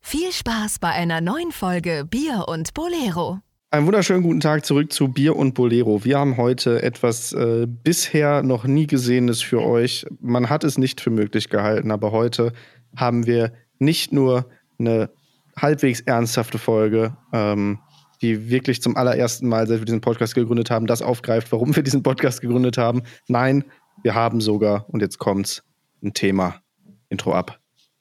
Viel Spaß bei einer neuen Folge Bier und Bolero. Einen wunderschönen guten Tag zurück zu Bier und Bolero. Wir haben heute etwas bisher noch nie Gesehenes für euch. Man hat es nicht für möglich gehalten, aber heute haben wir nicht nur eine halbwegs ernsthafte Folge, die wirklich zum allerersten Mal, seit wir diesen Podcast gegründet haben, das aufgreift, warum wir diesen Podcast gegründet haben. Nein, wir haben sogar, und jetzt kommt's, ein Thema. Intro ab.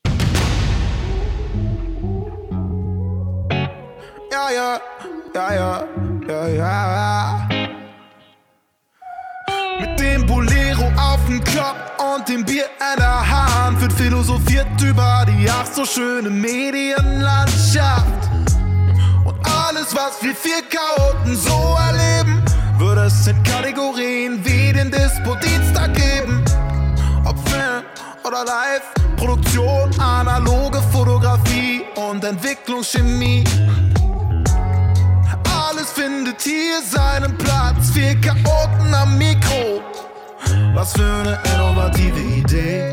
Ja. Mit dem Bolero auf dem Kopf und dem Bier in der Hand wird philosophiert über die ach so schöne Medienlandschaft. Und alles, was wir vier Chaoten so erleben, würde es in Kategorien wie den Dispo-Dienstag geben. Ob Film oder Live, Produktion, analoge Fotografie und Entwicklungschemie. Alles findet hier seinen Platz, vier Chaoten am Mikro. Was für eine innovative Idee.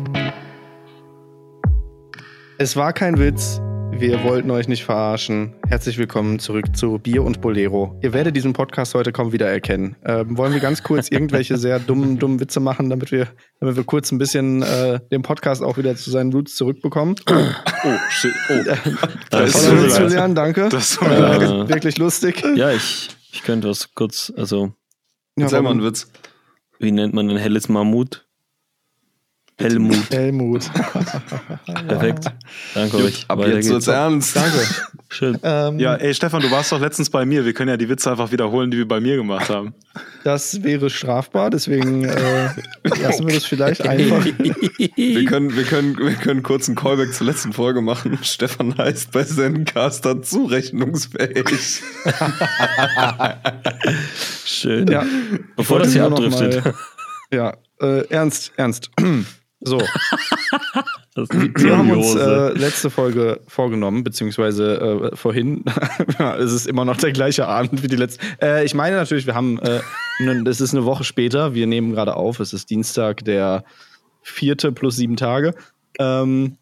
Es war kein Witz, wir wollten euch nicht verarschen. Herzlich willkommen zurück zu Bier und Bolero. Ihr werdet diesen Podcast heute kaum wieder erkennen. Wollen wir ganz kurz irgendwelche sehr dummen Witze machen, damit wir kurz ein bisschen den Podcast auch wieder zu seinen Roots zurückbekommen? Oh, shit. Oh. Das ist Witz zu lernen, danke. Das ist wirklich lustig. Ja, ich könnte was kurz, Erzähl mal einen Witz. Wie nennt man ein helles Mammut? Helmut. Perfekt. Danke euch. Aber jetzt wird's ernst. Danke. Schön. Ja, ey Stefan, du warst doch letztens bei mir. Wir können ja die Witze einfach wiederholen, die wir bei mir gemacht haben. Das wäre strafbar, deswegen lassen wir das vielleicht einfach. Wir können kurz einen Callback zur letzten Folge machen. Stefan heißt bei Zencaster zurechnungsfähig. Schön. Ja. Bevor das hier abdriftet. Ernst. So. Wir haben uns letzte Folge vorgenommen, beziehungsweise vorhin. Es ist immer noch der gleiche Abend wie die letzte. Ich meine natürlich, wir haben, es ist eine Woche später, wir nehmen gerade auf, es ist Dienstag, der 4. plus 7 Tage. Und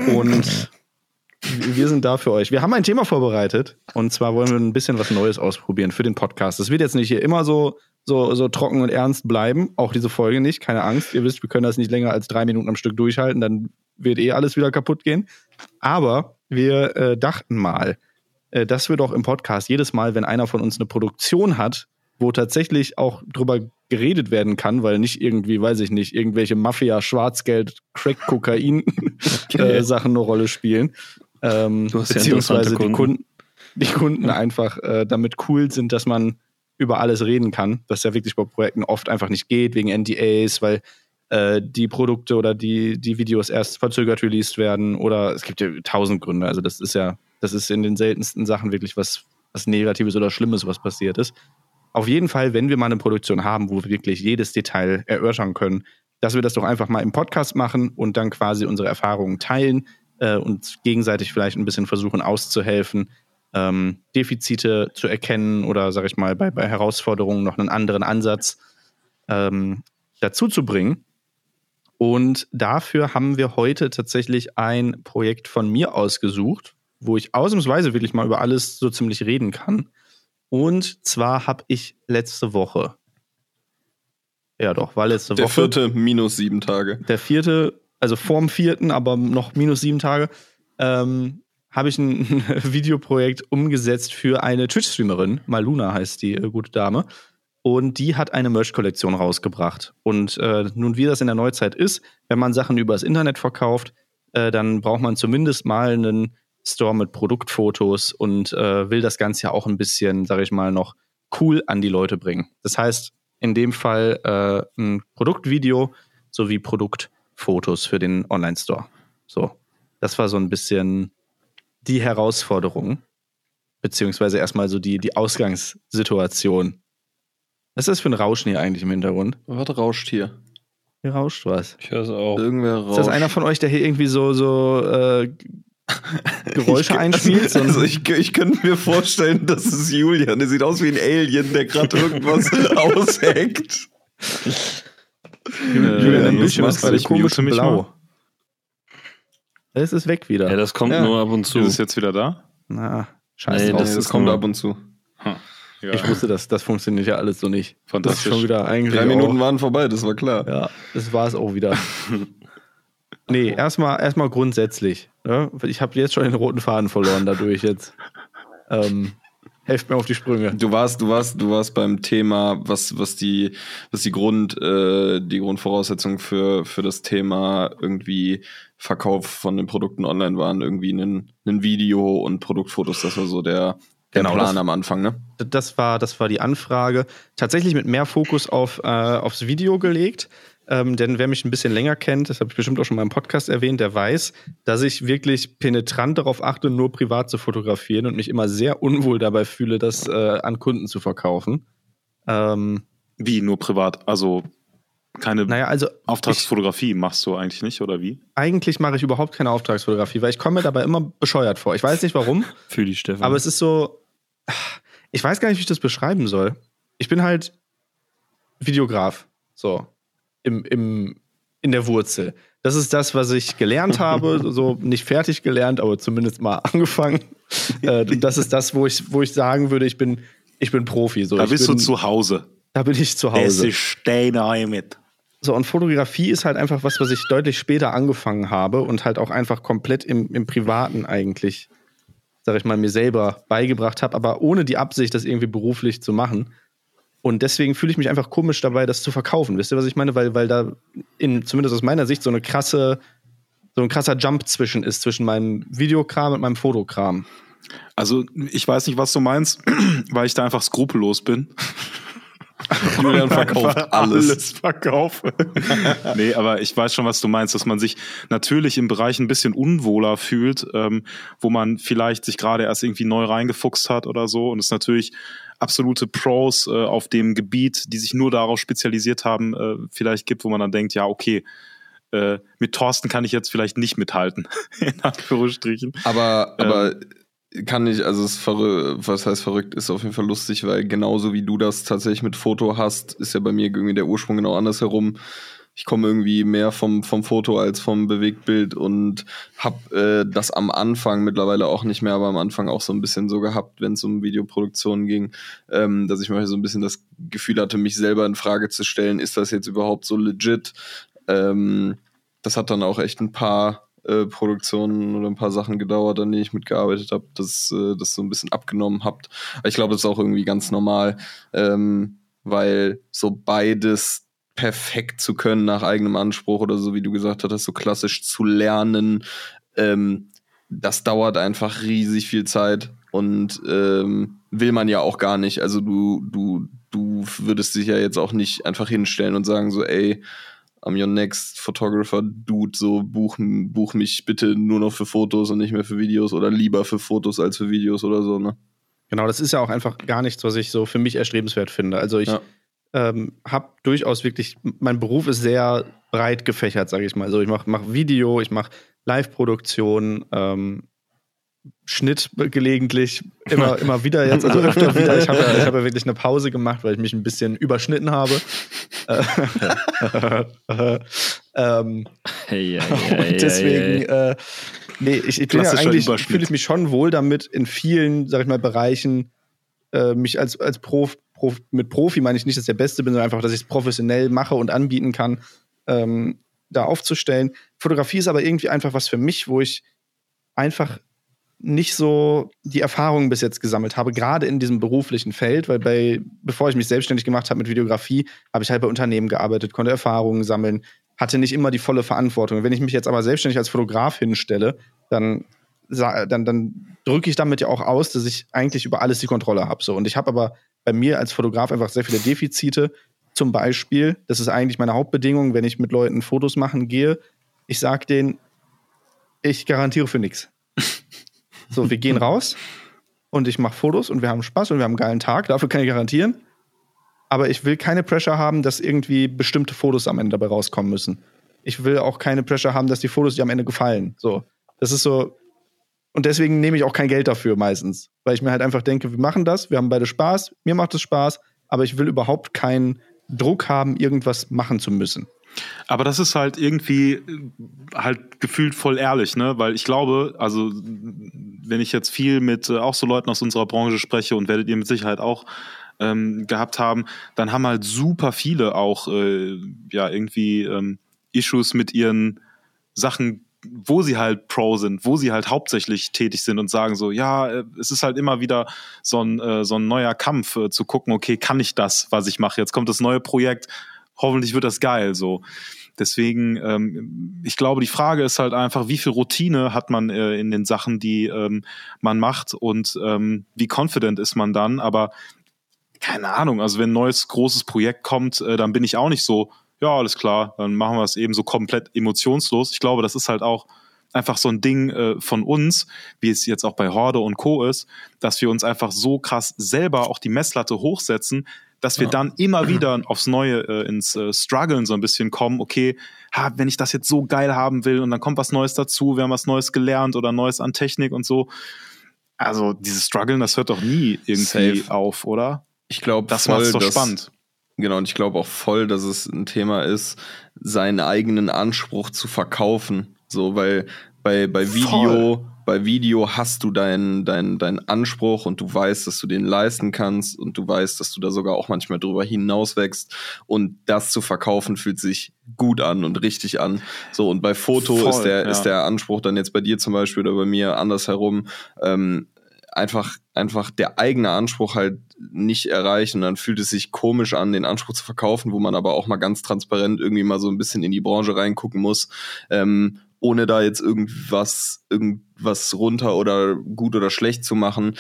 wir sind da für euch. Wir haben ein Thema vorbereitet und zwar wollen wir ein bisschen was Neues ausprobieren für den Podcast. Das wird jetzt nicht hier immer so trocken und ernst bleiben. Auch diese Folge nicht, keine Angst. Ihr wisst, wir können das nicht länger als 3 Minuten am Stück durchhalten, dann wird alles wieder kaputt gehen. Aber wir dachten mal, dass wir doch im Podcast jedes Mal, wenn einer von uns eine Produktion hat, wo tatsächlich auch drüber geredet werden kann, weil nicht irgendwie, weiß ich nicht, irgendwelche Mafia, Schwarzgeld, Crack, Kokain Sachen eine Rolle spielen. Beziehungsweise die Kunden einfach damit cool sind, dass man über alles reden kann, was ja wirklich bei Projekten oft einfach nicht geht, wegen NDAs, weil die Produkte oder die Videos erst verzögert released werden oder es gibt ja 1000 Gründe. Also das ist in den seltensten Sachen wirklich was Negatives oder Schlimmes, was passiert ist. Auf jeden Fall, wenn wir mal eine Produktion haben, wo wir wirklich jedes Detail erörtern können, dass wir das doch einfach mal im Podcast machen und dann quasi unsere Erfahrungen teilen, und gegenseitig vielleicht ein bisschen versuchen auszuhelfen, Defizite zu erkennen oder, sag ich mal, bei Herausforderungen noch einen anderen Ansatz dazu zu bringen. Und dafür haben wir heute tatsächlich ein Projekt von mir ausgesucht, wo ich ausnahmsweise wirklich mal über alles so ziemlich reden kann. Und zwar habe ich letzte Woche, war letzte Woche. Der 4. minus 7 Tage. Der 4., also vorm 4., aber noch minus 7 Tage, habe ich ein Videoprojekt umgesetzt für eine Twitch-Streamerin. Maluna heißt die gute Dame. Und die hat eine Merch-Kollektion rausgebracht. Und nun, wie das in der Neuzeit ist, wenn man Sachen übers Internet verkauft, dann braucht man zumindest mal einen Store mit Produktfotos und will das Ganze ja auch ein bisschen, sag ich mal, noch cool an die Leute bringen. Das heißt, in dem Fall ein Produktvideo sowie Produktfotos für den Online-Store. So, das war so ein bisschen die Herausforderung, beziehungsweise erstmal so die Ausgangssituation. Was ist das für ein Rauschen hier eigentlich im Hintergrund? Was rauscht hier? Hier rauscht was. Ich höre es auch. Irgendwer rauscht. Ist das einer von euch, der hier irgendwie so Geräusche einspielt? Also ich könnte mir vorstellen, das ist Julian. Der sieht aus wie ein Alien, der gerade irgendwas ausheckt. Julian, dein Bildschirm ist gerade komisch blau. Es ist weg wieder. Ja, das kommt nur ab und zu. Ist es jetzt wieder da? Na, scheiße. Nee, drauf. Das kommt ab und zu. Ja. Ich wusste, das funktioniert ja alles so nicht. Fantastisch. Das ist schon wieder eigentlich 3 Minuten auch, waren vorbei, das war klar. Ja, das war es auch wieder. Nee, erstmal grundsätzlich. Ne? Ich habe jetzt schon den roten Faden verloren dadurch jetzt. Helft mir auf die Sprünge. Du warst beim Thema, was die Grundvoraussetzungen für das Thema irgendwie Verkauf von den Produkten online waren, irgendwie ein Video und Produktfotos, das war so der Plan am Anfang, ne? Das war die Anfrage. Tatsächlich mit mehr Fokus aufs Video gelegt. Denn wer mich ein bisschen länger kennt, das habe ich bestimmt auch schon mal im Podcast erwähnt, der weiß, dass ich wirklich penetrant darauf achte, nur privat zu fotografieren und mich immer sehr unwohl dabei fühle, das an Kunden zu verkaufen. Wie, nur privat? Also keine also Auftragsfotografie machst du eigentlich nicht, oder wie? Eigentlich mache ich überhaupt keine Auftragsfotografie, weil ich komme mir dabei immer bescheuert vor. Ich weiß nicht warum, Für die Stefan. aber es ist so, ich weiß gar nicht, wie ich das beschreiben soll. Ich bin halt Videograf, so. In der Wurzel. Das ist das, was ich gelernt habe, so nicht fertig gelernt, aber zumindest mal angefangen. Das ist das, wo ich sagen würde, ich bin Profi. So, Da bist du zu Hause. Da bin ich zu Hause. Das ist deine mit. So, und Fotografie ist halt einfach was ich deutlich später angefangen habe und halt auch einfach komplett im Privaten eigentlich, sag ich mal, mir selber beigebracht habe, aber ohne die Absicht, das irgendwie beruflich zu machen. Und deswegen fühle ich mich einfach komisch dabei, das zu verkaufen. Wisst ihr, was ich meine? Weil da zumindest aus meiner Sicht so ein krasser Jump zwischen meinem Videokram und meinem Fotokram. Also ich weiß nicht, was du meinst, weil ich da einfach skrupellos bin. Julian verkauft alles. Verkaufe. Nee, aber ich weiß schon, was du meinst, dass man sich natürlich im Bereich ein bisschen unwohler fühlt, wo man vielleicht sich gerade erst irgendwie neu reingefuchst hat oder so. Und es natürlich absolute Pros auf dem Gebiet, die sich nur darauf spezialisiert haben, vielleicht gibt, wo man dann denkt, ja, okay, mit Thorsten kann ich jetzt vielleicht nicht mithalten, in Anführungsstrichen. Aber kann ich, also was heißt verrückt, ist auf jeden Fall lustig, weil genauso wie du das tatsächlich mit Foto hast, ist ja bei mir irgendwie der Ursprung genau andersherum. Ich komme irgendwie mehr vom Foto als vom Bewegtbild und habe das am Anfang, mittlerweile auch nicht mehr, aber am Anfang auch so ein bisschen so gehabt, wenn es um Videoproduktion ging, dass ich mal so ein bisschen das Gefühl hatte, mich selber in Frage zu stellen, ist das jetzt überhaupt so legit? Das hat dann auch echt ein paar Produktionen oder ein paar Sachen gedauert, an denen ich mitgearbeitet habe, dass das so ein bisschen abgenommen habt. Aber ich glaube, das ist auch irgendwie ganz normal, weil so beides perfekt zu können nach eigenem Anspruch oder so, wie du gesagt hast, so klassisch zu lernen, das dauert einfach riesig viel Zeit und will man ja auch gar nicht. Also du würdest dich ja jetzt auch nicht einfach hinstellen und sagen so, ey, I'm your next photographer, dude, so buch mich bitte nur noch für Fotos und nicht mehr für Videos oder lieber für Fotos als für Videos oder so, ne? Genau, das ist ja auch einfach gar nichts, was ich so für mich erstrebenswert finde. Also ich habe durchaus wirklich, mein Beruf ist sehr breit gefächert, sage ich mal. Also ich mach Video, ich mache Live-Produktion, Schnitt gelegentlich, immer wieder jetzt, also öfter wieder. Ich hab ja wirklich eine Pause gemacht, weil ich mich ein bisschen überschnitten habe. Und deswegen, ich bin ja eigentlich, fühle ich mich schon wohl damit, in vielen, sag ich mal, Bereichen mich als mit Profi meine ich nicht, dass ich der Beste bin, sondern einfach, dass ich es professionell mache und anbieten kann, da aufzustellen. Fotografie ist aber irgendwie einfach was für mich, wo ich einfach nicht so die Erfahrungen bis jetzt gesammelt habe, gerade in diesem beruflichen Feld, weil bevor ich mich selbstständig gemacht habe mit Videografie, habe ich halt bei Unternehmen gearbeitet, konnte Erfahrungen sammeln, hatte nicht immer die volle Verantwortung. Wenn ich mich jetzt aber selbstständig als Fotograf hinstelle, dann drücke ich damit ja auch aus, dass ich eigentlich über alles die Kontrolle habe. So. Und ich habe aber bei mir als Fotograf einfach sehr viele Defizite. Zum Beispiel, das ist eigentlich meine Hauptbedingung, wenn ich mit Leuten Fotos machen gehe, ich sage denen, ich garantiere für nichts. So, wir gehen raus und ich mache Fotos und wir haben Spaß und wir haben einen geilen Tag, dafür kann ich garantieren. Aber ich will keine Pressure haben, dass irgendwie bestimmte Fotos am Ende dabei rauskommen müssen. Ich will auch keine Pressure haben, dass die Fotos dir am Ende gefallen. So, das ist so. Und deswegen nehme ich auch kein Geld dafür meistens. Weil ich mir halt einfach denke, wir machen das, wir haben beide Spaß, mir macht es Spaß, aber ich will überhaupt keinen Druck haben, irgendwas machen zu müssen. Aber das ist halt irgendwie halt gefühlt voll ehrlich, ne? Weil ich glaube, also wenn ich jetzt viel mit auch so Leuten aus unserer Branche spreche und werdet ihr mit Sicherheit auch gehabt haben, dann haben halt super viele auch irgendwie Issues mit ihren Sachen, wo sie halt Pro sind, wo sie halt hauptsächlich tätig sind und sagen so, ja, es ist halt immer wieder so ein neuer Kampf, zu gucken, okay, kann ich das, was ich mache? Jetzt kommt das neue Projekt, hoffentlich wird das geil, so. Deswegen, ich glaube, die Frage ist halt einfach, wie viel Routine hat man in den Sachen, die man macht und wie confident ist man dann, aber keine Ahnung, also wenn ein neues, großes Projekt kommt, dann bin ich auch nicht so, ja, alles klar, dann machen wir es eben so komplett emotionslos. Ich glaube, das ist halt auch einfach so ein Ding von uns, wie es jetzt auch bei Horde und Co. ist, dass wir uns einfach so krass selber auch die Messlatte hochsetzen, dass wir dann immer wieder aufs Neue ins Struggeln so ein bisschen kommen, okay, wenn ich das jetzt so geil haben will und dann kommt was Neues dazu, wir haben was Neues gelernt oder Neues an Technik und so. Also dieses Struggeln, das hört doch nie irgendwie auf, oder? Ich glaube, das macht's doch spannend. Genau, und ich glaube auch voll, dass es ein Thema ist, seinen eigenen Anspruch zu verkaufen. So, weil bei Video hast du deinen Anspruch und du weißt, dass du den leisten kannst und du weißt, dass du da sogar auch manchmal drüber hinauswächst und das zu verkaufen fühlt sich gut an und richtig an. So, und bei Foto ist der Anspruch dann jetzt bei dir zum Beispiel oder bei mir andersherum, einfach der eigene Anspruch halt nicht erreicht und dann fühlt es sich komisch an, den Anspruch zu verkaufen, wo man aber auch mal ganz transparent irgendwie mal so ein bisschen in die Branche reingucken muss, ohne da jetzt irgendwas runter oder gut oder schlecht zu machen.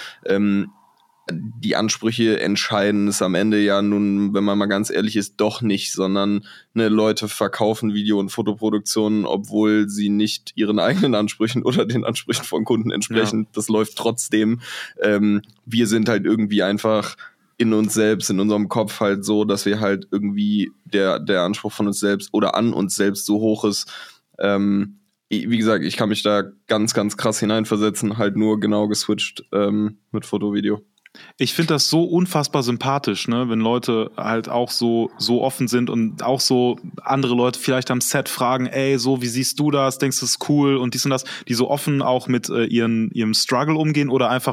Die Ansprüche entscheiden es am Ende ja nun, wenn man mal ganz ehrlich ist, doch nicht, sondern Leute verkaufen Video- und Fotoproduktionen, obwohl sie nicht ihren eigenen Ansprüchen oder den Ansprüchen von Kunden entsprechen. Ja. Das läuft trotzdem. Wir sind halt irgendwie einfach in uns selbst, in unserem Kopf halt so, dass wir halt irgendwie der Anspruch von uns selbst oder an uns selbst so hoch ist. Wie gesagt, ich kann mich da ganz, ganz krass hineinversetzen, halt nur genau geswitcht mit Foto-Video. Ich finde das so unfassbar sympathisch, ne, wenn Leute halt auch so offen sind und auch so andere Leute vielleicht am Set fragen, ey, so, wie siehst du das? Denkst du, das ist cool? Und dies und das, die so offen auch mit ihrem Struggle umgehen oder einfach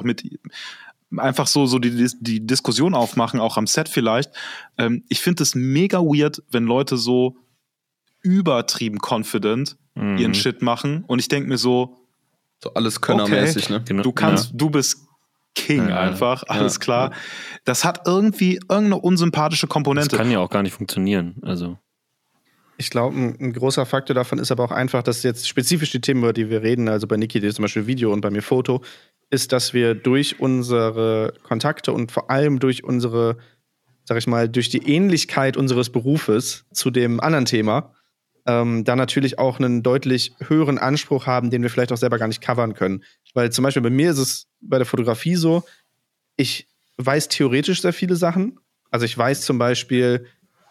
so die Diskussion aufmachen, auch am Set vielleicht. Ich finde es mega weird, wenn Leute so übertrieben confident ihren Shit machen und ich denke mir so alles könnermäßig, okay, ne? Du bist King einfach, alles klar. Ja. Das hat irgendwie irgendeine unsympathische Komponente. Das kann ja auch gar nicht funktionieren, also. Ich glaube, ein großer Faktor davon ist aber auch einfach, dass jetzt spezifisch die Themen, über die wir reden, also bei Niki zum Beispiel Video und bei mir Foto, ist, dass wir durch unsere Kontakte und vor allem durch unsere, sag ich mal, durch die Ähnlichkeit unseres Berufes zu dem anderen Thema, da natürlich auch einen deutlich höheren Anspruch haben, den wir vielleicht auch selber gar nicht covern können. Weil zum Beispiel bei mir ist es bei der Fotografie so, ich weiß theoretisch sehr viele Sachen. Also ich weiß zum Beispiel,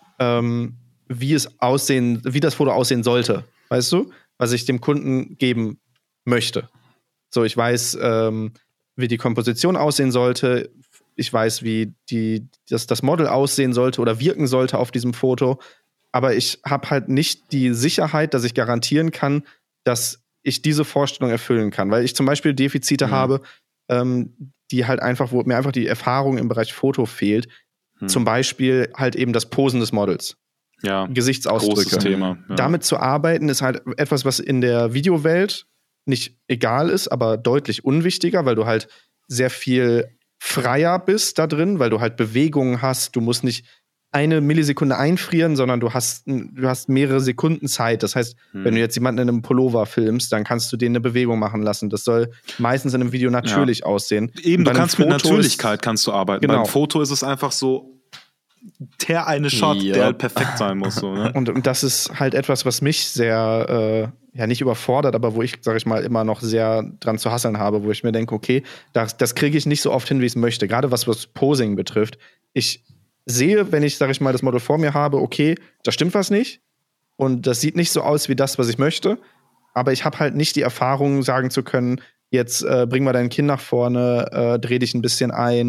wie das Foto aussehen sollte, weißt du? Was ich dem Kunden geben möchte. So, ich weiß, wie die Komposition aussehen sollte. Ich weiß, wie das Model aussehen sollte oder wirken sollte auf diesem Foto. Aber ich habe halt nicht die Sicherheit, dass ich garantieren kann, dass ich diese Vorstellung erfüllen kann. Weil ich zum Beispiel Defizite habe, die halt einfach, wo mir einfach die Erfahrung im Bereich Foto fehlt. Zum Beispiel halt eben das Posen des Models. Ja, Gesichtsausdrücke. großes Thema. Ja. Damit zu arbeiten ist halt etwas, was in der Videowelt nicht egal ist, aber deutlich unwichtiger, weil du halt sehr viel freier bist da drin, weil du halt Bewegungen hast. Du musst nicht eine Millisekunde einfrieren, sondern du hast mehrere Sekunden Zeit. Das heißt, wenn du jetzt jemanden in einem Pullover filmst, dann kannst du den eine Bewegung machen lassen. Das soll meistens in einem Video natürlich aussehen. Eben, du kannst mit Natürlichkeit kannst du arbeiten. Genau. Beim Foto ist es einfach so der eine Shot, der halt perfekt sein muss. So, ne? Und das ist halt etwas, was mich sehr nicht überfordert, aber wo ich, sag ich mal, immer noch sehr dran zu hasseln habe, wo ich mir denke, okay, das kriege ich nicht so oft hin, wie ich es möchte. Gerade was Posing betrifft. Ich sehe, wenn ich, sag ich mal, das Model vor mir habe, okay, da stimmt was nicht und das sieht nicht so aus wie das, was ich möchte, aber ich habe halt nicht die Erfahrung, sagen zu können, jetzt bring mal dein Kinn nach vorne, dreh dich ein bisschen ein,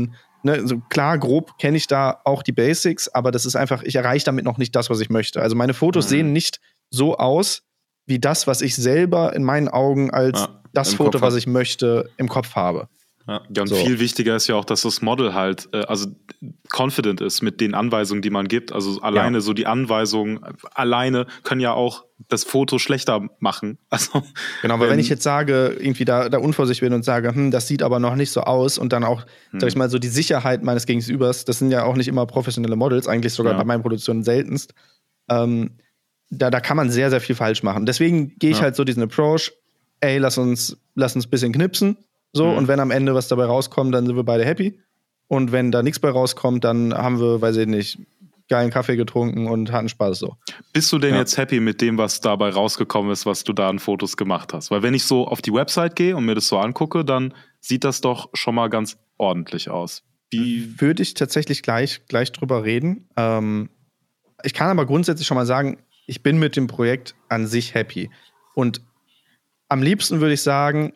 ne, so klar, grob kenne ich da auch die Basics, aber das ist einfach, ich erreiche damit noch nicht das, was ich möchte. Also meine Fotos sehen nicht so aus, wie das, was ich selber in meinen Augen als das Foto, was ich möchte, im Kopf habe. Ja, und viel wichtiger ist ja auch, dass das Model halt confident ist mit den Anweisungen, die man gibt. Also alleine so die Anweisungen alleine können ja auch das Foto schlechter machen. Also, genau, weil wenn ich jetzt sage, irgendwie da unvorsichtig bin und sage, das sieht aber noch nicht so aus und dann auch, sag ich mal, so die Sicherheit meines Gegenübers, das sind ja auch nicht immer professionelle Models, eigentlich sogar bei meinen Produktionen seltenst. Da kann man sehr, sehr viel falsch machen. Deswegen gehe ich halt so diesen Approach, ey, lass uns ein bisschen knipsen. So, und wenn am Ende was dabei rauskommt, dann sind wir beide happy. Und wenn da nichts bei rauskommt, dann haben wir, weiß ich nicht, geilen Kaffee getrunken und hatten Spaß so. Bist du denn jetzt happy mit dem, was dabei rausgekommen ist, was du da an Fotos gemacht hast? Weil wenn ich so auf die Website gehe und mir das so angucke, dann sieht das doch schon mal ganz ordentlich aus. Wie würde ich tatsächlich gleich drüber reden. Ich kann aber grundsätzlich schon mal sagen, ich bin mit dem Projekt an sich happy. Und am liebsten würde ich sagen,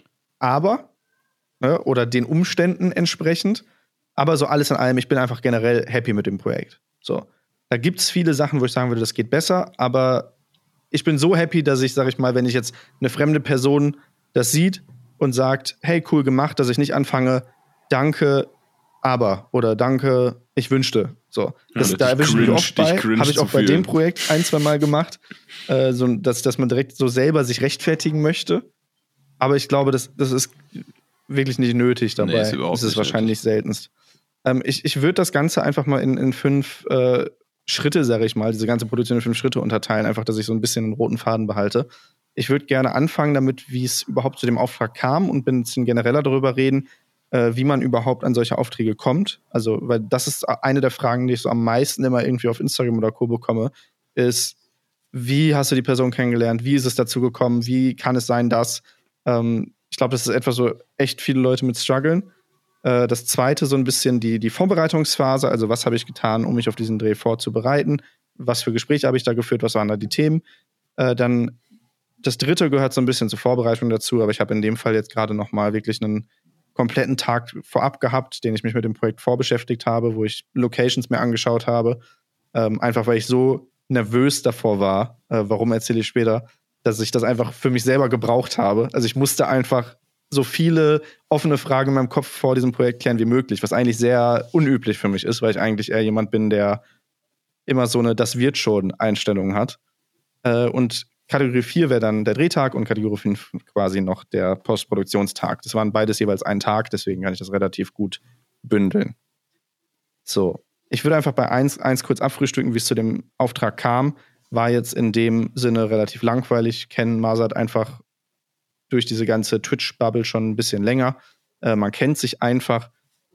oder den Umständen entsprechend. Aber so alles in allem, ich bin einfach generell happy mit dem Projekt. So. Da gibt es viele Sachen, wo ich sagen würde, das geht besser, aber ich bin so happy, dass ich, sag ich mal, wenn ich jetzt eine fremde Person das sieht und sagt, hey, cool gemacht, dass ich nicht anfange, danke, aber oder danke, ich wünschte. So. Da erwische ich mich oft bei, habe ich auch bei dem Projekt 1-2 Mal gemacht, dass man direkt so selber sich rechtfertigen möchte. Aber ich glaube, das ist wirklich nicht nötig dabei. Nee, das ist wahrscheinlich seltenst. Ich würde das Ganze einfach mal in 5 Schritte, sage ich mal, diese ganze Produktion in 5 Schritte unterteilen, einfach, dass ich so ein bisschen einen roten Faden behalte. Ich würde gerne anfangen damit, wie es überhaupt zu dem Auftrag kam und ein bisschen genereller darüber reden, wie man überhaupt an solche Aufträge kommt. Also, weil das ist eine der Fragen, die ich so am meisten immer irgendwie auf Instagram oder Co. bekomme, ist, wie hast du die Person kennengelernt? Wie ist es dazu gekommen? Wie kann es sein, dass ich glaube, das ist etwas, wo echt viele Leute mit strugglen. Das zweite so ein bisschen die Vorbereitungsphase, also was habe ich getan, um mich auf diesen Dreh vorzubereiten, was für Gespräche habe ich da geführt, was waren da die Themen. Dann das dritte gehört so ein bisschen zur Vorbereitung dazu, aber ich habe in dem Fall jetzt gerade noch mal wirklich einen kompletten Tag vorab gehabt, den ich mich mit dem Projekt vorbeschäftigt habe, wo ich Locations mir angeschaut habe, einfach weil ich so nervös davor war, warum erzähle ich später, dass ich das einfach für mich selber gebraucht habe. Also ich musste einfach so viele offene Fragen in meinem Kopf vor diesem Projekt klären wie möglich, was eigentlich sehr unüblich für mich ist, weil ich eigentlich eher jemand bin, der immer so eine Das-wird-schon-Einstellung hat. Und Kategorie 4 wäre dann der Drehtag und Kategorie 5 quasi noch der Postproduktionstag. Das waren beides jeweils ein Tag, deswegen kann ich das relativ gut bündeln. So, ich würde einfach bei 1 kurz abfrühstücken, wie es zu dem Auftrag kam. War jetzt in dem Sinne relativ langweilig. Kennen Marsad einfach durch diese ganze Twitch-Bubble schon ein bisschen länger. Man kennt sich einfach.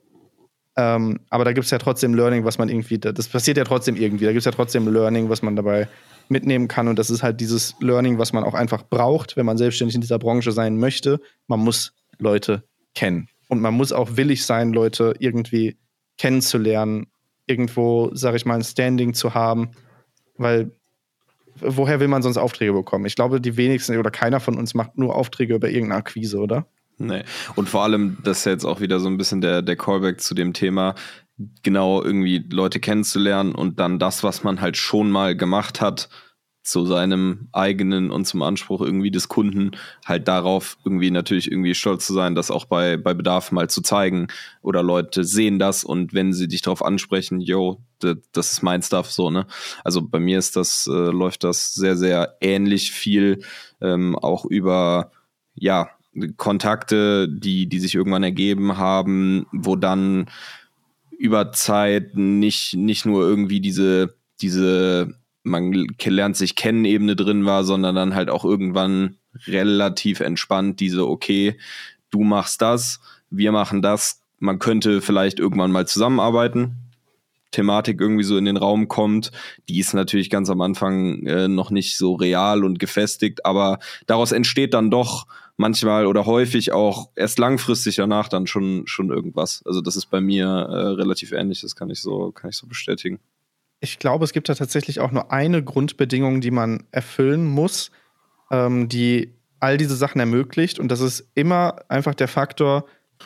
Aber da gibt es ja trotzdem Learning, was man irgendwie, das passiert ja trotzdem irgendwie. Da gibt es ja trotzdem Learning, was man dabei mitnehmen kann. Und das ist halt dieses Learning, was man auch einfach braucht, wenn man selbstständig in dieser Branche sein möchte. Man muss Leute kennen. Und man muss auch willig sein, Leute irgendwie kennenzulernen. Irgendwo, sag ich mal, ein Standing zu haben. Weil woher will man sonst Aufträge bekommen? Ich glaube, die wenigsten oder keiner von uns macht nur Aufträge über irgendeine Akquise, oder? Nee. Und vor allem, das ist ja jetzt auch wieder so ein bisschen der Callback zu dem Thema, genau irgendwie Leute kennenzulernen und dann das, was man halt schon mal gemacht hat, zu seinem eigenen und zum Anspruch irgendwie des Kunden, halt darauf irgendwie natürlich irgendwie stolz zu sein, das auch bei Bedarf mal zu zeigen. Oder Leute sehen das und wenn sie dich darauf ansprechen, yo, das ist mein Stuff, so, ne? Also bei mir ist das, läuft das sehr, sehr ähnlich viel, auch über, ja, Kontakte, die sich irgendwann ergeben haben, wo dann über Zeit nicht nur irgendwie diese man lernt sich kennen Ebene drin war, sondern dann halt auch irgendwann relativ entspannt diese, okay, du machst das, wir machen das, man könnte vielleicht irgendwann mal zusammenarbeiten, Thematik irgendwie so in den Raum kommt, die ist natürlich ganz am Anfang noch nicht so real und gefestigt, aber daraus entsteht dann doch manchmal oder häufig auch erst langfristig danach dann schon irgendwas. Also das ist bei mir relativ ähnlich, das kann ich so bestätigen. Ich glaube, es gibt da tatsächlich auch nur eine Grundbedingung, die man erfüllen muss, die all diese Sachen ermöglicht. Und das ist immer einfach der Faktor,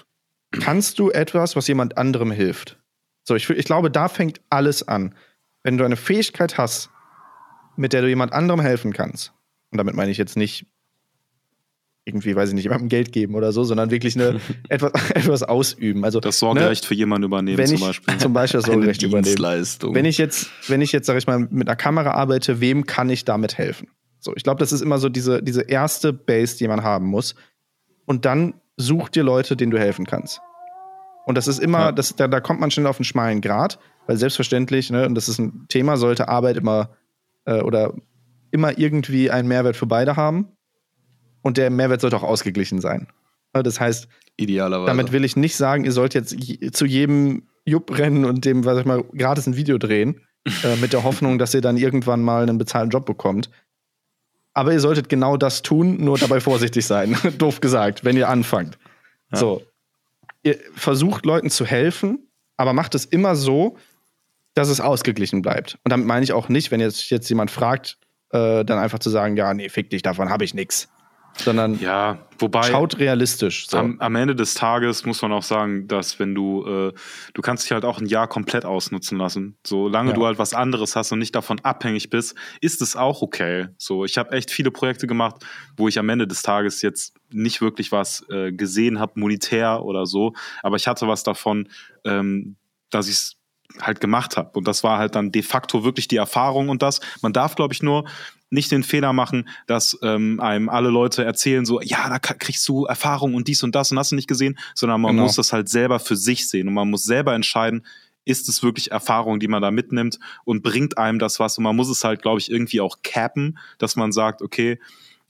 kannst du etwas, was jemand anderem hilft? So, ich glaube, da fängt alles an. Wenn du eine Fähigkeit hast, mit der du jemand anderem helfen kannst, und damit meine ich jetzt nicht irgendwie, weiß ich nicht, jemandem Geld geben oder so, sondern wirklich etwas ausüben. Also, das Sorgerecht für jemanden übernehmen zum Beispiel. Zum Beispiel das Sorgerecht übernehmen. Wenn ich jetzt, sag ich mal, mit einer Kamera arbeite, wem kann ich damit helfen? So, ich glaube, das ist immer so diese erste Base, die man haben muss. Und dann such dir Leute, denen du helfen kannst. Und das ist immer, da kommt man schnell auf einen schmalen Grat, weil selbstverständlich, ne, und das ist ein Thema, sollte Arbeit immer irgendwie einen Mehrwert für beide haben. Und der Mehrwert sollte auch ausgeglichen sein. Das heißt, idealerweise. Damit will ich nicht sagen, ihr sollt jetzt zu jedem Jupp rennen und dem, was ich mal, gratis ein Video drehen, mit der Hoffnung, dass ihr dann irgendwann mal einen bezahlten Job bekommt. Aber ihr solltet genau das tun, nur dabei vorsichtig sein. Doof gesagt, wenn ihr anfangt. Ja. So. Ihr versucht Leuten zu helfen, aber macht es immer so, dass es ausgeglichen bleibt. Und damit meine ich auch nicht, wenn jetzt jemand fragt, dann einfach zu sagen, ja, nee, fick dich, davon habe ich nichts. Sondern schaut realistisch. So. Am Ende des Tages muss man auch sagen, dass wenn du kannst dich halt auch ein Jahr komplett ausnutzen lassen. Solange du halt was anderes hast und nicht davon abhängig bist, ist es auch okay. So, ich habe echt viele Projekte gemacht, wo ich am Ende des Tages jetzt nicht wirklich was gesehen habe, monetär oder so, aber ich hatte was davon, dass ich es halt gemacht habe. Und das war halt dann de facto wirklich die Erfahrung und das. Man darf, glaube ich, nur nicht den Fehler machen, dass einem alle Leute erzählen so, ja, da kriegst du Erfahrung und dies und das und hast du nicht gesehen, sondern man muss das halt selber für sich sehen und man muss selber entscheiden, ist es wirklich Erfahrung, die man da mitnimmt und bringt einem das was und man muss es halt, glaube ich, irgendwie auch cappen, dass man sagt, okay,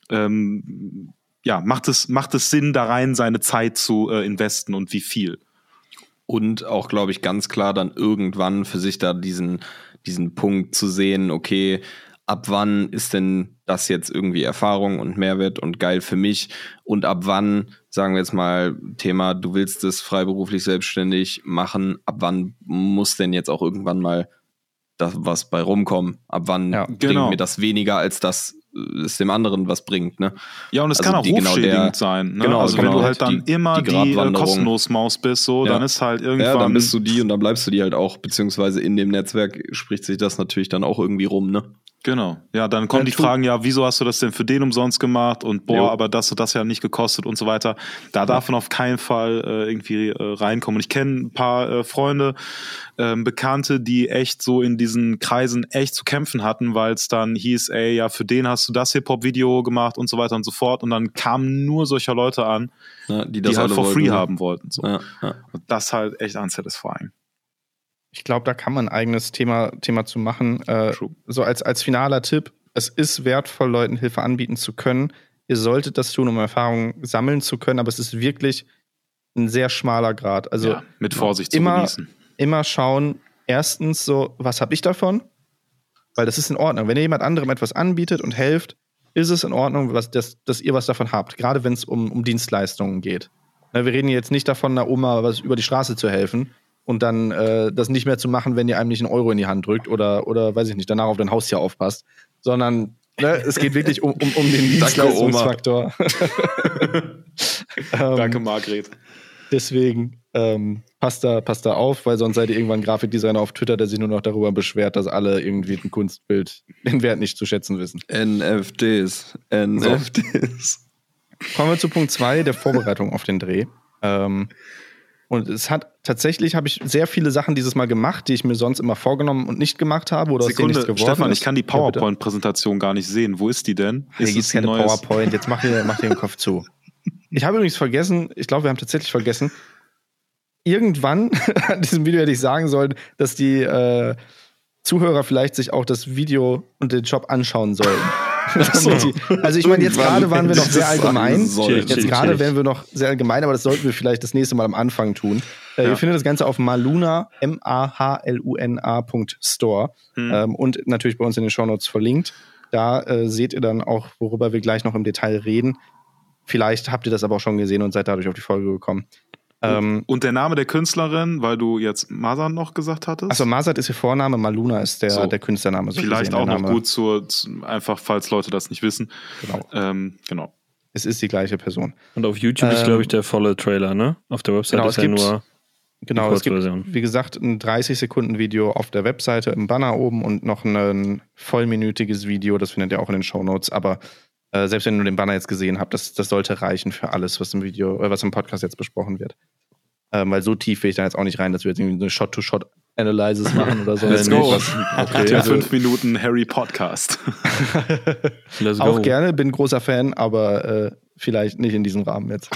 macht es Sinn, da rein seine Zeit zu investen und wie viel? Und auch, glaube ich, ganz klar dann irgendwann für sich da diesen Punkt zu sehen, okay, ab wann ist denn das jetzt irgendwie Erfahrung und Mehrwert und geil für mich? Und ab wann, sagen wir jetzt mal, Thema, du willst es freiberuflich selbstständig machen, ab wann muss denn jetzt auch irgendwann mal das was bei rumkommen? Ab wann bringt mir das weniger, als das es dem anderen was bringt, ne? Ja, und es kann auch rufschädigend sein, ne? Genau, also wenn du halt dann immer die kostenlos Maus bist, so, dann ist halt irgendwann... Ja, dann bist du die und dann bleibst du die halt auch, beziehungsweise in dem Netzwerk spricht sich das natürlich dann auch irgendwie rum, ne? Genau. Ja, dann kommen die Fragen, ja, wieso hast du das denn für den umsonst gemacht? Und aber das und das ja nicht gekostet und so weiter. Da darf man auf keinen Fall irgendwie reinkommen. Und ich kenne ein paar Freunde, Bekannte, die echt so in diesen Kreisen echt zu kämpfen hatten, weil es dann hieß, ey, ja, für den hast du das Hip-Hop-Video gemacht und so weiter und so fort. Und dann kamen nur solcher Leute an, die halt for free haben wollten. So. Ja. Und das halt echt unsatisfying. Ich glaube, da kann man ein eigenes Thema zu machen. So als finaler Tipp, es ist wertvoll, Leuten Hilfe anbieten zu können. Ihr solltet das tun, um Erfahrungen sammeln zu können, aber es ist wirklich ein sehr schmaler Grad. Also mit Vorsicht zu genießen. Immer schauen, erstens so, was habe ich davon? Weil das ist in Ordnung. Wenn ihr jemand anderem etwas anbietet und helft, ist es in Ordnung, dass ihr was davon habt. Gerade wenn es um Dienstleistungen geht. Wir reden jetzt nicht davon, einer Oma was über die Straße zu helfen und dann das nicht mehr zu machen, wenn ihr einem nicht einen Euro in die Hand drückt oder weiß ich nicht, danach auf dein Haustier aufpasst. Sondern es geht wirklich um den Dienstleistungsfaktor. Danke, Margret. Deswegen passt da auf, weil sonst seid ihr irgendwann Grafikdesigner auf Twitter, der sich nur noch darüber beschwert, dass alle irgendwie ein Kunstbild den Wert nicht zu schätzen wissen. NFTs. Kommen wir zu Punkt 2, der Vorbereitung auf den Dreh. Und tatsächlich habe ich sehr viele Sachen dieses Mal gemacht, die ich mir sonst immer vorgenommen und nicht gemacht habe oder Sekunde, aus denen nichts geworden Stefan, ist. Ich kann die PowerPoint-Präsentation gar nicht sehen. Wo ist die denn? Hier gibt es keine PowerPoint, jetzt mach dir den Kopf zu. Ich habe übrigens vergessen, ich glaube, wir haben tatsächlich vergessen, irgendwann an diesem Video hätte ich sagen sollen, dass die Zuhörer vielleicht sich auch das Video und den Job anschauen sollen. Also ich meine, jetzt gerade waren wir noch sehr allgemein. Jetzt gerade wären wir noch sehr allgemein, aber das sollten wir vielleicht das nächste Mal am Anfang tun. Ihr findet das Ganze auf Maluna, mahluna.store und natürlich bei uns in den Shownotes verlinkt. Da seht ihr dann auch, worüber wir gleich noch im Detail reden. Vielleicht habt ihr das aber auch schon gesehen und seid dadurch auf die Folge gekommen. Und der Name der Künstlerin, weil du jetzt Mazat noch gesagt hattest? Achso, Mazat ist ihr Vorname, Maluna ist der Künstlername. So vielleicht gesehen, auch noch gut einfach falls Leute das nicht wissen. Genau. Genau. es ist die gleiche Person. Und auf YouTube ist, glaube ich, der volle Trailer, ne? Auf der Website genau, ist ja nur genau, die es gibt, Kurzversion. wie gesagt, ein 30-Sekunden-Video auf der Webseite im Banner oben und noch ein vollminütiges Video, das findet ihr auch in den Shownotes, aber selbst wenn ihr nur den Banner jetzt gesehen habt, das sollte reichen für alles, was im Video, was im Podcast jetzt besprochen wird. Weil so tief will ich da jetzt auch nicht rein, dass wir jetzt irgendwie eine Shot-to-Shot-Analysis machen oder so. Let's go. Okay, Der also 5 Minuten Harry Podcast. let's go. Auch gerne, bin großer Fan, aber vielleicht nicht in diesem Rahmen jetzt.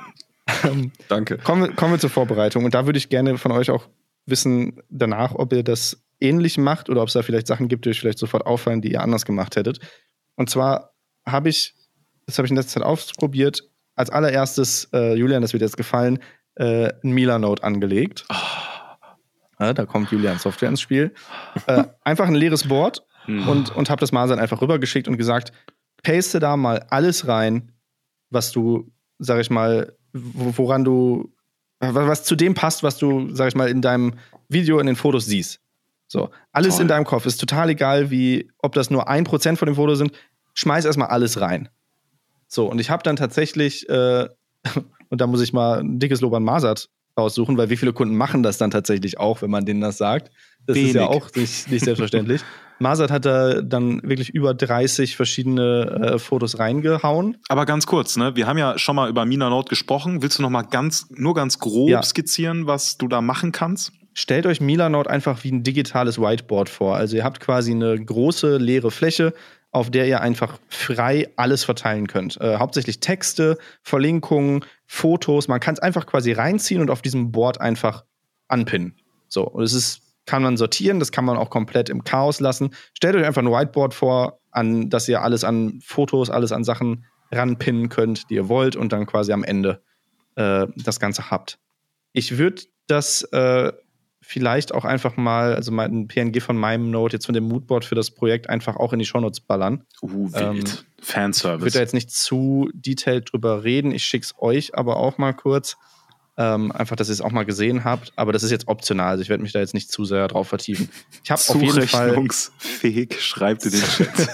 Danke. Kommen wir zur Vorbereitung. Und da würde ich gerne von euch auch wissen danach, ob ihr das ähnlich macht oder ob es da vielleicht Sachen gibt, die euch vielleicht sofort auffallen, die ihr anders gemacht hättet. Und zwar habe ich in letzter Zeit ausprobiert, als allererstes, Julian, das wird jetzt gefallen, ein Milanote angelegt. Ja, da kommt Julian Software ins Spiel. Einfach ein leeres Board und habe das Masan einfach rübergeschickt und gesagt, paste da mal alles rein, was du, sag ich mal, woran du, was zu dem passt, was du, sag ich mal, in deinem Video, in den Fotos siehst. So, alles in deinem Kopf. Ist total egal, ob das nur 1% von dem Foto sind. Schmeiß erstmal alles rein. So, und ich habe dann tatsächlich, und da muss ich mal ein dickes Lob an Masat raussuchen, weil wie viele Kunden machen das dann tatsächlich auch, wenn man denen das sagt. Das ist ja auch nicht selbstverständlich. Masat hat da dann wirklich über 30 verschiedene Fotos reingehauen. Aber ganz kurz, ne? Wir haben ja schon mal über Milanote gesprochen. Willst du noch mal ganz grob skizzieren, was du da machen kannst? Stellt euch Milanote einfach wie ein digitales Whiteboard vor. Also ihr habt quasi eine große leere Fläche, auf der ihr einfach frei alles verteilen könnt. Hauptsächlich Texte, Verlinkungen, Fotos. Man kann es einfach quasi reinziehen und auf diesem Board einfach anpinnen. So, und kann man sortieren, das kann man auch komplett im Chaos lassen. Stellt euch einfach ein Whiteboard vor, dass ihr alles an Fotos, alles an Sachen ranpinnen könnt, die ihr wollt und dann quasi am Ende das Ganze habt. Ich würde das vielleicht auch einfach mal, also mal ein PNG von meinem Note, jetzt von dem Moodboard für das Projekt einfach auch in die Shownotes ballern. Wild. Fanservice. Ich würde da jetzt nicht zu detailliert drüber reden. Ich schicke es euch aber auch mal kurz. Einfach, dass ihr es auch mal gesehen habt. Aber das ist jetzt optional. Also ich werde mich da jetzt nicht zu sehr drauf vertiefen. Ich habe auf jeden Fall... Zurechnungsfähig, schreibt in den Chat.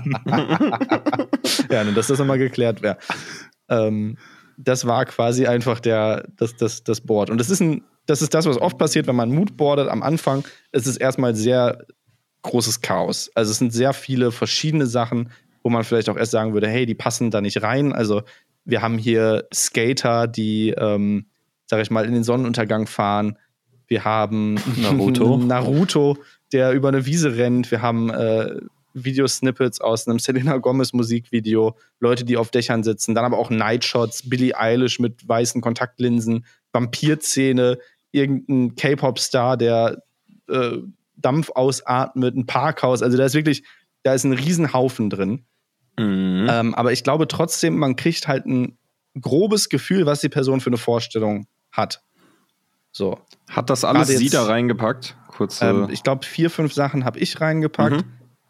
Ja, nur dass das nochmal geklärt wäre. Das war quasi einfach das Board. Und das ist das, was oft passiert, wenn man Moodboardet am Anfang. Es ist erstmal sehr großes Chaos. Also es sind sehr viele verschiedene Sachen, wo man vielleicht auch erst sagen würde, hey, die passen da nicht rein. Also wir haben hier Skater, die, sag ich mal, in den Sonnenuntergang fahren. Wir haben Naruto, der über eine Wiese rennt. Wir haben Videosnippets aus einem Selena Gomez Musikvideo, Leute, die auf Dächern sitzen, dann aber auch Nightshots, Billie Eilish mit weißen Kontaktlinsen, Vampirzähne, irgendein K-Pop-Star, der Dampf ausatmet, ein Parkhaus, also da ist ein Riesenhaufen drin. Aber ich glaube trotzdem, man kriegt halt ein grobes Gefühl, was die Person für eine Vorstellung hat. So. Hat das alles sie da reingepackt? Ich glaube, 4, 5 Sachen habe ich reingepackt.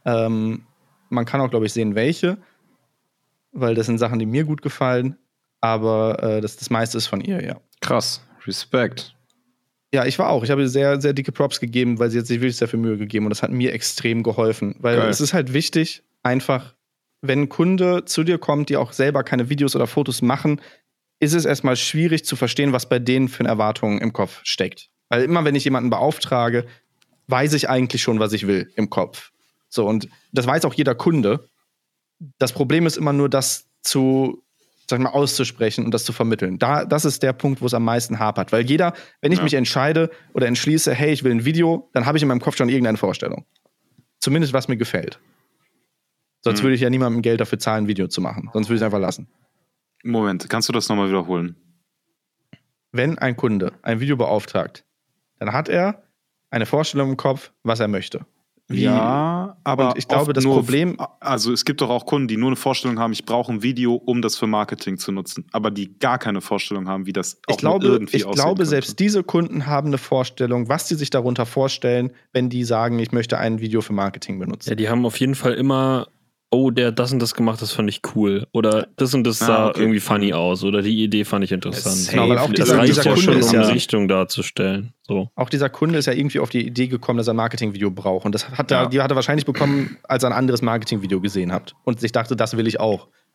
Man kann auch, glaube ich, sehen, welche, weil das sind Sachen, die mir gut gefallen, aber das meiste ist von ihr, ja. Krass, Respekt. Ja, ich habe ihr sehr, sehr dicke Props gegeben, weil sie hat sich wirklich sehr viel Mühe gegeben und das hat mir extrem geholfen, weil es ist halt wichtig, einfach, wenn ein Kunde zu dir kommt, die auch selber keine Videos oder Fotos machen, ist es erstmal schwierig zu verstehen, was bei denen für Erwartungen im Kopf steckt. Weil immer, wenn ich jemanden beauftrage, weiß ich eigentlich schon, was ich will im Kopf. So, und das weiß auch jeder Kunde. Das Problem ist immer nur, das auszusprechen und das zu vermitteln. Das ist der Punkt, wo es am meisten hapert. Weil wenn ich mich entscheide oder entschließe, hey, ich will ein Video, dann habe ich in meinem Kopf schon irgendeine Vorstellung. Zumindest, was mir gefällt. Sonst würde ich ja niemandem Geld dafür zahlen, ein Video zu machen. Sonst würde ich es einfach lassen. Moment, kannst du das nochmal wiederholen? Wenn ein Kunde ein Video beauftragt, dann hat er eine Vorstellung im Kopf, was er möchte. Ja, aber und ich glaube, das Problem... Also es gibt doch auch Kunden, die nur eine Vorstellung haben, ich brauche ein Video, um das für Marketing zu nutzen, aber die gar keine Vorstellung haben, wie das auch irgendwie aussehen könnte. Selbst diese Kunden haben eine Vorstellung, was die sich darunter vorstellen, wenn die sagen, ich möchte ein Video für Marketing benutzen. Ja, die haben auf jeden Fall immer, der hat das und das gemacht, das fand ich cool. Oder das und das sah irgendwie funny aus. Oder die Idee fand ich interessant. Genau, weil auch dieser Kunde ist ja Richtung darzustellen. So. Auch dieser Kunde ist ja irgendwie auf die Idee gekommen, dass er ein Marketingvideo braucht. Und die hat er wahrscheinlich bekommen, als er ein anderes Marketingvideo gesehen hat. Und sich dachte, das will ich auch.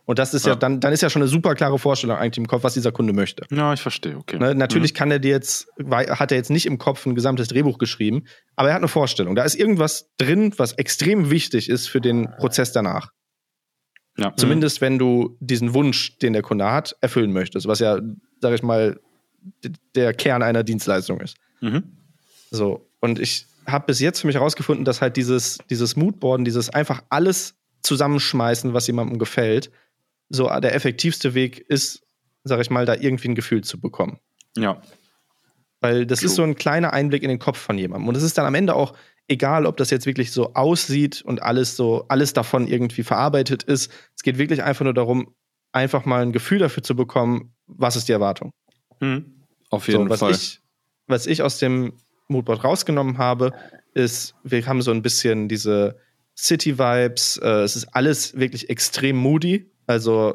Und das ist ja dann ist ja schon eine super klare Vorstellung eigentlich im Kopf, was dieser Kunde möchte. Ja, ich verstehe, okay. Ne, natürlich hat er jetzt nicht im Kopf ein gesamtes Drehbuch geschrieben, aber er hat eine Vorstellung. Da ist irgendwas drin, was extrem wichtig ist für den Prozess danach. Ja. Zumindest wenn du diesen Wunsch, den der Kunde hat, erfüllen möchtest, was ja, sag ich mal, der Kern einer Dienstleistung ist. So, und ich habe bis jetzt für mich herausgefunden, dass halt dieses Moodboarden, dieses einfach alles zusammenschmeißen, was jemandem gefällt, so der effektivste Weg ist, sag ich mal, da irgendwie ein Gefühl zu bekommen. Ja. Weil das ist so ein kleiner Einblick in den Kopf von jemandem. Und es ist dann am Ende auch egal, ob das jetzt wirklich so aussieht und alles davon irgendwie verarbeitet ist. Es geht wirklich einfach nur darum, einfach mal ein Gefühl dafür zu bekommen, was ist die Erwartung. Auf jeden Fall. Was ich aus dem Moodboard rausgenommen habe, ist, wir haben so ein bisschen diese City-Vibes. Es ist alles wirklich extrem moody. Also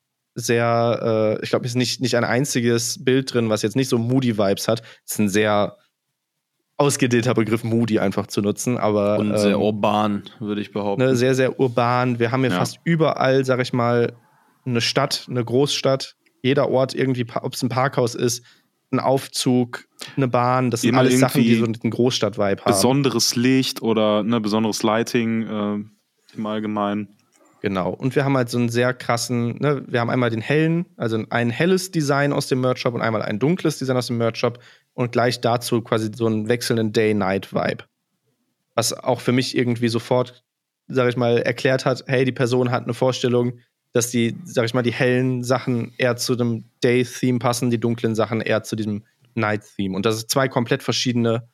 sehr, ich glaube, es ist nicht ein einziges Bild drin, was jetzt nicht so Moody-Vibes hat. Es ist ein sehr ausgedehnter Begriff, Moody einfach zu nutzen. Aber, und sehr urban, würde ich behaupten. Ne, sehr, sehr urban. Wir haben hier fast überall, sag ich mal, eine Stadt, eine Großstadt. Jeder Ort irgendwie, ob es ein Parkhaus ist, ein Aufzug, eine Bahn. Das sind Immer alles Sachen, die so einen Großstadt-Vibe haben. Besonderes Licht oder besonderes Lighting im Allgemeinen. Genau. Und wir haben halt so einen sehr krassen, wir haben einmal den hellen, also ein helles Design aus dem Merch-Shop und einmal ein dunkles Design aus dem Merch-Shop und gleich dazu quasi so einen wechselnden Day-Night-Vibe. Was auch für mich irgendwie sofort, sag ich mal, erklärt hat, hey, die Person hat eine Vorstellung, dass die, sag ich mal, die hellen Sachen eher zu dem Day-Theme passen, die dunklen Sachen eher zu diesem Night-Theme. Und dass es zwei komplett verschiedene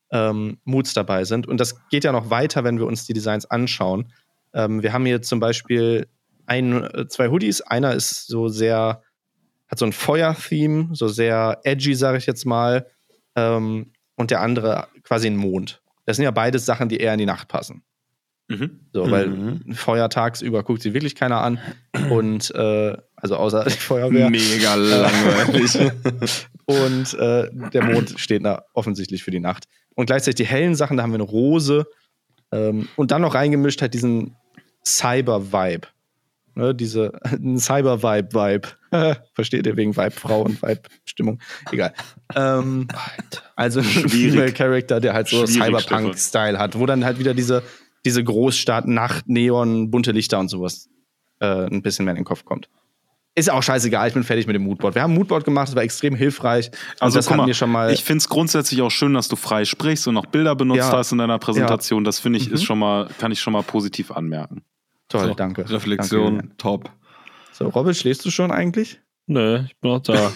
Moods dabei sind. Und das geht ja noch weiter, wenn wir uns die Designs anschauen. Wir haben hier zum Beispiel zwei Hoodies. Einer ist hat so ein Feuer-Theme, so sehr edgy, sage ich jetzt mal. Und der andere quasi ein Mond. Das sind ja beides Sachen, die eher in die Nacht passen. So, weil Feuer tagsüber guckt sie wirklich keiner an. Und also außer die Feuerwehr. Mega langweilig. Und der Mond steht da offensichtlich für die Nacht. Und gleichzeitig die hellen Sachen, da haben wir eine Rose. Und dann noch reingemischt halt diesen Cyber-Vibe. Ne, ein Cyber-Vibe. Versteht ihr, wegen Vibe-Frau und Vibe-Stimmung? Egal. Also ein Female-Character, der halt so Cyberpunk-Style hat, wo dann halt wieder diese Großstadt, Nacht, Neon, bunte Lichter und sowas ein bisschen mehr in den Kopf kommt. Ist auch scheißegal, ich bin fertig mit dem Moodboard. Wir haben ein Moodboard gemacht, das war extrem hilfreich. Also das hatten wir schon mal. Ich finde es grundsätzlich auch schön, dass du frei sprichst und auch Bilder benutzt hast in deiner Präsentation. Das finde ich kann ich schon mal positiv anmerken. Toll, so, danke. Reflexion, danke. top. So, Robin, schläfst du schon eigentlich? Nö, ich bin noch da.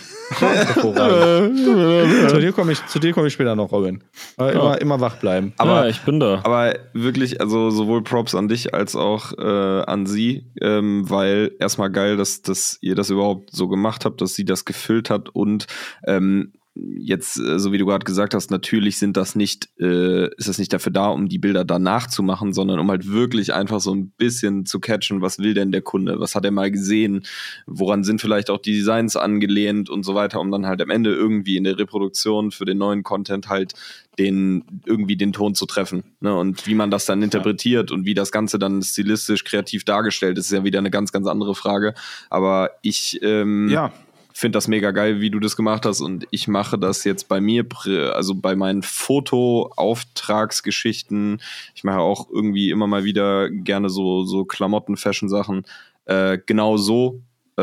Zu dir komme ich später noch, Robin. Immer wach bleiben. Aber ich bin da. Aber wirklich, also sowohl Props an dich als auch an sie, weil erstmal geil, dass ihr das überhaupt so gemacht habt, dass sie das gefüllt hat und jetzt, so wie du gerade gesagt hast, natürlich ist das nicht dafür da, um die Bilder danach zu machen, sondern um halt wirklich einfach so ein bisschen zu catchen, was will denn der Kunde, was hat er mal gesehen, woran sind vielleicht auch die Designs angelehnt und so weiter, um dann halt am Ende irgendwie in der Reproduktion für den neuen Content halt den Ton zu treffen. Ne? Und wie man das dann interpretiert und wie das Ganze dann stilistisch, kreativ dargestellt ist ja wieder eine ganz, ganz andere Frage. Aber ich finde das mega geil, wie du das gemacht hast und ich mache das jetzt bei mir, also bei meinen Foto-Auftragsgeschichten. Ich mache auch irgendwie immer mal wieder gerne so Klamotten-Fashion-Sachen. Genau so.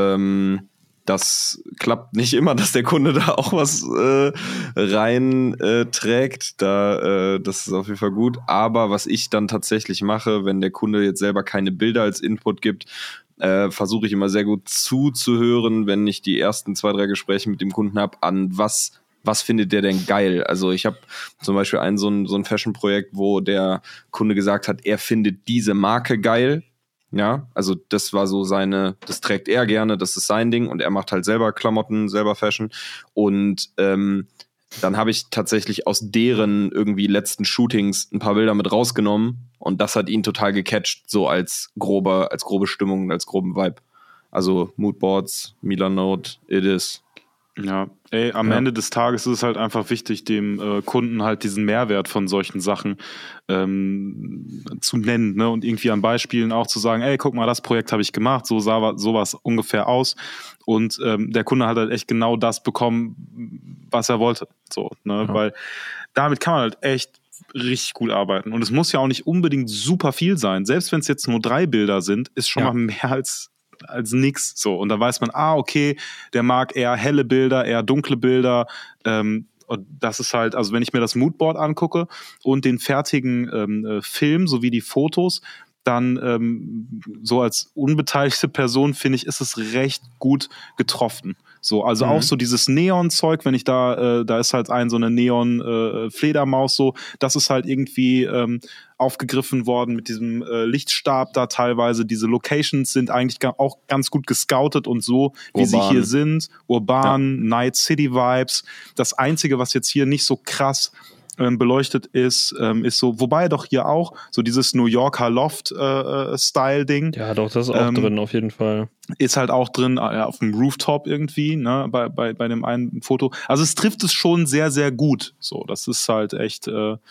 Das klappt nicht immer, dass der Kunde da auch was rein trägt. Das ist auf jeden Fall gut. Aber was ich dann tatsächlich mache, wenn der Kunde jetzt selber keine Bilder als Input gibt, versuche ich immer sehr gut zuzuhören, wenn ich die ersten 2-3 Gespräche mit dem Kunden habe, an was findet der denn geil? Also ich habe zum Beispiel so ein Fashion-Projekt, wo der Kunde gesagt hat, er findet diese Marke geil. Ja, also das war so das trägt er gerne, das ist sein Ding und er macht halt selber Klamotten, selber Fashion und dann habe ich tatsächlich aus deren irgendwie letzten Shootings ein paar Bilder mit rausgenommen und das hat ihn total gecatcht, so als grobe Stimmung, als groben Vibe. Also Moodboards, Milanote, It Is. Ja, am Ende des Tages ist es halt einfach wichtig, dem Kunden halt diesen Mehrwert von solchen Sachen zu nennen, ne? Und irgendwie an Beispielen auch zu sagen, guck mal, das Projekt habe ich gemacht, so sah sowas ungefähr aus. Und der Kunde hat halt echt genau das bekommen, was er wollte. So, ne? Ja. Weil damit kann man halt echt richtig gut arbeiten. Und es muss ja auch nicht unbedingt super viel sein. Selbst wenn es jetzt nur 3 Bilder sind, ist schon mal mehr als nix. So. Und da weiß man, okay, der mag eher helle Bilder, eher dunkle Bilder. Und das ist halt, also wenn ich mir das Moodboard angucke und den fertigen Film sowie die Fotos, dann so als unbeteiligte Person, finde ich, ist es recht gut getroffen. So, also auch so dieses Neon-Zeug, wenn ich da ist halt so eine Neon-Fledermaus so, das ist halt irgendwie aufgegriffen worden mit diesem Lichtstab da teilweise. Diese Locations sind eigentlich auch ganz gut gescoutet und so, wie sie hier sind. Urban, Night City Vibes. Das Einzige, was jetzt hier nicht so krass beleuchtet ist so, wobei doch hier auch so dieses New Yorker Loft-Style-Ding. Ja, doch, das ist auch drin, auf jeden Fall. Ist halt auch drin auf dem Rooftop irgendwie, ne, bei dem einen Foto. Also es trifft es schon sehr, sehr gut. So, das ist halt echt,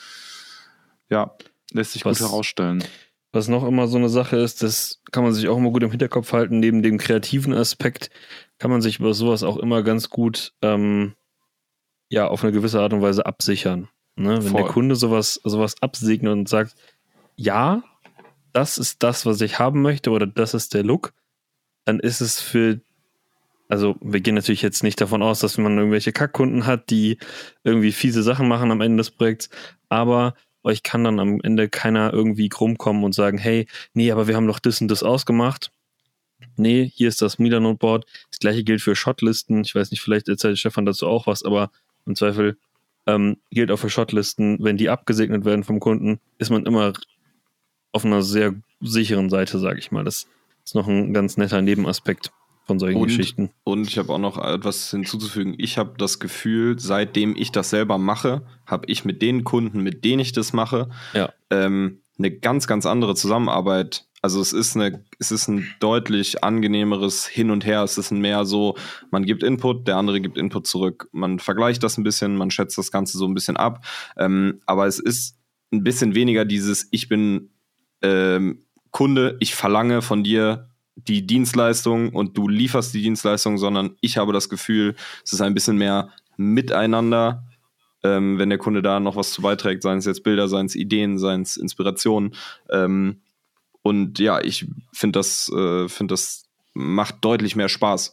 lässt sich gut herausstellen. Was noch immer so eine Sache ist, das kann man sich auch immer gut im Hinterkopf halten, neben dem kreativen Aspekt kann man sich über sowas auch immer ganz gut auf eine gewisse Art und Weise absichern. Ne? Wenn der Kunde sowas absegnet und sagt, ja, das ist das, was ich haben möchte oder das ist der Look, dann ist es also wir gehen natürlich jetzt nicht davon aus, dass man irgendwelche Kackkunden hat, die irgendwie fiese Sachen machen am Ende des Projekts, aber euch kann dann am Ende keiner irgendwie krumm kommen und sagen, hey, nee, aber wir haben doch das und das ausgemacht. Nee, hier ist das Milanode-Board. Das gleiche gilt für Shotlisten. Ich weiß nicht, vielleicht erzählt Stefan dazu auch was, aber im Zweifel gilt auch für Shotlisten, wenn die abgesegnet werden vom Kunden, ist man immer auf einer sehr sicheren Seite, sage ich mal. Das ist noch ein ganz netter Nebenaspekt von solchen Geschichten. Und ich habe auch noch etwas hinzuzufügen. Ich habe das Gefühl, seitdem ich das selber mache, habe ich mit den Kunden, mit denen ich das mache, eine ganz, ganz andere Zusammenarbeit. Also es ist ein deutlich angenehmeres Hin und Her. Es ist mehr so, man gibt Input, der andere gibt Input zurück. Man vergleicht das ein bisschen, man schätzt das Ganze so ein bisschen ab. Aber es ist ein bisschen weniger dieses, ich bin Kunde, ich verlange von dir die Dienstleistung und du lieferst die Dienstleistung, sondern ich habe das Gefühl, es ist ein bisschen mehr miteinander, wenn der Kunde da noch was zu beiträgt, seien es jetzt Bilder, seien es Ideen, seien es Inspirationen. Und ja, ich finde, das macht deutlich mehr Spaß.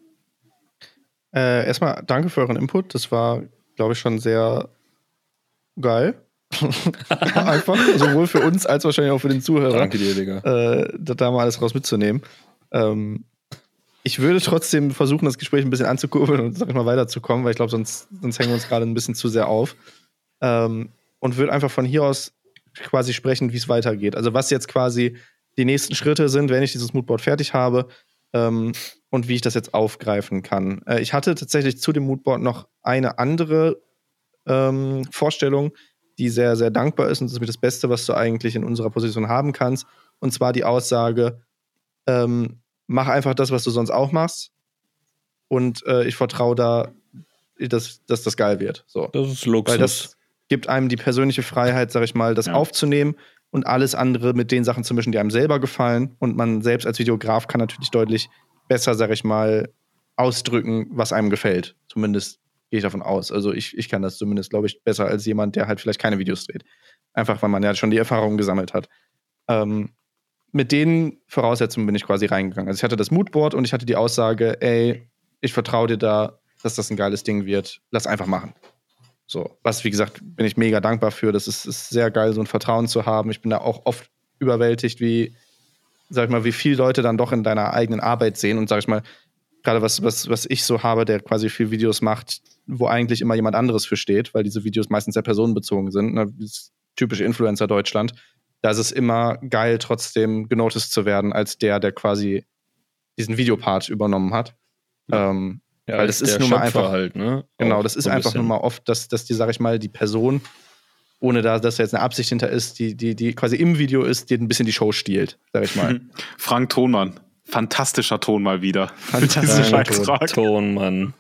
Erstmal danke für euren Input. Das war, glaube ich, schon sehr geil. Einfach, sowohl für uns als wahrscheinlich auch für den Zuhörer. Danke dir, Digga. Da mal alles raus mitzunehmen. Ich würde trotzdem versuchen, das Gespräch ein bisschen anzukurbeln und, sag ich mal, weiterzukommen, weil ich glaube, sonst hängen wir uns gerade ein bisschen zu sehr auf. Und würde einfach von hier aus quasi sprechen, wie es weitergeht. Also was jetzt quasi die nächsten Schritte sind, wenn ich dieses Moodboard fertig habe und wie ich das jetzt aufgreifen kann. Ich hatte tatsächlich zu dem Moodboard noch eine andere Vorstellung, die sehr, sehr dankbar ist und das ist mir das Beste, was du eigentlich in unserer Position haben kannst. Und zwar die Aussage, mach einfach das, was du sonst auch machst und ich vertraue da, dass das geil wird. So. Das ist Luxus. Weil das gibt einem die persönliche Freiheit, sag ich mal, das aufzunehmen und alles andere mit den Sachen zu mischen, die einem selber gefallen. Und man selbst als Videograf kann natürlich deutlich besser, sag ich mal, ausdrücken, was einem gefällt. Zumindest gehe ich davon aus. Also ich kann das zumindest, glaube ich, besser als jemand, der halt vielleicht keine Videos dreht. Einfach, weil man ja schon die Erfahrungen gesammelt hat. Mit den Voraussetzungen bin ich quasi reingegangen. Also ich hatte das Moodboard und ich hatte die Aussage, ey, ich vertraue dir da, dass das ein geiles Ding wird. Lass einfach machen. So, was, wie gesagt, bin ich mega dankbar für. Das ist sehr geil, so ein Vertrauen zu haben. Ich bin da auch oft überwältigt, wie viele Leute dann doch in deiner eigenen Arbeit sehen. Und sag ich mal, gerade was ich so habe, der quasi viel Videos macht, wo eigentlich immer jemand anderes für steht, weil diese Videos meistens sehr personenbezogen sind. Ne? Das typische Influencer-Deutschland. Da ist es immer geil, trotzdem genoticed zu werden, als der quasi diesen Videopart übernommen hat. Ja, weil das ist nun mal einfach halt, ne? Genau, das ist einfach nur mal oft, dass die, sag ich mal, die Person, ohne dass da jetzt eine Absicht hinter ist, die quasi im Video ist, die ein bisschen die Show stiehlt, sag ich mal. Frank Thonmann. Fantastischer Ton mal wieder. Fantastischer Ton, Mann.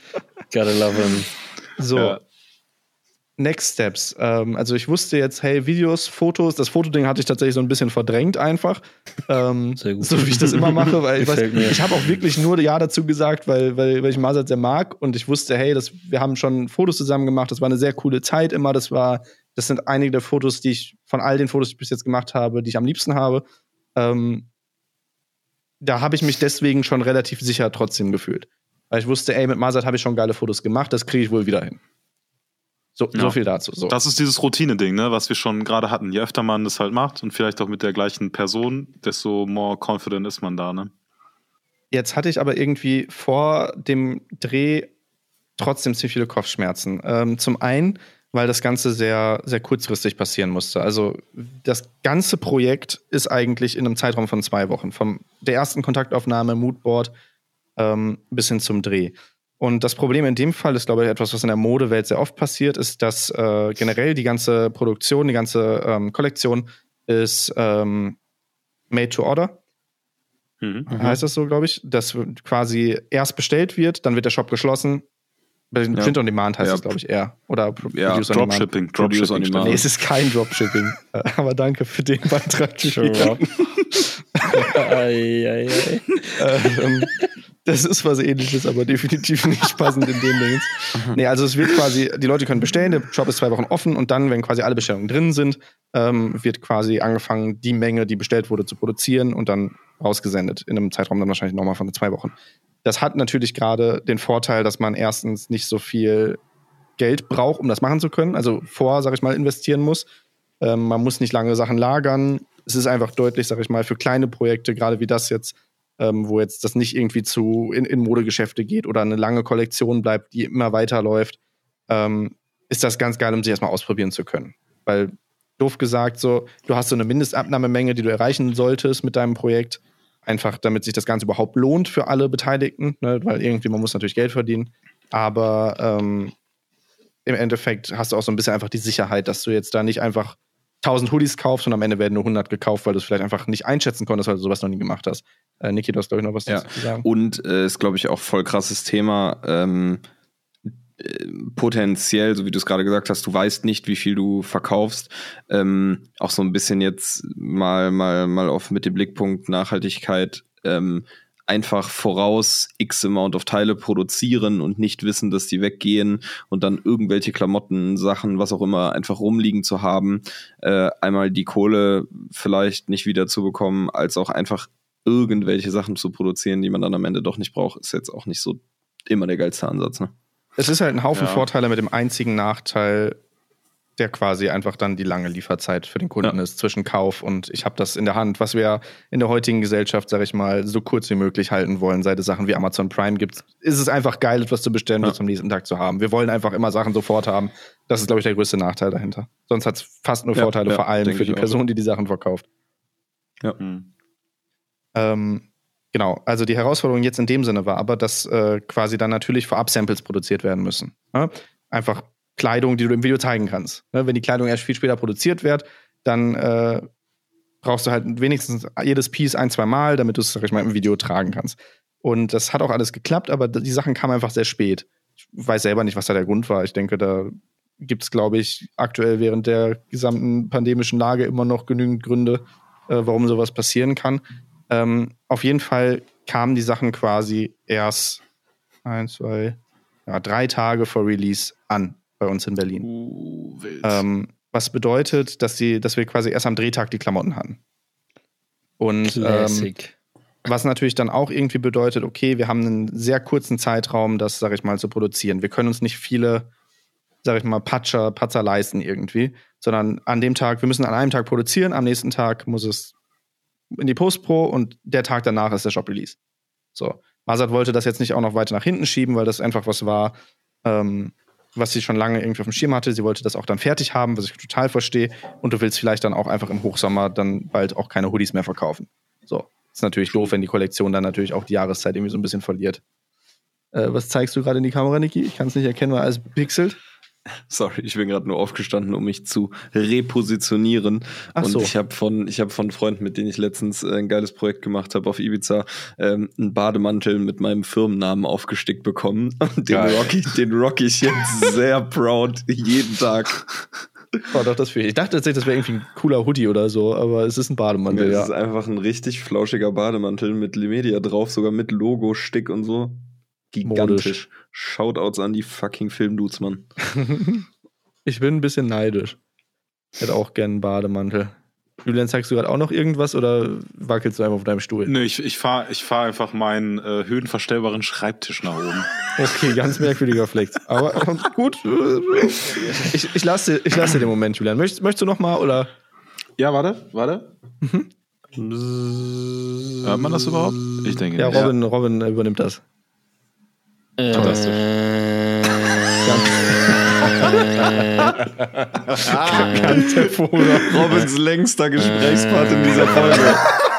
Gotta love him. So. Ja. Next Steps. Also ich wusste jetzt, hey, Videos, Fotos, das Fotoding hatte ich tatsächlich so ein bisschen verdrängt einfach. Sehr gut. So wie ich das immer mache, weil Gefällt mir. ich habe auch wirklich nur Ja dazu gesagt, weil ich Mazat sehr mag und ich wusste, hey, wir haben schon Fotos zusammen gemacht, das war eine sehr coole Zeit immer, das sind einige der Fotos, die ich von all den Fotos, die ich bis jetzt gemacht habe, die ich am liebsten habe. Da habe ich mich deswegen schon relativ sicher trotzdem gefühlt. Weil ich wusste, ey, mit Mazat habe ich schon geile Fotos gemacht, das kriege ich wohl wieder hin. So viel dazu. So. Das ist dieses Routine-Ding, ne, was wir schon gerade hatten. Je öfter man das halt macht und vielleicht auch mit der gleichen Person, desto more confident ist man da, ne? Jetzt hatte ich aber irgendwie vor dem Dreh trotzdem ziemlich viele Kopfschmerzen. Zum einen, weil das Ganze sehr, sehr kurzfristig passieren musste. Also das ganze Projekt ist eigentlich in einem Zeitraum von 2 Wochen. Von der ersten Kontaktaufnahme, Moodboard, bis hin zum Dreh. Und das Problem in dem Fall ist, glaube ich, etwas, was in der Modewelt sehr oft passiert, ist, dass generell die ganze Produktion, die ganze Kollektion ist made to order. Heißt das so, glaube ich, dass quasi erst bestellt wird, dann wird der Shop geschlossen. Bei den Print on Demand heißt das, glaube ich, eher. Oder Produce on Demand. Dropshipping on Demand. Nee, es ist kein Dropshipping. Aber danke für den Beitrag. Das ist was Ähnliches, aber definitiv nicht passend in dem Ding. Nee, also es wird quasi, die Leute können bestellen, der Shop ist 2 Wochen offen und dann, wenn quasi alle Bestellungen drin sind, wird quasi angefangen, die Menge, die bestellt wurde, zu produzieren und dann rausgesendet. In einem Zeitraum dann wahrscheinlich nochmal von 2 Wochen. Das hat natürlich gerade den Vorteil, dass man erstens nicht so viel Geld braucht, um das machen zu können. Also sag ich mal, investieren muss. Man muss nicht lange Sachen lagern. Es ist einfach deutlich, sag ich mal, für kleine Projekte, gerade wie das jetzt, wo jetzt das nicht irgendwie in Modegeschäfte geht oder eine lange Kollektion bleibt, die immer weiterläuft, ist das ganz geil, um sich erstmal ausprobieren zu können. Weil, doof gesagt, so, du hast so eine Mindestabnahmemenge, die du erreichen solltest mit deinem Projekt, einfach damit sich das Ganze überhaupt lohnt für alle Beteiligten, ne? Weil irgendwie, man muss natürlich Geld verdienen, aber im Endeffekt hast du auch so ein bisschen einfach die Sicherheit, dass du jetzt da nicht einfach 1000 Hoodies kaufst und am Ende werden nur 100 gekauft, weil du es vielleicht einfach nicht einschätzen konntest, weil du sowas noch nie gemacht hast. Niki, du hast, glaube ich, noch was dazu zu sagen. Und ist, glaube ich, auch voll krasses Thema. Potenziell, so wie du es gerade gesagt hast, du weißt nicht, wie viel du verkaufst. Auch so ein bisschen jetzt mal auf mit dem Blickpunkt Nachhaltigkeit. Einfach voraus x Amount of Teile produzieren und nicht wissen, dass die weggehen und dann irgendwelche Klamotten, Sachen, was auch immer, einfach rumliegen zu haben, einmal die Kohle vielleicht nicht wieder zu bekommen, als auch einfach irgendwelche Sachen zu produzieren, die man dann am Ende doch nicht braucht, ist jetzt auch nicht so immer der geilste Ansatz, ne? Es ist halt ein Haufen Vorteile mit dem einzigen Nachteil, der quasi einfach dann die lange Lieferzeit für den Kunden ist zwischen Kauf und ich habe das in der Hand, was wir in der heutigen Gesellschaft, sag ich mal, so kurz wie möglich halten wollen, seit es Sachen wie Amazon Prime gibt, ist es einfach geil, etwas zu bestellen und es am nächsten Tag zu haben. Wir wollen einfach immer Sachen sofort haben. Das ist, glaube ich, der größte Nachteil dahinter. Sonst hat es fast nur Vorteile, vor allem für die Person, die Sachen verkauft. Ja. Genau, also die Herausforderung jetzt in dem Sinne war aber, dass quasi dann natürlich vorab Samples produziert werden müssen. Ne? Einfach Kleidung, die du im Video zeigen kannst. Ne? Wenn die Kleidung erst viel später produziert wird, dann brauchst du halt wenigstens jedes Piece 1-2 Mal, damit du es, sag ich mal, im Video tragen kannst. Und das hat auch alles geklappt, aber die Sachen kamen einfach sehr spät. Ich weiß selber nicht, was da der Grund war. Ich denke, da gibt es, glaube ich, aktuell während der gesamten pandemischen Lage immer noch genügend Gründe, warum sowas passieren kann. Auf jeden Fall kamen die Sachen quasi erst 3 Tage vor Release an bei uns in Berlin. Wild. Was bedeutet, dass wir quasi erst am Drehtag die Klamotten hatten. Und was natürlich dann auch irgendwie bedeutet, okay, wir haben einen sehr kurzen Zeitraum, das, sag ich mal, zu produzieren. Wir können uns nicht viele, sag ich mal, Patzer leisten irgendwie, sondern an dem Tag, wir müssen an einem Tag produzieren, am nächsten Tag muss es in die Post-Pro und der Tag danach ist der Shop-Release. So. Mazat wollte das jetzt nicht auch noch weiter nach hinten schieben, weil das einfach was war, was sie schon lange irgendwie auf dem Schirm hatte. Sie wollte das auch dann fertig haben, was ich total verstehe. Und du willst vielleicht dann auch einfach im Hochsommer dann bald auch keine Hoodies mehr verkaufen. So. Ist natürlich doof, wenn die Kollektion dann natürlich auch die Jahreszeit irgendwie so ein bisschen verliert. Was zeigst du gerade in die Kamera, Niki? Ich kann es nicht erkennen, weil alles pixelt. Sorry, ich bin gerade nur aufgestanden, um mich zu repositionieren. Ach so. Und ich habe von Freunden, mit denen ich letztens ein geiles Projekt gemacht habe auf Ibiza, einen Bademantel mit meinem Firmennamen aufgestickt bekommen. Und den rock ich jetzt sehr proud jeden Tag. Oh, doch, das ich dachte tatsächlich, das wäre irgendwie ein cooler Hoodie oder so, aber es ist ein Bademantel, Das ist einfach ein richtig flauschiger Bademantel mit Limedia drauf, sogar mit Logo, Stick und so. Gigantisch. Modisch. Shoutouts an die fucking Filmdudes, Mann. Ich bin ein bisschen neidisch. Ich hätte auch gerne einen Bademantel. Julian, zeigst du gerade auch noch irgendwas oder wackelst du einfach auf deinem Stuhl? Nö, ich fahr einfach meinen höhenverstellbaren Schreibtisch nach oben. Okay, ganz merkwürdiger Flex. Aber gut. Ich lasse dir den Moment, Julian. Möchtest du noch mal oder? Ja, warte. Hört man das überhaupt? Ich denke Ja, nicht. Robin übernimmt das. Fantastisch. Ganz hervorragend. Robins längster Gesprächspart in dieser Folge.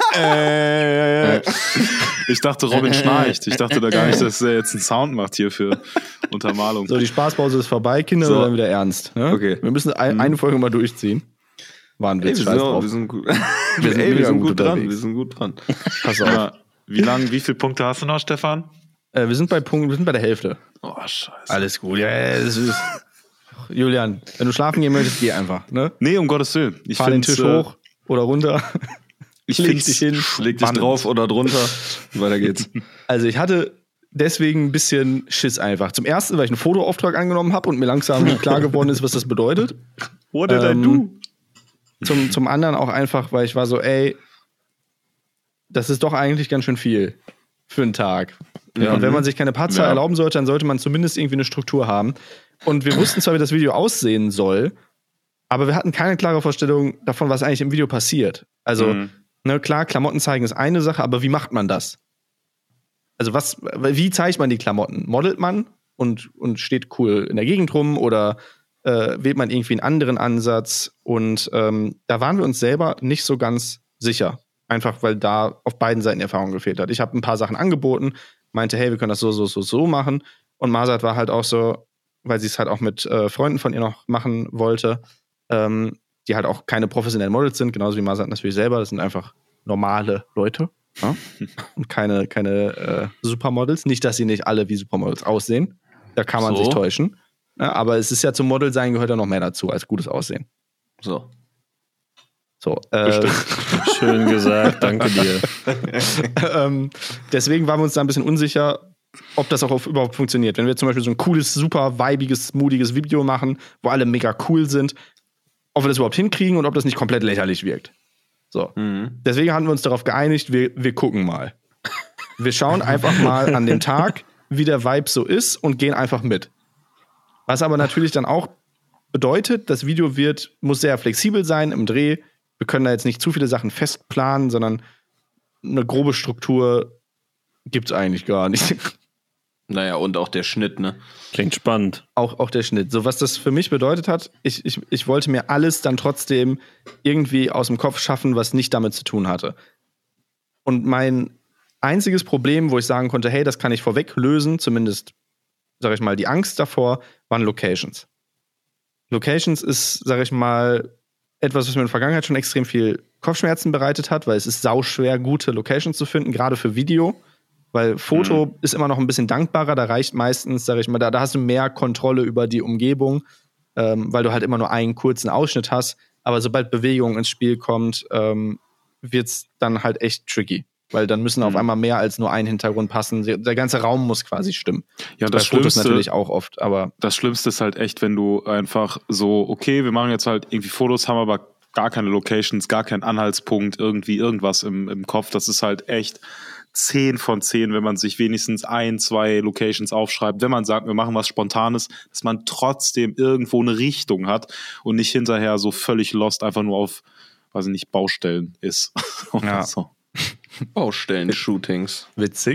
Ich dachte, Robin schnarcht. Ich dachte da gar nicht, dass er jetzt einen Sound macht hier für Untermalung. So, die Spaßpause ist vorbei, Kinder, So. wir werden wieder ernst. Ne? Okay. Wir müssen eine Folge mal durchziehen. War ein Witz, scheiß drauf. Wir sind gut. Wir sind mega gut dran. unterwegs. Wir sind gut dran. Pass auf. Ja, wie viele Punkte hast du noch, Stefan? Wir sind bei der Hälfte. Oh, scheiße. Alles gut. Ja, das ist Julian, wenn du schlafen gehen möchtest, geh einfach. Ne? Nee, um Gottes Willen. Ich Fahr den find's, Tisch hoch oder runter. Ich leg find's dich hin. Leg dich drauf oder drunter. Weiter geht's. Also ich hatte deswegen ein bisschen Schiss einfach. Zum ersten, weil ich einen Fotoauftrag angenommen habe und mir langsam klar geworden ist, was das bedeutet. What did I do? Zum anderen auch einfach, weil ich war so, ey, das ist doch eigentlich ganz schön viel für einen Tag. Ja. Und wenn man sich keine Patzer erlauben sollte, dann sollte man zumindest irgendwie eine Struktur haben. Und wir wussten zwar, wie das Video aussehen soll, aber wir hatten keine klare Vorstellung davon, was eigentlich im Video passiert. Also, klar, Klamotten zeigen ist eine Sache, aber wie macht man das? Also, wie zeigt man die Klamotten? Modelt man und steht cool in der Gegend rum oder wählt man irgendwie einen anderen Ansatz? Und da waren wir uns selber nicht so ganz sicher. Einfach, weil da auf beiden Seiten Erfahrung gefehlt hat. Ich habe ein paar Sachen angeboten, meinte, hey, wir können das so machen. Und Marsad war halt auch so, weil sie es halt auch mit Freunden von ihr noch machen wollte, die halt auch keine professionellen Models sind, genauso wie Marsad natürlich selber. Das sind einfach normale Leute. Ja? Und keine Supermodels. Nicht, dass sie nicht alle wie Supermodels aussehen. Da kann man sich täuschen. Ja, aber es ist ja zum Model sein gehört ja noch mehr dazu als gutes Aussehen. So. Schön gesagt, danke dir. Deswegen waren wir uns da ein bisschen unsicher, ob das auch überhaupt funktioniert. Wenn wir zum Beispiel so ein cooles, super vibiges, moodiges Video machen, wo alle mega cool sind, ob wir das überhaupt hinkriegen und ob das nicht komplett lächerlich wirkt. So. Deswegen haben wir uns darauf geeinigt, wir gucken mal. Wir schauen einfach mal an dem Tag, wie der Vibe so ist und gehen einfach mit. Was aber natürlich dann auch bedeutet, das Video muss sehr flexibel sein im Dreh. Wir können da jetzt nicht zu viele Sachen festplanen, sondern eine grobe Struktur gibt's eigentlich gar nicht. Naja, und auch der Schnitt, ne? Klingt spannend. Auch der Schnitt. So, was das für mich bedeutet hat, ich wollte mir alles dann trotzdem irgendwie aus dem Kopf schaffen, was nicht damit zu tun hatte. Und mein einziges Problem, wo ich sagen konnte, hey, das kann ich vorweg lösen, zumindest, sag ich mal, die Angst davor, waren Locations. Locations ist, sag ich mal, etwas, was mir in der Vergangenheit schon extrem viel Kopfschmerzen bereitet hat, weil es ist sauschwer, gute Locations zu finden, gerade für Video. Weil Foto ist immer noch ein bisschen dankbarer, da reicht meistens, sag ich mal, da hast du mehr Kontrolle über die Umgebung, weil du halt immer nur einen kurzen Ausschnitt hast. Aber sobald Bewegung ins Spiel kommt, wird's dann halt echt tricky. Weil dann müssen auf einmal mehr als nur ein Hintergrund passen. Der ganze Raum muss quasi stimmen. Ja, das Fotos natürlich auch oft, aber das Schlimmste ist halt echt, wenn du einfach so, okay, wir machen jetzt halt irgendwie Fotos, haben aber gar keine Locations, gar keinen Anhaltspunkt, irgendwie irgendwas im Kopf. Das ist halt echt 10 von 10, wenn man sich wenigstens 1, 2 Locations aufschreibt. Wenn man sagt, wir machen was Spontanes, dass man trotzdem irgendwo eine Richtung hat und nicht hinterher so völlig lost einfach nur auf, weiß ich nicht, Baustellen ist. Ja. So. Baustellen-Shootings. witzig.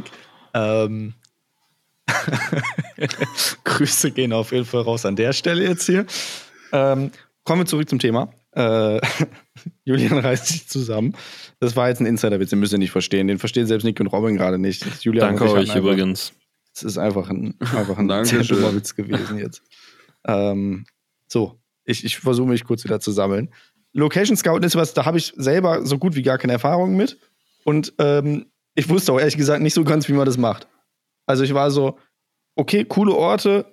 Grüße gehen auf jeden Fall raus an der Stelle jetzt hier. Kommen wir zurück zum Thema. Julian reißt sich zusammen. Das war jetzt ein Insider-Witz, den müsst ihr nicht verstehen. Den verstehen selbst Nick und Robin gerade nicht. Julian Danke euch übrigens. Es ist einfach ein Dankeschön. sehr dummer Witz gewesen jetzt. Ich versuche mich kurz wieder zu sammeln. Location Scouten ist was, da habe ich selber so gut wie gar keine Erfahrung mit. Und ich wusste auch ehrlich gesagt nicht so ganz, wie man das macht. Also ich war so, okay, coole Orte,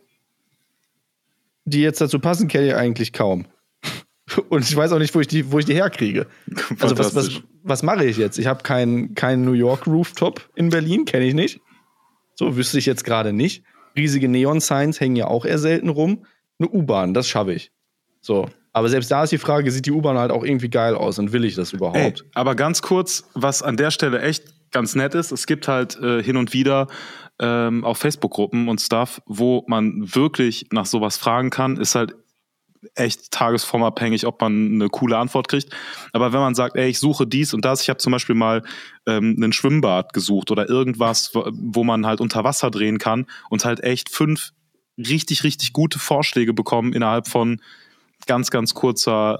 die jetzt dazu passen, kenne ich eigentlich kaum. Und ich weiß auch nicht, wo ich die herkriege. Also was mache ich jetzt? Ich habe keinen New York Rooftop in Berlin, kenne ich nicht. So, wüsste ich jetzt gerade nicht. Riesige Neon-Signs hängen ja auch eher selten rum. Eine U-Bahn, das schaffe ich. So. Aber selbst da ist die Frage, sieht die U-Bahn halt auch irgendwie geil aus und will ich das überhaupt? Aber ganz kurz, was an der Stelle echt ganz nett ist, es gibt halt hin und wieder auf Facebook-Gruppen und Stuff, wo man wirklich nach sowas fragen kann, ist halt echt tagesformabhängig, ob man eine coole Antwort kriegt. Aber wenn man sagt, ich suche dies und das, ich habe zum Beispiel mal ein Schwimmbad gesucht oder irgendwas, wo man halt unter Wasser drehen kann und halt echt 5 richtig, richtig gute Vorschläge bekommen innerhalb von ganz kurzer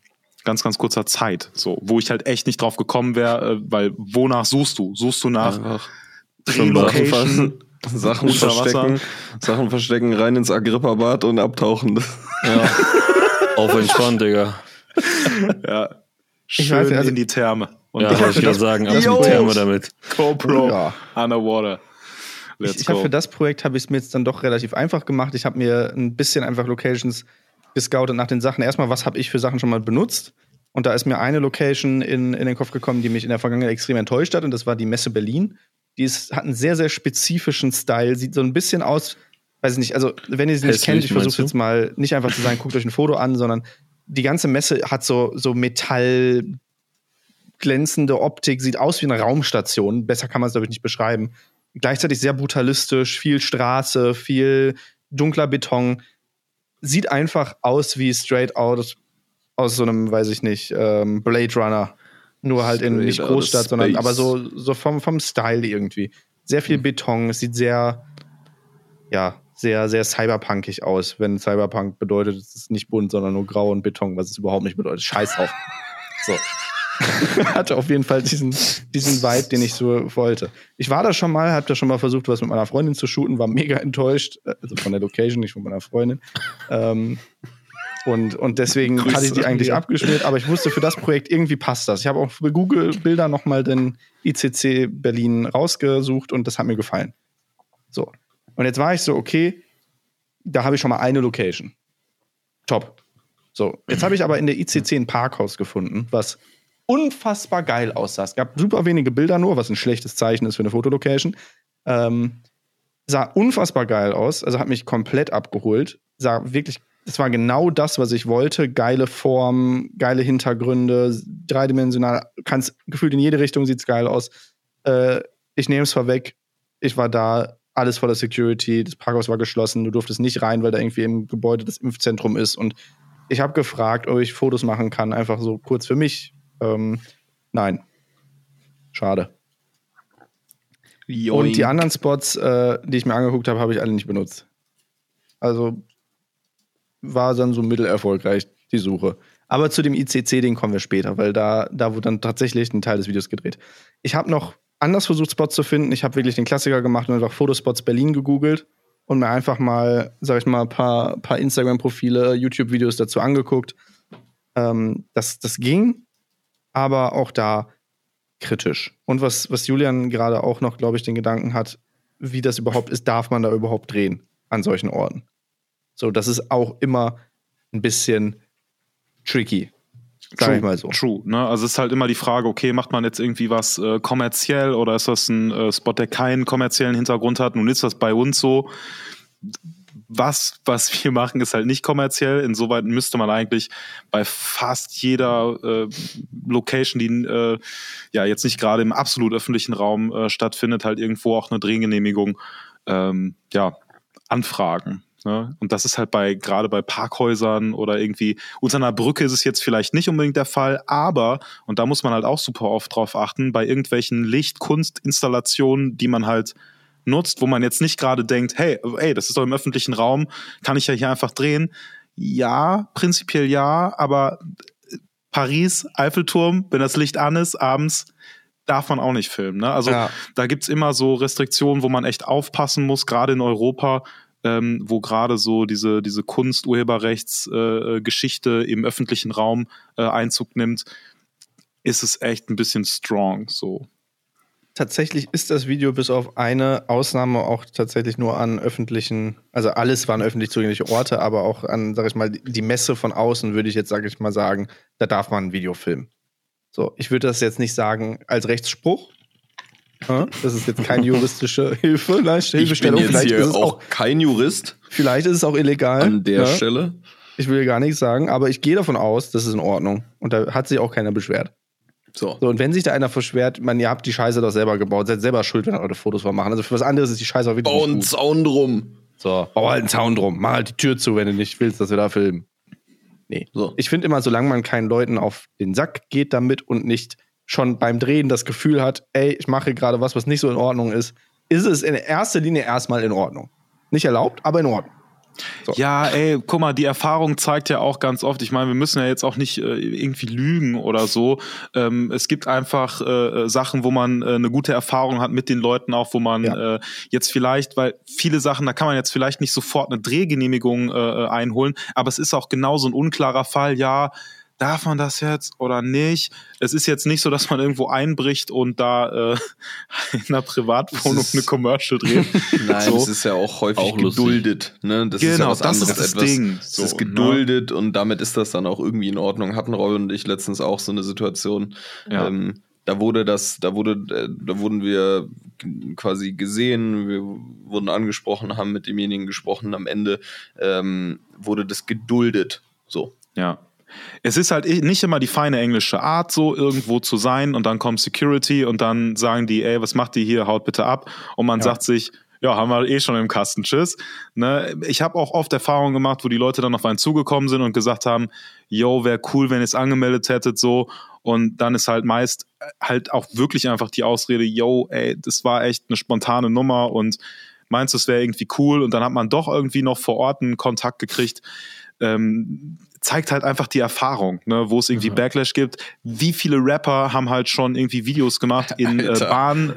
Zeit, so, wo ich halt echt nicht drauf gekommen wäre, weil wonach suchst du? Suchst du nach Drehlocation? Sachen verstecken, rein ins Agrippa-Bad und abtauchen. Ja. Auf entspannt, Digga. Ja. Ich weiß, also in die Therme. Und Ja, wollte ich gerade sagen, ab in die Therme damit. GoPro underwater. Ich habe für das Projekt habe ich es mir jetzt dann doch relativ einfach gemacht. Ich habe mir ein bisschen einfach Locations gescoutet nach den Sachen. Erstmal, was habe ich für Sachen schon mal benutzt? Und da ist mir eine Location in den Kopf gekommen, die mich in der Vergangenheit extrem enttäuscht hat. Und das war die Messe Berlin. Hat einen sehr, sehr spezifischen Style. Sieht so ein bisschen aus, weiß ich nicht, also wenn ihr sie nicht kennt, ich versuche jetzt mal nicht einfach zu sagen, guckt euch ein Foto an, sondern die ganze Messe hat so Metall glänzende Optik, sieht aus wie eine Raumstation. Besser kann man es, glaube ich, nicht beschreiben. Gleichzeitig sehr brutalistisch, viel Straße, viel dunkler Beton. Sieht einfach aus wie straight out aus so einem, weiß ich nicht, Blade Runner. Nur halt in nicht Großstadt, sondern aber so vom Style irgendwie. Sehr viel Beton. Es sieht sehr, sehr cyberpunkig aus. Wenn Cyberpunk bedeutet, es ist nicht bunt, sondern nur grau und Beton, was es überhaupt nicht bedeutet. Scheiß drauf. So. Hatte auf jeden Fall diesen Vibe, den ich so wollte. Ich war da schon mal, hab da schon mal versucht, was mit meiner Freundin zu shooten, war mega enttäuscht. Also von der Location, nicht von meiner Freundin. Und deswegen hatte ich die eigentlich abgeschmiert, aber ich wusste, für das Projekt irgendwie passt das. Ich habe auch für Google Bilder nochmal den ICC Berlin rausgesucht und das hat mir gefallen. So. Und jetzt war ich so, okay, da habe ich schon mal eine Location. Top. So. Jetzt habe ich aber in der ICC ein Parkhaus gefunden, was unfassbar geil aussah. Es gab super wenige Bilder nur, was ein schlechtes Zeichen ist für eine Fotolocation. Sah unfassbar geil aus, also hat mich komplett abgeholt. Sah wirklich, das war genau das, was ich wollte. Geile Form, geile Hintergründe, dreidimensional, kannst gefühlt in jede Richtung sieht's geil aus. Ich nehme es vorweg, ich war da, alles voller Security, das Parkhaus war geschlossen, du durftest nicht rein, weil da irgendwie im Gebäude das Impfzentrum ist. Und ich habe gefragt, ob ich Fotos machen kann, einfach so kurz für mich. Nein. Schade. Und die anderen Spots, die ich mir angeguckt habe, habe ich alle nicht benutzt. Also war dann so mittelerfolgreich, die Suche. Aber zu dem ICC-Ding kommen wir später, weil da wurde dann tatsächlich ein Teil des Videos gedreht. Ich habe noch anders versucht, Spots zu finden. Ich habe wirklich den Klassiker gemacht und einfach Fotospots Berlin gegoogelt und mir einfach mal, sag ich mal, ein paar Instagram-Profile, YouTube-Videos dazu angeguckt. Das ging, aber auch da kritisch. Und was Julian gerade auch noch, glaube ich, den Gedanken hat, wie das überhaupt ist, darf man da überhaupt drehen an solchen Orten? So, das ist auch immer ein bisschen tricky, sag ich mal so. True, ne? Also es ist halt immer die Frage, okay, macht man jetzt irgendwie was kommerziell oder ist das ein Spot, der keinen kommerziellen Hintergrund hat? Nun ist das bei uns so. Was wir machen, ist halt nicht kommerziell. Insoweit müsste man eigentlich bei fast jeder Location, die jetzt nicht gerade im absolut öffentlichen Raum stattfindet, halt irgendwo auch eine Drehgenehmigung anfragen. Ne? Und das ist halt gerade bei Parkhäusern oder irgendwie unter einer Brücke ist es jetzt vielleicht nicht unbedingt der Fall, aber, und da muss man halt auch super oft drauf achten, bei irgendwelchen Lichtkunstinstallationen, die man halt nutzt, wo man jetzt nicht gerade denkt, hey, das ist doch im öffentlichen Raum, kann ich ja hier einfach drehen. Ja, prinzipiell ja, aber Paris, Eiffelturm, wenn das Licht an ist, abends, darf man auch nicht filmen. Ne? Also da gibt's immer so Restriktionen, wo man echt aufpassen muss, gerade in Europa, wo gerade so diese Kunst-Urheberrechts-Geschichte im öffentlichen Raum Einzug nimmt, ist es echt ein bisschen strong, so. Tatsächlich ist das Video bis auf eine Ausnahme auch tatsächlich nur an öffentlichen, also alles waren öffentlich zugängliche Orte, aber auch an, sag ich mal, die Messe von außen würde ich jetzt, sag ich mal, sagen, da darf man ein Video filmen. So, ich würde das jetzt nicht sagen als Rechtsspruch. Das ist jetzt keine juristische Hilfestellung. Ich bin jetzt vielleicht hier ist es auch kein Jurist vielleicht ist es auch illegal. an der Stelle. Ich will gar nichts sagen, aber ich gehe davon aus, das ist in Ordnung. Und da hat sich auch keiner beschwert. So, und wenn sich da einer beschwert, ihr habt die Scheiße doch selber gebaut, seid selber schuld, wenn eure Fotos von machen. Also für was anderes ist die Scheiße auch wieder Bau einen Zaun drum. So, bau halt einen Zaun drum. Mach halt die Tür zu, wenn du nicht willst, dass wir da filmen. Nee. So. Ich finde immer, solange man keinen Leuten auf den Sack geht damit und nicht schon beim Drehen das Gefühl hat, ey, ich mache gerade was nicht so in Ordnung ist es in erster Linie erstmal in Ordnung. Nicht erlaubt, aber in Ordnung. So. Ja, ey, guck mal, die Erfahrung zeigt ja auch ganz oft, ich meine, wir müssen ja jetzt auch nicht irgendwie lügen oder so. Es gibt einfach Sachen, wo man eine gute Erfahrung hat mit den Leuten auch, wo man jetzt vielleicht, weil viele Sachen, da kann man jetzt vielleicht nicht sofort eine Drehgenehmigung einholen, aber es ist auch genauso ein unklarer Fall, ja, darf man das jetzt oder nicht? Es ist jetzt nicht so, dass man irgendwo einbricht und da in einer Privatwohnung eine Commercial dreht. Nein, so. Das ist ja auch häufig auch geduldet. Ne? Das genau, ist ja was das anderes. ist das Ding. Das ist geduldet und damit ist das dann auch irgendwie in Ordnung. Hatten Robin und ich letztens auch so eine Situation. Ja. Da wurden wir quasi gesehen, wir wurden angesprochen, haben mit demjenigen gesprochen. Am Ende wurde das geduldet. So. Ja. Es ist halt nicht immer die feine englische Art, so irgendwo zu sein und dann kommt Security und dann sagen die, ey, was macht ihr hier, haut bitte ab. Und man sagt sich, ja, haben wir schon im Kasten, tschüss. Ne? Ich habe auch oft Erfahrungen gemacht, wo die Leute dann auf einen zugekommen sind und gesagt haben, yo, wäre cool, wenn ihr es angemeldet hättet, so. Und dann ist halt meist halt auch wirklich einfach die Ausrede, yo, ey, das war echt eine spontane Nummer und meinst du, es wäre irgendwie cool und dann hat man doch irgendwie noch vor Ort einen Kontakt gekriegt. Zeigt halt einfach die Erfahrung, ne, wo es irgendwie Backlash gibt. Wie viele Rapper haben halt schon irgendwie Videos gemacht in Bahn,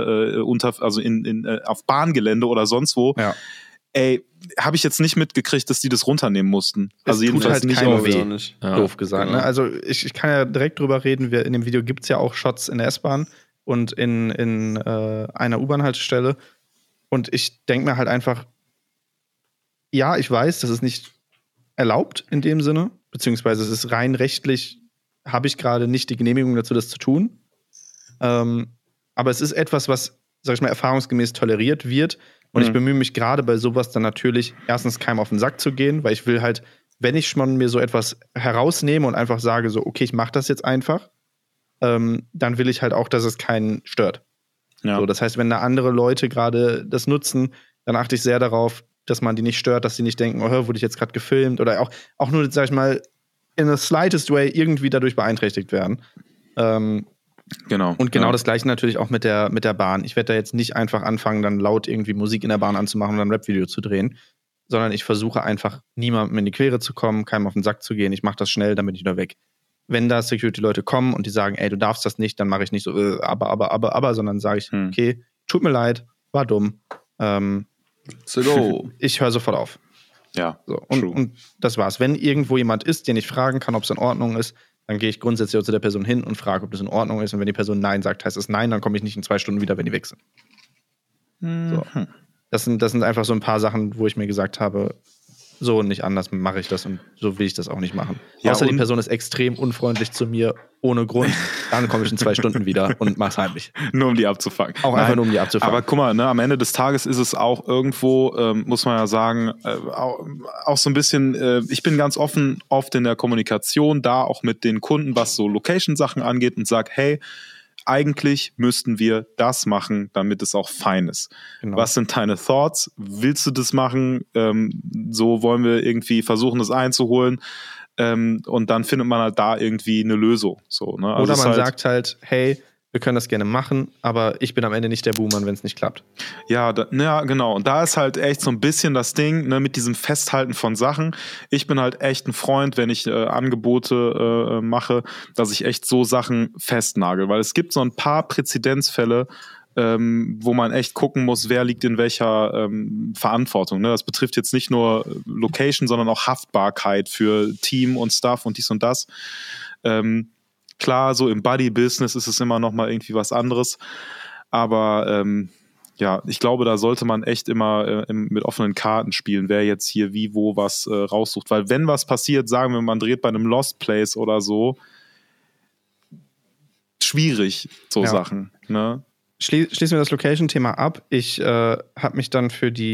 auf Bahngelände oder sonst wo. Ja. Ey, habe ich jetzt nicht mitgekriegt, dass die das runternehmen mussten. Also jedenfalls halt nicht weh, doof gesagt. Genau. Ne? Also ich kann ja direkt drüber reden, in dem Video gibt es ja auch Shots in der S-Bahn und in einer U-Bahn-Haltestelle. Und ich denke mir halt einfach, ja, ich weiß, das ist nicht erlaubt in dem Sinne, beziehungsweise es ist rein rechtlich, habe ich gerade nicht die Genehmigung dazu, das zu tun. Aber es ist etwas, was, sag ich mal, erfahrungsgemäß toleriert wird. Und ich bemühe mich gerade bei sowas dann natürlich, erstens keinem auf den Sack zu gehen, weil ich will halt, wenn ich schon mir so etwas herausnehme und einfach sage, so, okay, ich mache das jetzt einfach, dann will ich halt auch, dass es keinen stört. Ja. So, das heißt, wenn da andere Leute gerade das nutzen, dann achte ich sehr darauf, dass man die nicht stört, dass sie nicht denken, oh, wurde ich jetzt gerade gefilmt oder auch nur, sag ich mal, in the slightest way irgendwie dadurch beeinträchtigt werden. Genau. Und genau das Gleiche natürlich auch mit der Bahn. Ich werde da jetzt nicht einfach anfangen, dann laut irgendwie Musik in der Bahn anzumachen und ein Rap-Video zu drehen, sondern ich versuche einfach, niemandem in die Quere zu kommen, keinem auf den Sack zu gehen. Ich mache das schnell, dann bin ich wieder weg. Wenn da Security-Leute kommen und die sagen, ey, du darfst das nicht, dann mache ich nicht so, aber, sondern sage ich, okay, tut mir leid, war dumm. Ich höre sofort auf. Ja. So, und das war's. Wenn irgendwo jemand ist, den ich fragen kann, ob es in Ordnung ist, dann gehe ich grundsätzlich zu der Person hin und frage, ob das in Ordnung ist. Und wenn die Person Nein sagt, heißt es Nein, dann komme ich nicht in 2 Stunden wieder, wenn die weg sind. So. Das sind einfach so ein paar Sachen, wo ich mir gesagt habe, so und nicht anders mache ich das und so will ich das auch nicht machen. Ja, außer die Person ist extrem unfreundlich zu mir, ohne Grund, dann komme ich in 2 Stunden wieder und mach's heimlich. Nur um die abzufangen. Auch einfach nur um die abzufangen. Aber guck mal, ne, am Ende des Tages ist es auch irgendwo, muss man ja sagen, auch so ein bisschen, ich bin ganz oft in der Kommunikation da, auch mit den Kunden, was so Location-Sachen angeht und sag, hey, eigentlich müssten wir das machen, damit es auch fein ist. Genau. Was sind deine Thoughts? Willst du das machen? So wollen wir irgendwie versuchen, das einzuholen. Und dann findet man halt da irgendwie eine Lösung. So, ne? Also oder man sagt halt, hey, wir können das gerne machen, aber ich bin am Ende nicht der Buhmann, wenn es nicht klappt. Ja, genau. Und da ist halt echt so ein bisschen das Ding, ne, mit diesem Festhalten von Sachen. Ich bin halt echt ein Freund, wenn ich Angebote mache, dass ich echt so Sachen festnagel. Weil es gibt so ein paar Präzedenzfälle, wo man echt gucken muss, wer liegt in welcher Verantwortung. Ne? Das betrifft jetzt nicht nur Location, sondern auch Haftbarkeit für Team und Stuff und dies und das. Klar, so im Buddy-Business ist es immer noch mal irgendwie was anderes, aber ja, ich glaube, da sollte man echt immer mit offenen Karten spielen, wer jetzt hier wie, wo was raussucht. Weil wenn was passiert, sagen wir, man dreht bei einem Lost Place oder so, schwierig, so Sachen. Ne? Schließen wir das Location-Thema ab. Ich habe mich dann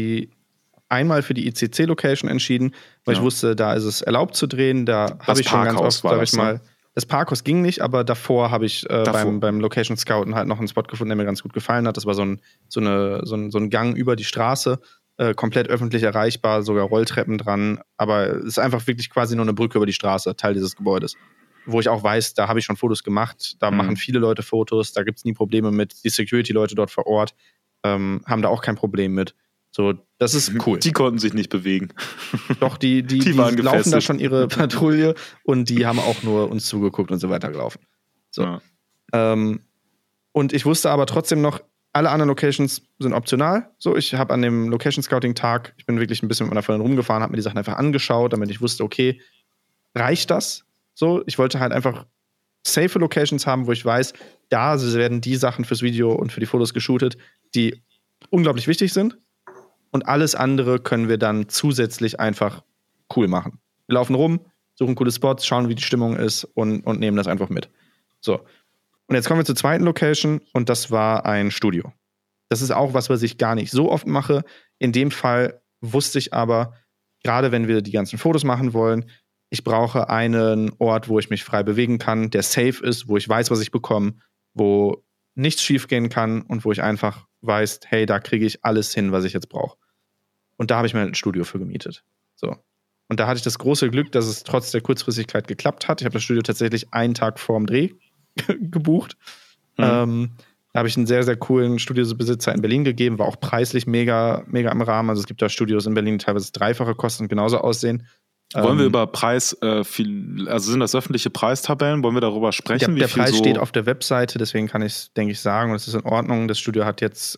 einmal für die ICC-Location entschieden, weil ich wusste, da ist es erlaubt zu drehen. Da habe ich schon ganz oft, sag ich mal, das Parkhaus ging nicht, aber davor habe ich beim Location Scouten halt noch einen Spot gefunden, der mir ganz gut gefallen hat. Das war so ein Gang über die Straße, komplett öffentlich erreichbar, sogar Rolltreppen dran. Aber es ist einfach wirklich quasi nur eine Brücke über die Straße, Teil dieses Gebäudes. Wo ich auch weiß, da habe ich schon Fotos gemacht, da machen viele Leute Fotos, da gibt es nie Probleme mit. Die Security-Leute dort vor Ort haben da auch kein Problem mit. So, das ist cool. Die konnten sich nicht bewegen. Doch, die laufen da schon ihre Patrouille und die haben auch nur uns zugeguckt und so weiter gelaufen. So. Ja. Und ich wusste aber trotzdem noch, alle anderen Locations sind optional. So, ich habe an dem Location-Scouting-Tag, ich bin wirklich ein bisschen mit meiner Freundin rumgefahren, habe mir die Sachen einfach angeschaut, damit ich wusste, okay, reicht das? So, ich wollte halt einfach safe Locations haben, wo ich weiß, da werden die Sachen fürs Video und für die Fotos geshootet, die unglaublich wichtig sind. Und alles andere können wir dann zusätzlich einfach cool machen. Wir laufen rum, suchen coole Spots, schauen, wie die Stimmung ist und nehmen das einfach mit. So. Und jetzt kommen wir zur zweiten Location und das war ein Studio. Das ist auch was ich gar nicht so oft mache. In dem Fall wusste ich aber, gerade wenn wir die ganzen Fotos machen wollen, ich brauche einen Ort, wo ich mich frei bewegen kann, der safe ist, wo ich weiß, was ich bekomme, wo nichts schief gehen kann und wo ich einfach weiß, hey, da kriege ich alles hin, was ich jetzt brauche. Und da habe ich mir ein Studio für gemietet. So. Und da hatte ich das große Glück, dass es trotz der Kurzfristigkeit geklappt hat. Ich habe das Studio tatsächlich einen Tag vorm Dreh gebucht. Da habe ich einen sehr, sehr coolen Studiobesitzer in Berlin gegeben, war auch preislich mega, mega im Rahmen. Also es gibt da Studios in Berlin, die teilweise dreifache kosten und genauso aussehen. Wollen wir über Preis, also sind das öffentliche Preistabellen? Wollen wir darüber sprechen? Der Preis steht auf der Webseite, deswegen kann ich es, denke ich, sagen. Und es ist in Ordnung. Das Studio hat jetzt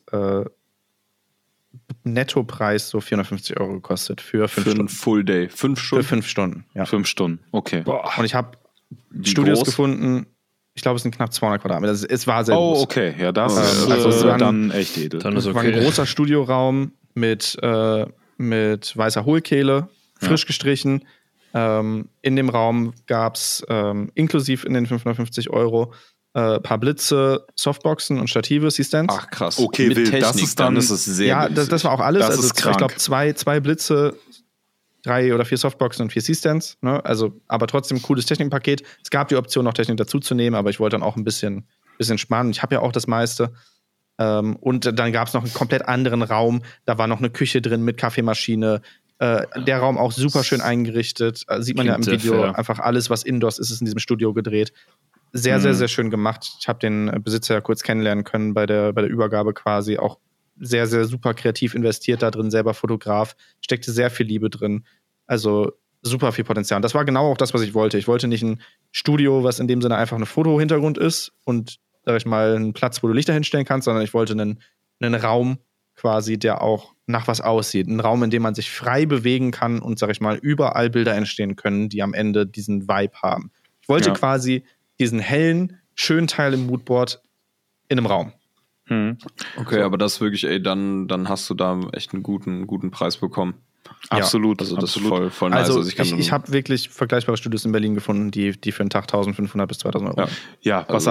Nettopreis so 450 € gekostet für 5 Stunden. Full Day. 5 Stunden? Für 5 Stunden, ja. 5 Stunden, okay. Boah. Und ich habe Studios gefunden, ich glaube, es sind knapp 200 Quadratmeter. Es war sehr groß. Oh, okay. Ja, das ist dann echt edel. Dann ist okay. Es war ein großer Studioraum mit weißer Hohlkehle, frisch gestrichen. In dem Raum gab es inklusiv in den 550 € paar Blitze, Softboxen und Stative, C-Stands. Ach krass. Okay, mit Technik, das ist dann ist es sehr ja, das war auch alles. Das also ist krank. Ich glaube, zwei Blitze, 3 oder 4 Softboxen und 4 C-Stands. Ne? Also, aber trotzdem cooles Technikpaket. Es gab die Option, noch Technik dazuzunehmen, aber ich wollte dann auch ein bisschen sparen. Ich habe ja auch das meiste. Und dann gab es noch einen komplett anderen Raum. Da war noch eine Küche drin mit Kaffeemaschine. Der Raum auch super schön eingerichtet. Sieht man ja im Video. Einfach alles, was indoors ist in diesem Studio gedreht. Sehr, sehr, sehr schön gemacht. Ich habe den Besitzer ja kurz kennenlernen können bei der Übergabe quasi. Auch sehr, sehr super kreativ investiert da drin, selber Fotograf. Steckte sehr viel Liebe drin. Also super viel Potenzial. Und das war genau auch das, was ich wollte. Ich wollte nicht ein Studio, was in dem Sinne einfach eine Fotohintergrund ist und, sag ich mal, einen Platz, wo du Lichter hinstellen kannst, sondern ich wollte einen Raum quasi, der auch nach was aussieht. Ein Raum, in dem man sich frei bewegen kann und, sag ich mal, überall Bilder entstehen können, die am Ende diesen Vibe haben. Ich wollte quasi diesen hellen, schönen Teil im Moodboard in einem Raum. Okay, aber das wirklich, dann hast du da echt einen guten Preis bekommen. Absolut. Also das ist voll nice. Also ich habe wirklich vergleichbare Studios in Berlin gefunden, die für einen Tag 1.500 bis 2.000 €. Ja, was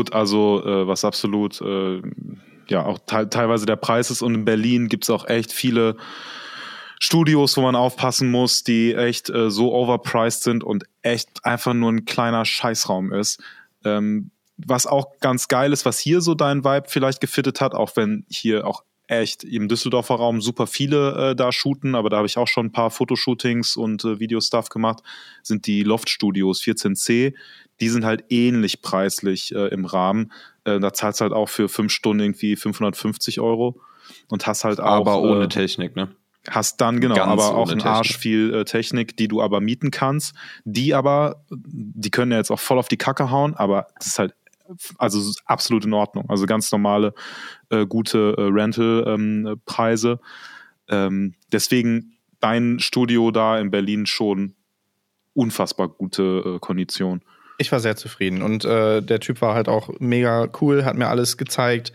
absolut, auch teilweise der Preis ist. Und in Berlin gibt es auch echt viele Studios, wo man aufpassen muss, die echt so overpriced sind und echt einfach nur ein kleiner Scheißraum ist. Was auch ganz geil ist, was hier so dein Vibe vielleicht gefittet hat, auch wenn hier auch echt im Düsseldorfer Raum super viele da shooten, aber da habe ich auch schon ein paar Fotoshootings und Videostuff gemacht, sind die Loft-Studios 14C. Die sind halt ähnlich preislich im Rahmen. Da zahlst du halt auch für 5 Stunden irgendwie 550 € und hast halt auch... Aber ohne Technik, ne? Hast dann, aber auch einen Arsch viel Technik, die du aber mieten kannst. Die können ja jetzt auch voll auf die Kacke hauen, aber das ist halt also absolut in Ordnung. Also ganz normale, gute Rental-Preise. Deswegen dein Studio da in Berlin schon unfassbar gute Kondition. Ich war sehr zufrieden und der Typ war halt auch mega cool, hat mir alles gezeigt.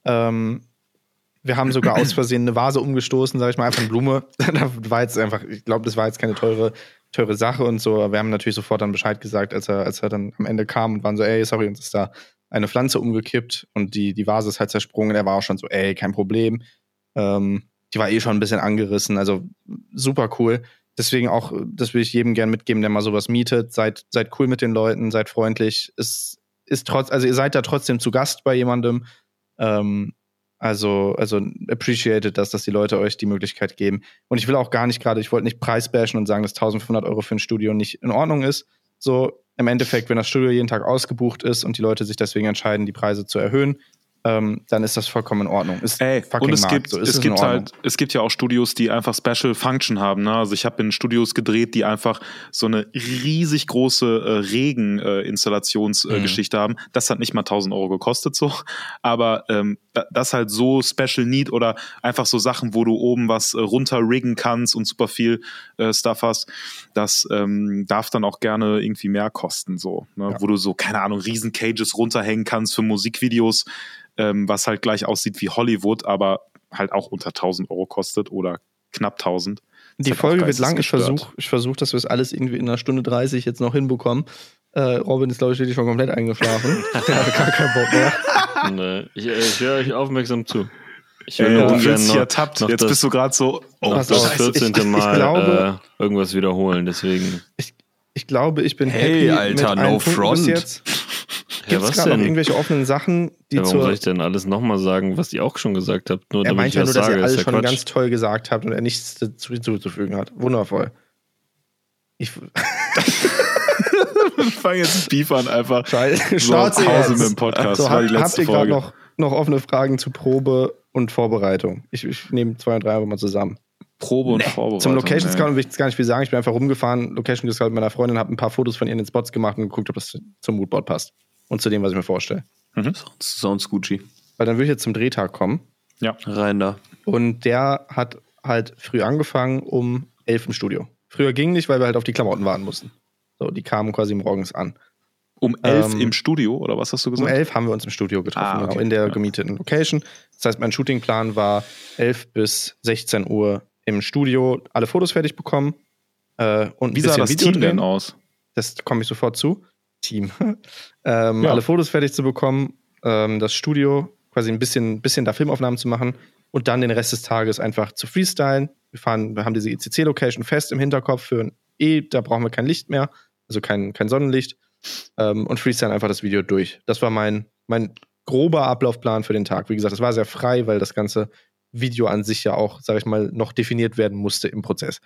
Wir haben sogar aus Versehen eine Vase umgestoßen, sag ich mal, einfach eine Blume. War jetzt einfach, ich glaube, das war jetzt keine teure Sache und so. Aber wir haben natürlich sofort dann Bescheid gesagt, als er dann am Ende kam und waren so, ey, sorry, uns ist da eine Pflanze umgekippt und die Vase ist halt zersprungen. Er war auch schon so, ey, kein Problem. Die war eh schon ein bisschen angerissen, also super cool. Deswegen auch, das will ich jedem gern mitgeben, der mal sowas mietet. Seid cool mit den Leuten, seid freundlich. Also ihr seid da trotzdem zu Gast bei jemandem. Also appreciated das, dass die Leute euch die Möglichkeit geben. Und ich will auch gar nicht ich wollte nicht preisbashen und sagen, dass 1.500 € für ein Studio nicht in Ordnung ist. So, im Endeffekt, wenn das Studio jeden Tag ausgebucht ist und die Leute sich deswegen entscheiden, die Preise zu erhöhen, dann ist das vollkommen in Ordnung. Ist und es gibt ja auch Studios, die einfach Special Function haben. Ne? Also ich habe in Studios gedreht, die einfach so eine riesig große Regen-Installationsgeschichte haben. Das hat nicht mal 1.000 € gekostet so, aber das halt so Special Need oder einfach so Sachen, wo du oben was runterriggen kannst und super viel Stuff hast, das darf dann auch gerne irgendwie mehr kosten, so, ne? Ja. Wo du so, keine Ahnung, riesen Cages runterhängen kannst für Musikvideos, was halt gleich aussieht wie Hollywood, aber halt auch unter 1.000 € kostet oder knapp 1.000. Die Folge wird lang. Ich versuch, dass wir es alles irgendwie in 1:30 jetzt noch hinbekommen. Robin ist, glaube ich, wirklich schon komplett eingeschlafen. Der hat gar keinen Bock mehr. Nee, ich höre euch aufmerksam zu. Ich will nur ungern noch jetzt bist du gerade so, das 14. Mal irgendwas wiederholen, deswegen. Ich glaube, ich bin happy Alter, mit no front. Bis jetzt. Gibt es gerade noch irgendwelche offenen Sachen, die warum soll ich denn alles nochmal sagen, was ihr auch schon gesagt habt? Nur er damit meint ja nur, dass sage, ihr alles schon Quatsch. ganz toll gesagt habt und er nichts dazu hinzuzufügen hat. Wundervoll. Wir fangen jetzt ein Beef an, einfach. Schnauze Pause mit dem Podcast. So, war die letzte habt ihr gerade Folge. noch offene Fragen zu Probe und Vorbereitung? Ich nehme 2 und 3 einfach mal zusammen. Probe und Vorbereitung. Zum Location Scout will ich jetzt gar nicht viel sagen. Ich bin einfach rumgefahren, Location Scout mit meiner Freundin, habe ein paar Fotos von ihr in den Spots gemacht und geguckt, ob das zum Moodboard passt. Und zu dem, was ich mir vorstelle. Sounds Gucci. Weil dann will ich jetzt zum Drehtag kommen. Ja. Rein da. Und der hat halt früh angefangen, um 11 im Studio. Früher ging nicht, weil wir halt auf die Klamotten warten mussten. So, die kamen quasi morgens an. Um 11 im Studio, oder was hast du gesagt? Um 11 haben wir uns im Studio getroffen, okay. genau, in der gemieteten Location. Das heißt, mein Shootingplan war 11 bis 16 Uhr im Studio, alle Fotos fertig bekommen und wie sah das Team denn aus? Das komme ich sofort zu. Team. Alle Fotos fertig zu bekommen, das Studio, quasi ein bisschen da Filmaufnahmen zu machen und dann den Rest des Tages einfach zu freestylen. Wir haben diese ECC-Location fest im Hinterkopf für da brauchen wir kein Licht mehr, also kein Sonnenlicht und freestylen einfach das Video durch. Das war mein grober Ablaufplan für den Tag. Wie gesagt, es war sehr frei, weil das ganze Video an sich ja auch, sag ich mal, noch definiert werden musste im Prozess.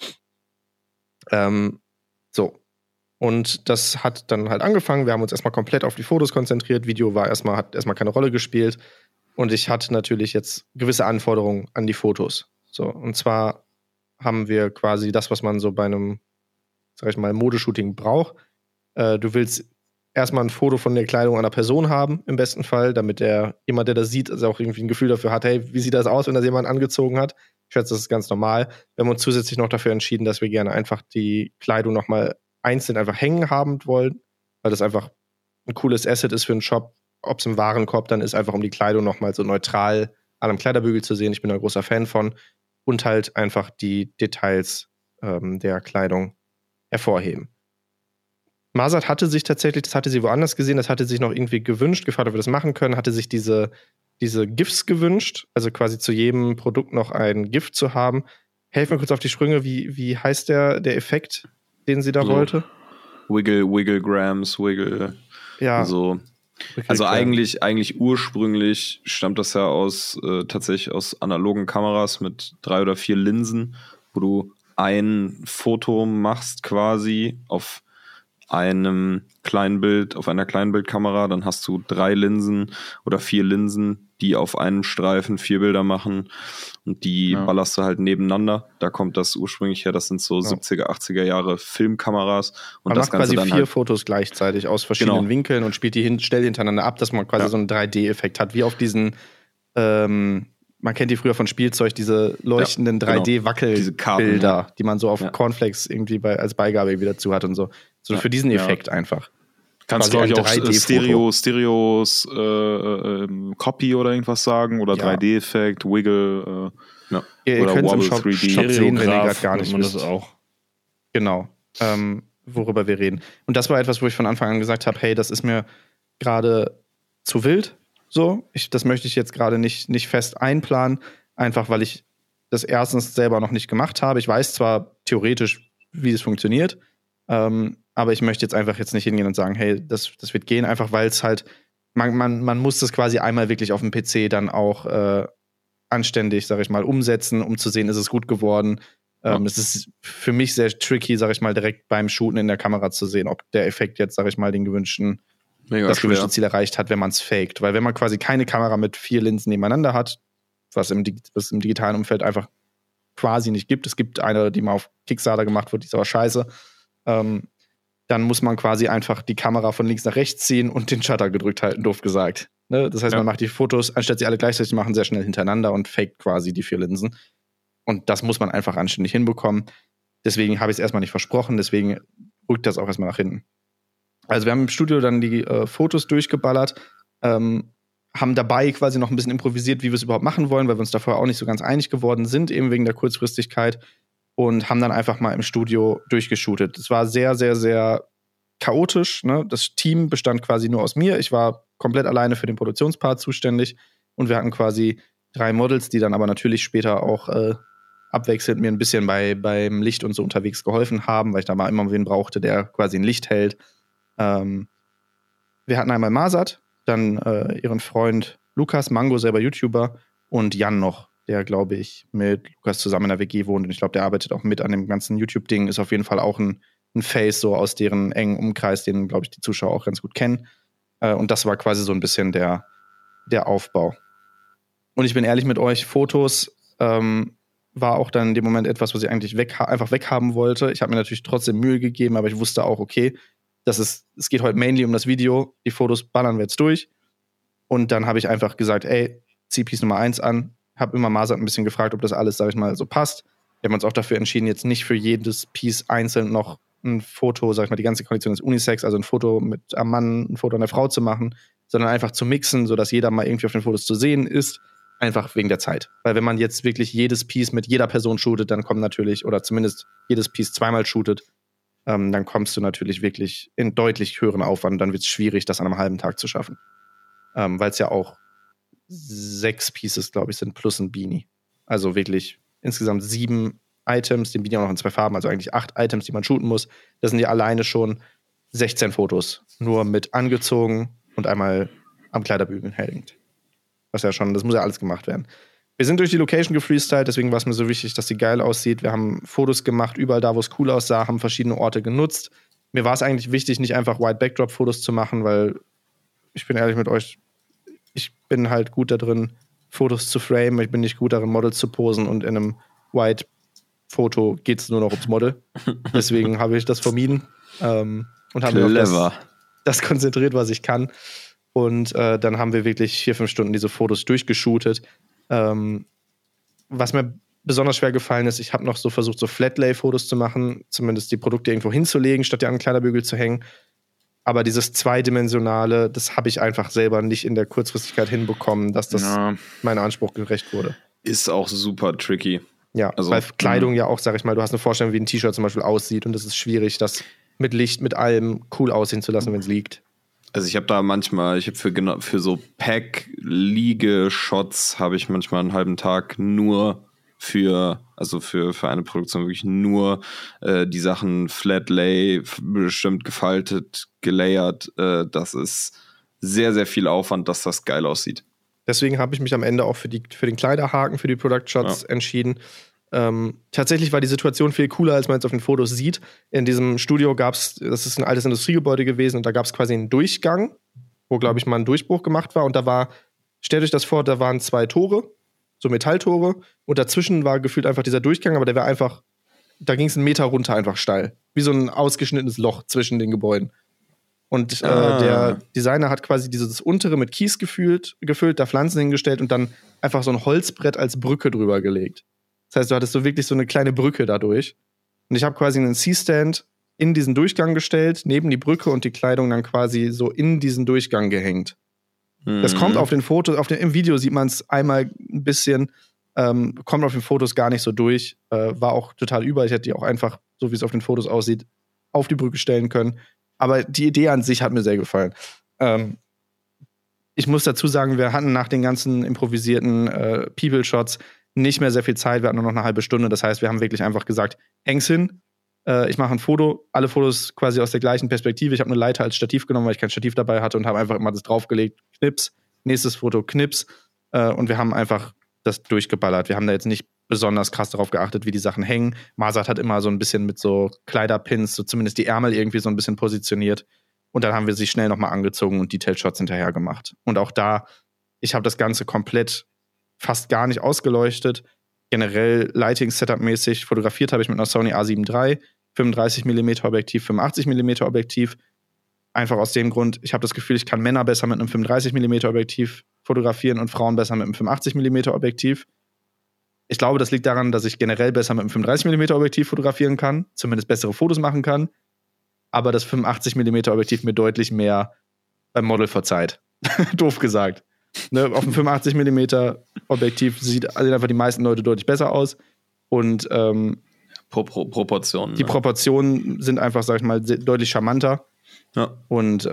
So. Und das hat dann halt angefangen. Wir haben uns erstmal komplett auf die Fotos konzentriert. Video hat erstmal keine Rolle gespielt. Und ich hatte natürlich jetzt gewisse Anforderungen an die Fotos. So. Und zwar haben wir quasi das, was man so bei einem, sag ich mal, Modeshooting braucht. Du willst erstmal ein Foto von der Kleidung einer Person haben, im besten Fall, damit jemand, der das sieht, also auch irgendwie ein Gefühl dafür hat, hey, wie sieht das aus, wenn das jemand angezogen hat? Ich schätze, das ist ganz normal. Wir haben uns zusätzlich noch dafür entschieden, dass wir gerne einfach die Kleidung nochmal einzeln einfach hängen haben wollen, weil das einfach ein cooles Asset ist für einen Shop. Ob es im Warenkorb dann ist, einfach um die Kleidung nochmal so neutral an einem Kleiderbügel zu sehen. Ich bin ein großer Fan von. Und halt einfach die Details der Kleidung hervorheben. Mazat hatte sich tatsächlich, das hatte sie woanders gesehen, das hatte sich noch irgendwie gewünscht, gefragt, ob wir das machen können, hatte sich diese GIFs gewünscht, also quasi zu jedem Produkt noch ein GIF zu haben. Helf mir kurz auf die Sprünge, wie heißt der Effekt, den sie da wollte? Wigglegrams, ja. So. Also eigentlich ursprünglich stammt das ja tatsächlich aus analogen Kameras mit 3 oder 4 Linsen, wo du ein Foto machst quasi auf einem Kleinbild, auf einer Kleinbildkamera, dann hast du 3 Linsen oder 4 Linsen, die auf einem Streifen 4 Bilder machen und die ballerst du halt nebeneinander. Da kommt das ursprünglich her, das sind so 70er, 80er Jahre Filmkameras. Und man das macht quasi Ganze dann 4 halt, Fotos gleichzeitig aus verschiedenen Winkeln und spielt die schnell hintereinander ab, dass man quasi so einen 3D-Effekt hat, wie auf diesen man kennt die früher von Spielzeug, diese leuchtenden 3D-Wackelbilder, die man so auf Cornflakes irgendwie als Beigabe irgendwie dazu hat und so. So für diesen Effekt einfach. Kannst du auch Stereos Copy oder irgendwas sagen? Oder 3D-Effekt, Wiggle ihr oder könnt es im Wobble Shop 3D. sehen, wenn ihr gerade gar nicht man wisst. das auch. Genau. Worüber wir reden. Und das war etwas, wo ich von Anfang an gesagt habe, hey, das ist mir gerade zu wild. So, das möchte ich jetzt gerade nicht fest einplanen, einfach weil ich das erstens selber noch nicht gemacht habe. Ich weiß zwar theoretisch, wie es funktioniert, aber ich möchte jetzt nicht hingehen und sagen, hey, das wird gehen, einfach weil es halt, man muss das quasi einmal wirklich auf dem PC dann auch anständig, sag ich mal, umsetzen, um zu sehen, ist es gut geworden. Es ist für mich sehr tricky, sag ich mal, direkt beim Shooten in der Kamera zu sehen, ob der Effekt jetzt, sag ich mal, das gewünschte Ziel erreicht hat, wenn man es faked. Weil wenn man quasi keine Kamera mit 4 Linsen nebeneinander hat, was im digitalen Umfeld einfach quasi nicht gibt, es gibt eine, die mal auf Kickstarter gemacht wird, die ist aber scheiße, dann muss man quasi einfach die Kamera von links nach rechts ziehen und den Shutter gedrückt halten, doof gesagt. Ne? Das heißt, man macht die Fotos, anstatt sie alle gleichzeitig zu machen, sehr schnell hintereinander und faked quasi die 4 Linsen. Und das muss man einfach anständig hinbekommen. Deswegen habe ich es erstmal nicht versprochen, deswegen rückt das auch erstmal nach hinten. Also wir haben im Studio dann die Fotos durchgeballert, haben dabei quasi noch ein bisschen improvisiert, wie wir es überhaupt machen wollen, weil wir uns da vorher auch nicht so ganz einig geworden sind, eben wegen der Kurzfristigkeit, und haben dann einfach mal im Studio durchgeshootet. Es war sehr, sehr, sehr chaotisch. Ne? Das Team bestand quasi nur aus mir. Ich war komplett alleine für den Produktionspart zuständig und wir hatten quasi 3 Models, die dann aber natürlich später auch abwechselnd mir ein bisschen beim Licht und so unterwegs geholfen haben, weil ich da mal immer wen brauchte, der quasi ein Licht hält. Wir hatten einmal Masat, dann ihren Freund Lukas, Mango, selber YouTuber, und Jan noch, der, glaube ich, mit Lukas zusammen in der WG wohnt. Und ich glaube, der arbeitet auch mit an dem ganzen YouTube-Ding, ist auf jeden Fall auch ein Face so aus deren engen Umkreis, den, glaube ich, die Zuschauer auch ganz gut kennen. Und das war quasi so ein bisschen der Aufbau. Und ich bin ehrlich mit euch, Fotos war auch dann in dem Moment etwas, was ich eigentlich einfach weghaben wollte. Ich habe mir natürlich trotzdem Mühe gegeben, aber ich wusste auch, okay, es geht heute mainly um das Video, die Fotos ballern wir jetzt durch. Und dann habe ich einfach gesagt, ey, zieh Piece Nummer 1 an. Habe immer Masat ein bisschen gefragt, ob das alles, sag ich mal, so passt. Wir haben uns auch dafür entschieden, jetzt nicht für jedes Piece einzeln noch ein Foto, sag ich mal, die ganze Kollektion ist Unisex, also ein Foto mit einem Mann, ein Foto an der Frau zu machen, sondern einfach zu mixen, sodass jeder mal irgendwie auf den Fotos zu sehen ist, einfach wegen der Zeit. Weil wenn man jetzt wirklich jedes Piece mit jeder Person shootet, dann kommt natürlich, oder zumindest jedes Piece zweimal shootet, dann kommst du natürlich wirklich in deutlich höheren Aufwand, dann wird es schwierig, das an einem halben Tag zu schaffen. Weil es ja auch 6 Pieces, glaube ich, sind, plus ein Beanie. Also wirklich insgesamt 7 Items, den Beanie auch noch in 2 Farben, also eigentlich 8 Items, die man shooten muss. Das sind ja alleine schon 16 Fotos, nur mit angezogen und einmal am Kleiderbügel hängend. Das muss ja alles gemacht werden. Wir sind durch die Location gefreestylt, deswegen war es mir so wichtig, dass sie geil aussieht. Wir haben Fotos gemacht, überall da, wo es cool aussah, haben verschiedene Orte genutzt. Mir war es eigentlich wichtig, nicht einfach White Backdrop-Fotos zu machen, weil ich bin ehrlich mit euch, ich bin halt gut da drin, Fotos zu framen. Ich bin nicht gut darin, Models zu posen, und in einem White-Foto geht es nur noch ums Model. Deswegen habe ich das vermieden und habe mich auf das konzentriert, was ich kann. Und dann haben wir wirklich 4-5 Stunden diese Fotos durchgeshootet. Was mir besonders schwer gefallen ist, ich habe noch so versucht, so Flatlay-Fotos zu machen, zumindest die Produkte irgendwo hinzulegen, statt die an den Kleiderbügel zu hängen. Aber dieses Zweidimensionale, das habe ich einfach selber nicht in der Kurzfristigkeit hinbekommen, dass das meinem Anspruch gerecht wurde. Ist auch super tricky. Ja, also, weil Kleidung ja auch, sag ich mal, du hast eine Vorstellung, wie ein T-Shirt zum Beispiel aussieht, und es ist schwierig, das mit Licht, mit allem cool aussehen zu lassen, wenn es liegt. Also ich habe da manchmal, für so Pack-Liege-Shots habe ich manchmal einen halben Tag nur für eine Produktion wirklich nur die Sachen Flat-Lay, bestimmt gefaltet, gelayert. Das ist sehr, sehr viel Aufwand, dass das geil aussieht. Deswegen habe ich mich am Ende auch für den Kleiderhaken, für die Product Shots entschieden. Tatsächlich war die Situation viel cooler, als man es auf den Fotos sieht. In diesem Studio das ist ein altes Industriegebäude gewesen und da gab es quasi einen Durchgang, wo, glaube ich, mal ein Durchbruch gemacht war. Und stellt euch das vor, da waren 2 Tore, so Metalltore, und dazwischen war gefühlt einfach dieser Durchgang, aber der war einfach, da ging es 1 Meter runter einfach steil. Wie so ein ausgeschnittenes Loch zwischen den Gebäuden. Und der Designer hat quasi dieses untere mit Kies gefüllt, da Pflanzen hingestellt und dann einfach so ein Holzbrett als Brücke drüber gelegt. Das heißt, du hattest so wirklich so eine kleine Brücke dadurch. Und ich habe quasi einen C-Stand in diesen Durchgang gestellt, neben die Brücke und die Kleidung dann quasi so in diesen Durchgang gehängt. Das kommt auf den Fotos, im Video sieht man es einmal ein bisschen, kommt auf den Fotos gar nicht so durch. War auch total über. Ich hätte die auch einfach, so wie es auf den Fotos aussieht, auf die Brücke stellen können. Aber die Idee an sich hat mir sehr gefallen. Ich muss dazu sagen, wir hatten nach den ganzen improvisierten People-Shots nicht mehr sehr viel Zeit. Wir hatten nur noch eine halbe Stunde. Das heißt, wir haben wirklich einfach gesagt, häng's hin. Ich mache ein Foto. Alle Fotos quasi aus der gleichen Perspektive. Ich habe eine Leiter als Stativ genommen, weil ich kein Stativ dabei hatte und habe einfach immer das draufgelegt. Knips. Nächstes Foto, Knips. Und wir haben einfach das durchgeballert. Wir haben da jetzt nicht besonders krass darauf geachtet, wie die Sachen hängen. Marsat hat immer so ein bisschen mit so Kleiderpins, so zumindest die Ärmel irgendwie so ein bisschen positioniert. Und dann haben wir sie schnell nochmal angezogen und Detail-Shots hinterher gemacht. Und auch da, ich habe das Ganze komplett fast gar nicht ausgeleuchtet. Generell Lighting-Setup-mäßig fotografiert habe ich mit einer Sony A7 III, 35mm Objektiv, 85mm Objektiv. Einfach aus dem Grund, ich habe das Gefühl, ich kann Männer besser mit einem 35mm Objektiv fotografieren und Frauen besser mit einem 85mm Objektiv. Ich glaube, das liegt daran, dass ich generell besser mit einem 35mm Objektiv fotografieren kann, zumindest bessere Fotos machen kann, aber das 85mm Objektiv mir deutlich mehr beim Model verzeiht. Doof gesagt. Ne, auf dem 85mm Objektiv sehen einfach die meisten Leute deutlich besser aus und Proportionen. Die Proportionen sind einfach, sag ich mal, deutlich charmanter. Ja. Und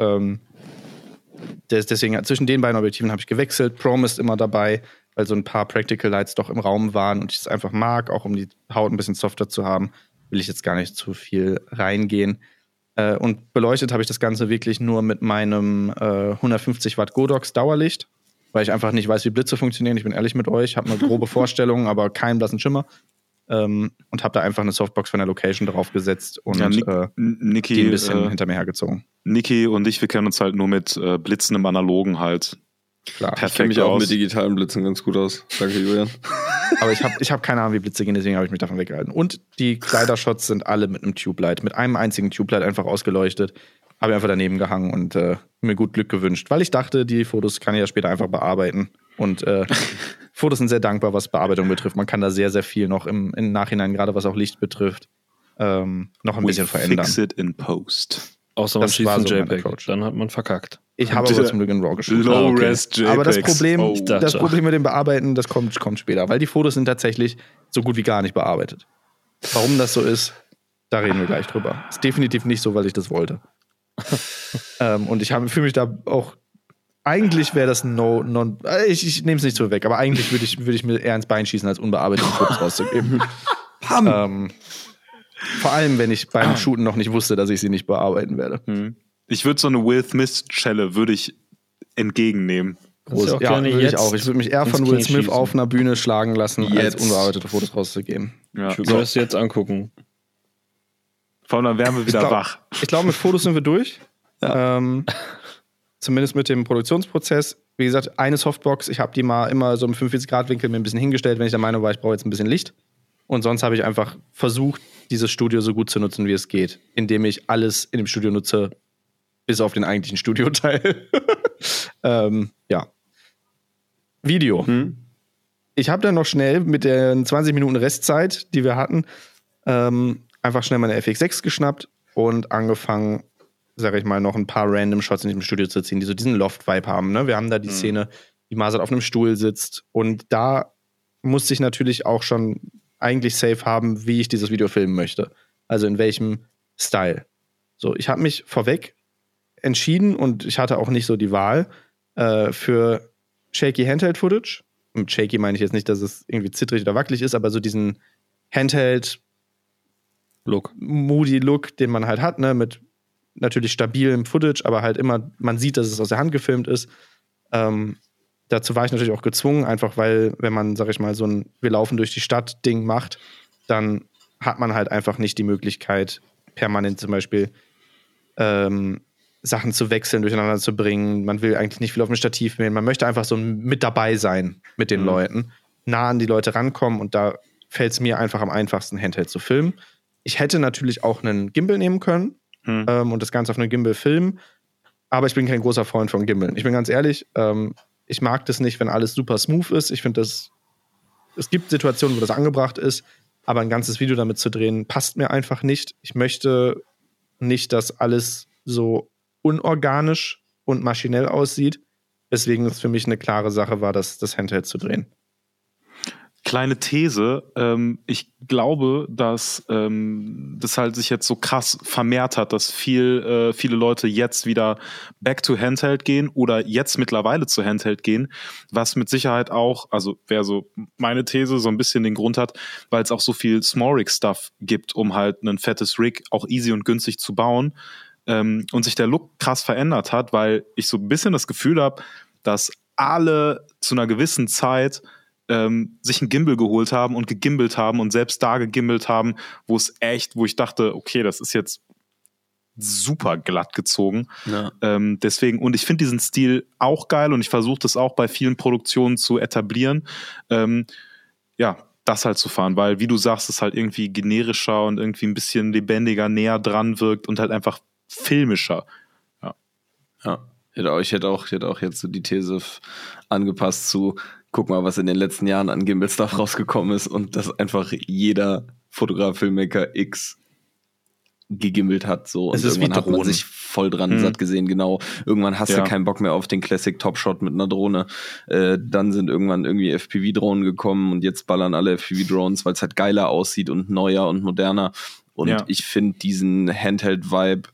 deswegen zwischen den beiden Objektiven habe ich gewechselt. Prom ist immer dabei, weil so ein paar Practical Lights doch im Raum waren und ich es einfach mag, auch um die Haut ein bisschen softer zu haben, will ich jetzt gar nicht zu viel reingehen. Und beleuchtet habe ich das Ganze wirklich nur mit meinem 150 Watt Godox Dauerlicht, weil ich einfach nicht weiß, wie Blitze funktionieren. Ich bin ehrlich mit euch, habe eine grobe Vorstellung, aber keinen blassen Schimmer. Und habe da einfach eine Softbox von der Location draufgesetzt und Niki, die ein bisschen hinter mir hergezogen. Niki und ich, wir kennen uns halt nur mit Blitzen im Analogen halt. Klar. Perfekt. Ich kenne mich auch mit digitalen Blitzen ganz gut aus. Danke, Julian. Aber ich hab keine Ahnung, wie Blitze gehen, deswegen habe ich mich davon weggehalten. Und die Kleidershots sind alle mit einem Tube-Light, mit einem einzigen Tube-Light einfach ausgeleuchtet. Habe ich einfach daneben gehangen und mir gut Glück gewünscht, weil ich dachte, die Fotos kann ich ja später einfach bearbeiten. Und Fotos sind sehr dankbar, was Bearbeitung betrifft. Man kann da sehr, sehr viel noch im Nachhinein, gerade was auch Licht betrifft, noch ein bisschen verändern. Fix it in post. Außer man schießt ein JPEG, dann hat man verkackt. Ich habe aber zum Glück in RAW geschossen. Low-Res-JPEGs. Aber das Problem mit dem Bearbeiten, das kommt später, weil die Fotos sind tatsächlich so gut wie gar nicht bearbeitet. Warum das so ist, da reden wir gleich drüber. Ist definitiv nicht so, weil ich das wollte. Und ich fühle mich da auch, eigentlich wäre das ich nehme es nicht so weg, aber eigentlich würde ich mir eher ins Bein schießen, als unbearbeitete Fotos rauszugeben. Vor allem, wenn ich beim Shooten noch nicht wusste, dass ich sie nicht bearbeiten werde. Ich würde so eine Will Smith-Schelle würde ich entgegennehmen. Ja, würde ich auch. Ich würde mich eher von Will Smith auf einer Bühne schlagen lassen, als unbearbeitete Fotos rauszugeben. Ja. Ich würde es jetzt angucken. Vor allem dann wären wir wieder wach. Ich glaube, mit Fotos sind wir durch. Ja. Zumindest mit dem Produktionsprozess. Wie gesagt, eine Softbox, ich habe die mal immer so im 45-Grad-Winkel mir ein bisschen hingestellt, wenn ich der Meinung war, ich brauche jetzt ein bisschen Licht. Und sonst habe ich einfach versucht, dieses Studio so gut zu nutzen, wie es geht, indem ich alles in dem Studio nutze, bis auf den eigentlichen Studioteil. Ja. Video. Ich habe dann noch schnell mit den 20 Minuten Restzeit, die wir hatten, einfach schnell meine FX6 geschnappt und angefangen, sage ich mal, noch ein paar random Shots in diesem Studio zu ziehen, die so diesen Loft-Vibe haben. Ne? Wir haben da die Szene, wie Marsat auf einem Stuhl sitzt und da musste ich natürlich auch schon eigentlich safe haben, wie ich dieses Video filmen möchte. Also in welchem Style. So, ich habe mich vorweg entschieden und ich hatte auch nicht so die Wahl für shaky Handheld-Footage. Mit shaky meine ich jetzt nicht, dass es irgendwie zittrig oder wackelig ist, aber so diesen Handheld-Look, Moody-Look, den man halt hat, ne, mit natürlich stabilem Footage, aber halt immer, man sieht, dass es aus der Hand gefilmt ist. dazu war ich natürlich auch gezwungen, einfach weil, wenn man, sag ich mal, so ein wir laufen durch die Stadt-Ding macht, dann hat man halt einfach nicht die Möglichkeit, permanent zum Beispiel Sachen zu wechseln, durcheinander zu bringen. Man will eigentlich nicht viel auf dem Stativ mähen. Man möchte einfach so mit dabei sein mit den Leuten, nah an die Leute rankommen und da fällt es mir einfach am einfachsten, Handheld zu filmen. Ich hätte natürlich auch einen Gimbal nehmen können und das Ganze auf einen Gimbal filmen, aber ich bin kein großer Freund von Gimbal. Ich bin ganz ehrlich, ich mag das nicht, wenn alles super smooth ist. Ich finde es gibt Situationen, wo das angebracht ist, aber ein ganzes Video damit zu drehen, passt mir einfach nicht. Ich möchte nicht, dass alles so unorganisch und maschinell aussieht, weswegen es für mich eine klare Sache war, das Handheld zu drehen. Kleine These, ich glaube, dass das halt sich jetzt so krass vermehrt hat, dass viele Leute jetzt wieder back to Handheld gehen oder jetzt mittlerweile zu Handheld gehen, was mit Sicherheit auch, also wäre so meine These, so ein bisschen den Grund hat, weil es auch so viel Small-Rig-Stuff gibt, um halt ein fettes Rig auch easy und günstig zu bauen und sich der Look krass verändert hat, weil ich so ein bisschen das Gefühl habe, dass alle zu einer gewissen Zeit sich ein Gimbal geholt haben und gegimbelt haben und selbst da gegimbelt haben, wo ich dachte, okay, das ist jetzt super glatt gezogen. Ja. Deswegen, und ich finde diesen Stil auch geil und ich versuche das auch bei vielen Produktionen zu etablieren. Das halt zu fahren, weil, wie du sagst, es halt irgendwie generischer und irgendwie ein bisschen lebendiger näher dran wirkt und halt einfach filmischer. Ja. Ich hätte auch jetzt so die These angepasst zu guck mal, was in den letzten Jahren an Gimbal-Stuff rausgekommen ist und dass einfach jeder Fotograf, Filmmaker X gegimbelt hat. So. Und irgendwann hat man sich voll dran satt gesehen, genau. Irgendwann hast du keinen Bock mehr auf den Classic Top-Shot mit einer Drohne. Dann sind irgendwann irgendwie FPV-Drohnen gekommen und jetzt ballern alle FPV-Drones, weil es halt geiler aussieht und neuer und moderner. Und ich finde diesen Handheld-Vibe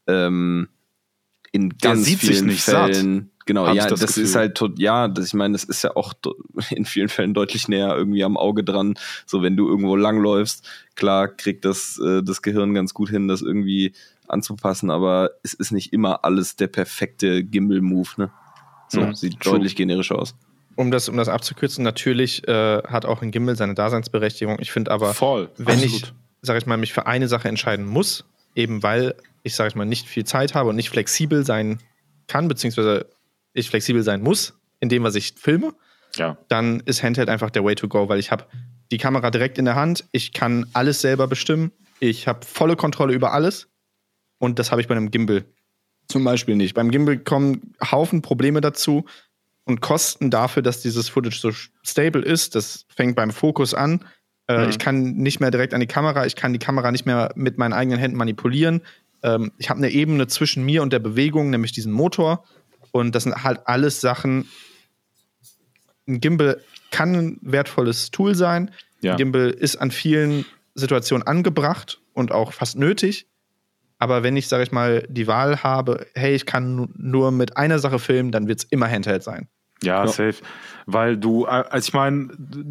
in ganz vielen Fällen... Genau, ja, das ist halt, ich meine, das ist ja auch in vielen Fällen deutlich näher irgendwie am Auge dran. So, wenn du irgendwo langläufst, klar kriegt das Gehirn ganz gut hin, das irgendwie anzupassen, aber es ist nicht immer alles der perfekte Gimbal-Move, ne? So, sieht deutlich generischer aus. Um das abzukürzen, natürlich hat auch ein Gimbal seine Daseinsberechtigung. Ich finde aber, wenn ich, sag ich mal, mich für eine Sache entscheiden muss, eben weil ich, sag ich mal, nicht viel Zeit habe und nicht flexibel sein kann, beziehungsweise ich flexibel sein muss, in dem, was ich filme, dann ist Handheld einfach der Way to go, weil ich habe die Kamera direkt in der Hand, ich kann alles selber bestimmen, ich habe volle Kontrolle über alles und das habe ich bei einem Gimbal zum Beispiel nicht. Beim Gimbal kommen Haufen Probleme dazu und Kosten dafür, dass dieses Footage so stable ist. Das fängt beim Fokus an. Ich kann nicht mehr direkt an die Kamera, ich kann die Kamera nicht mehr mit meinen eigenen Händen manipulieren. Ich habe eine Ebene zwischen mir und der Bewegung, nämlich diesen Motor. Und das sind halt alles Sachen. Ein Gimbal kann ein wertvolles Tool sein. Ja. Ein Gimbal ist an vielen Situationen angebracht und auch fast nötig. Aber wenn ich, sage ich mal, die Wahl habe, hey, ich kann nur mit einer Sache filmen, dann wird es immer Handheld sein. Ja, safe. Weil ich meine,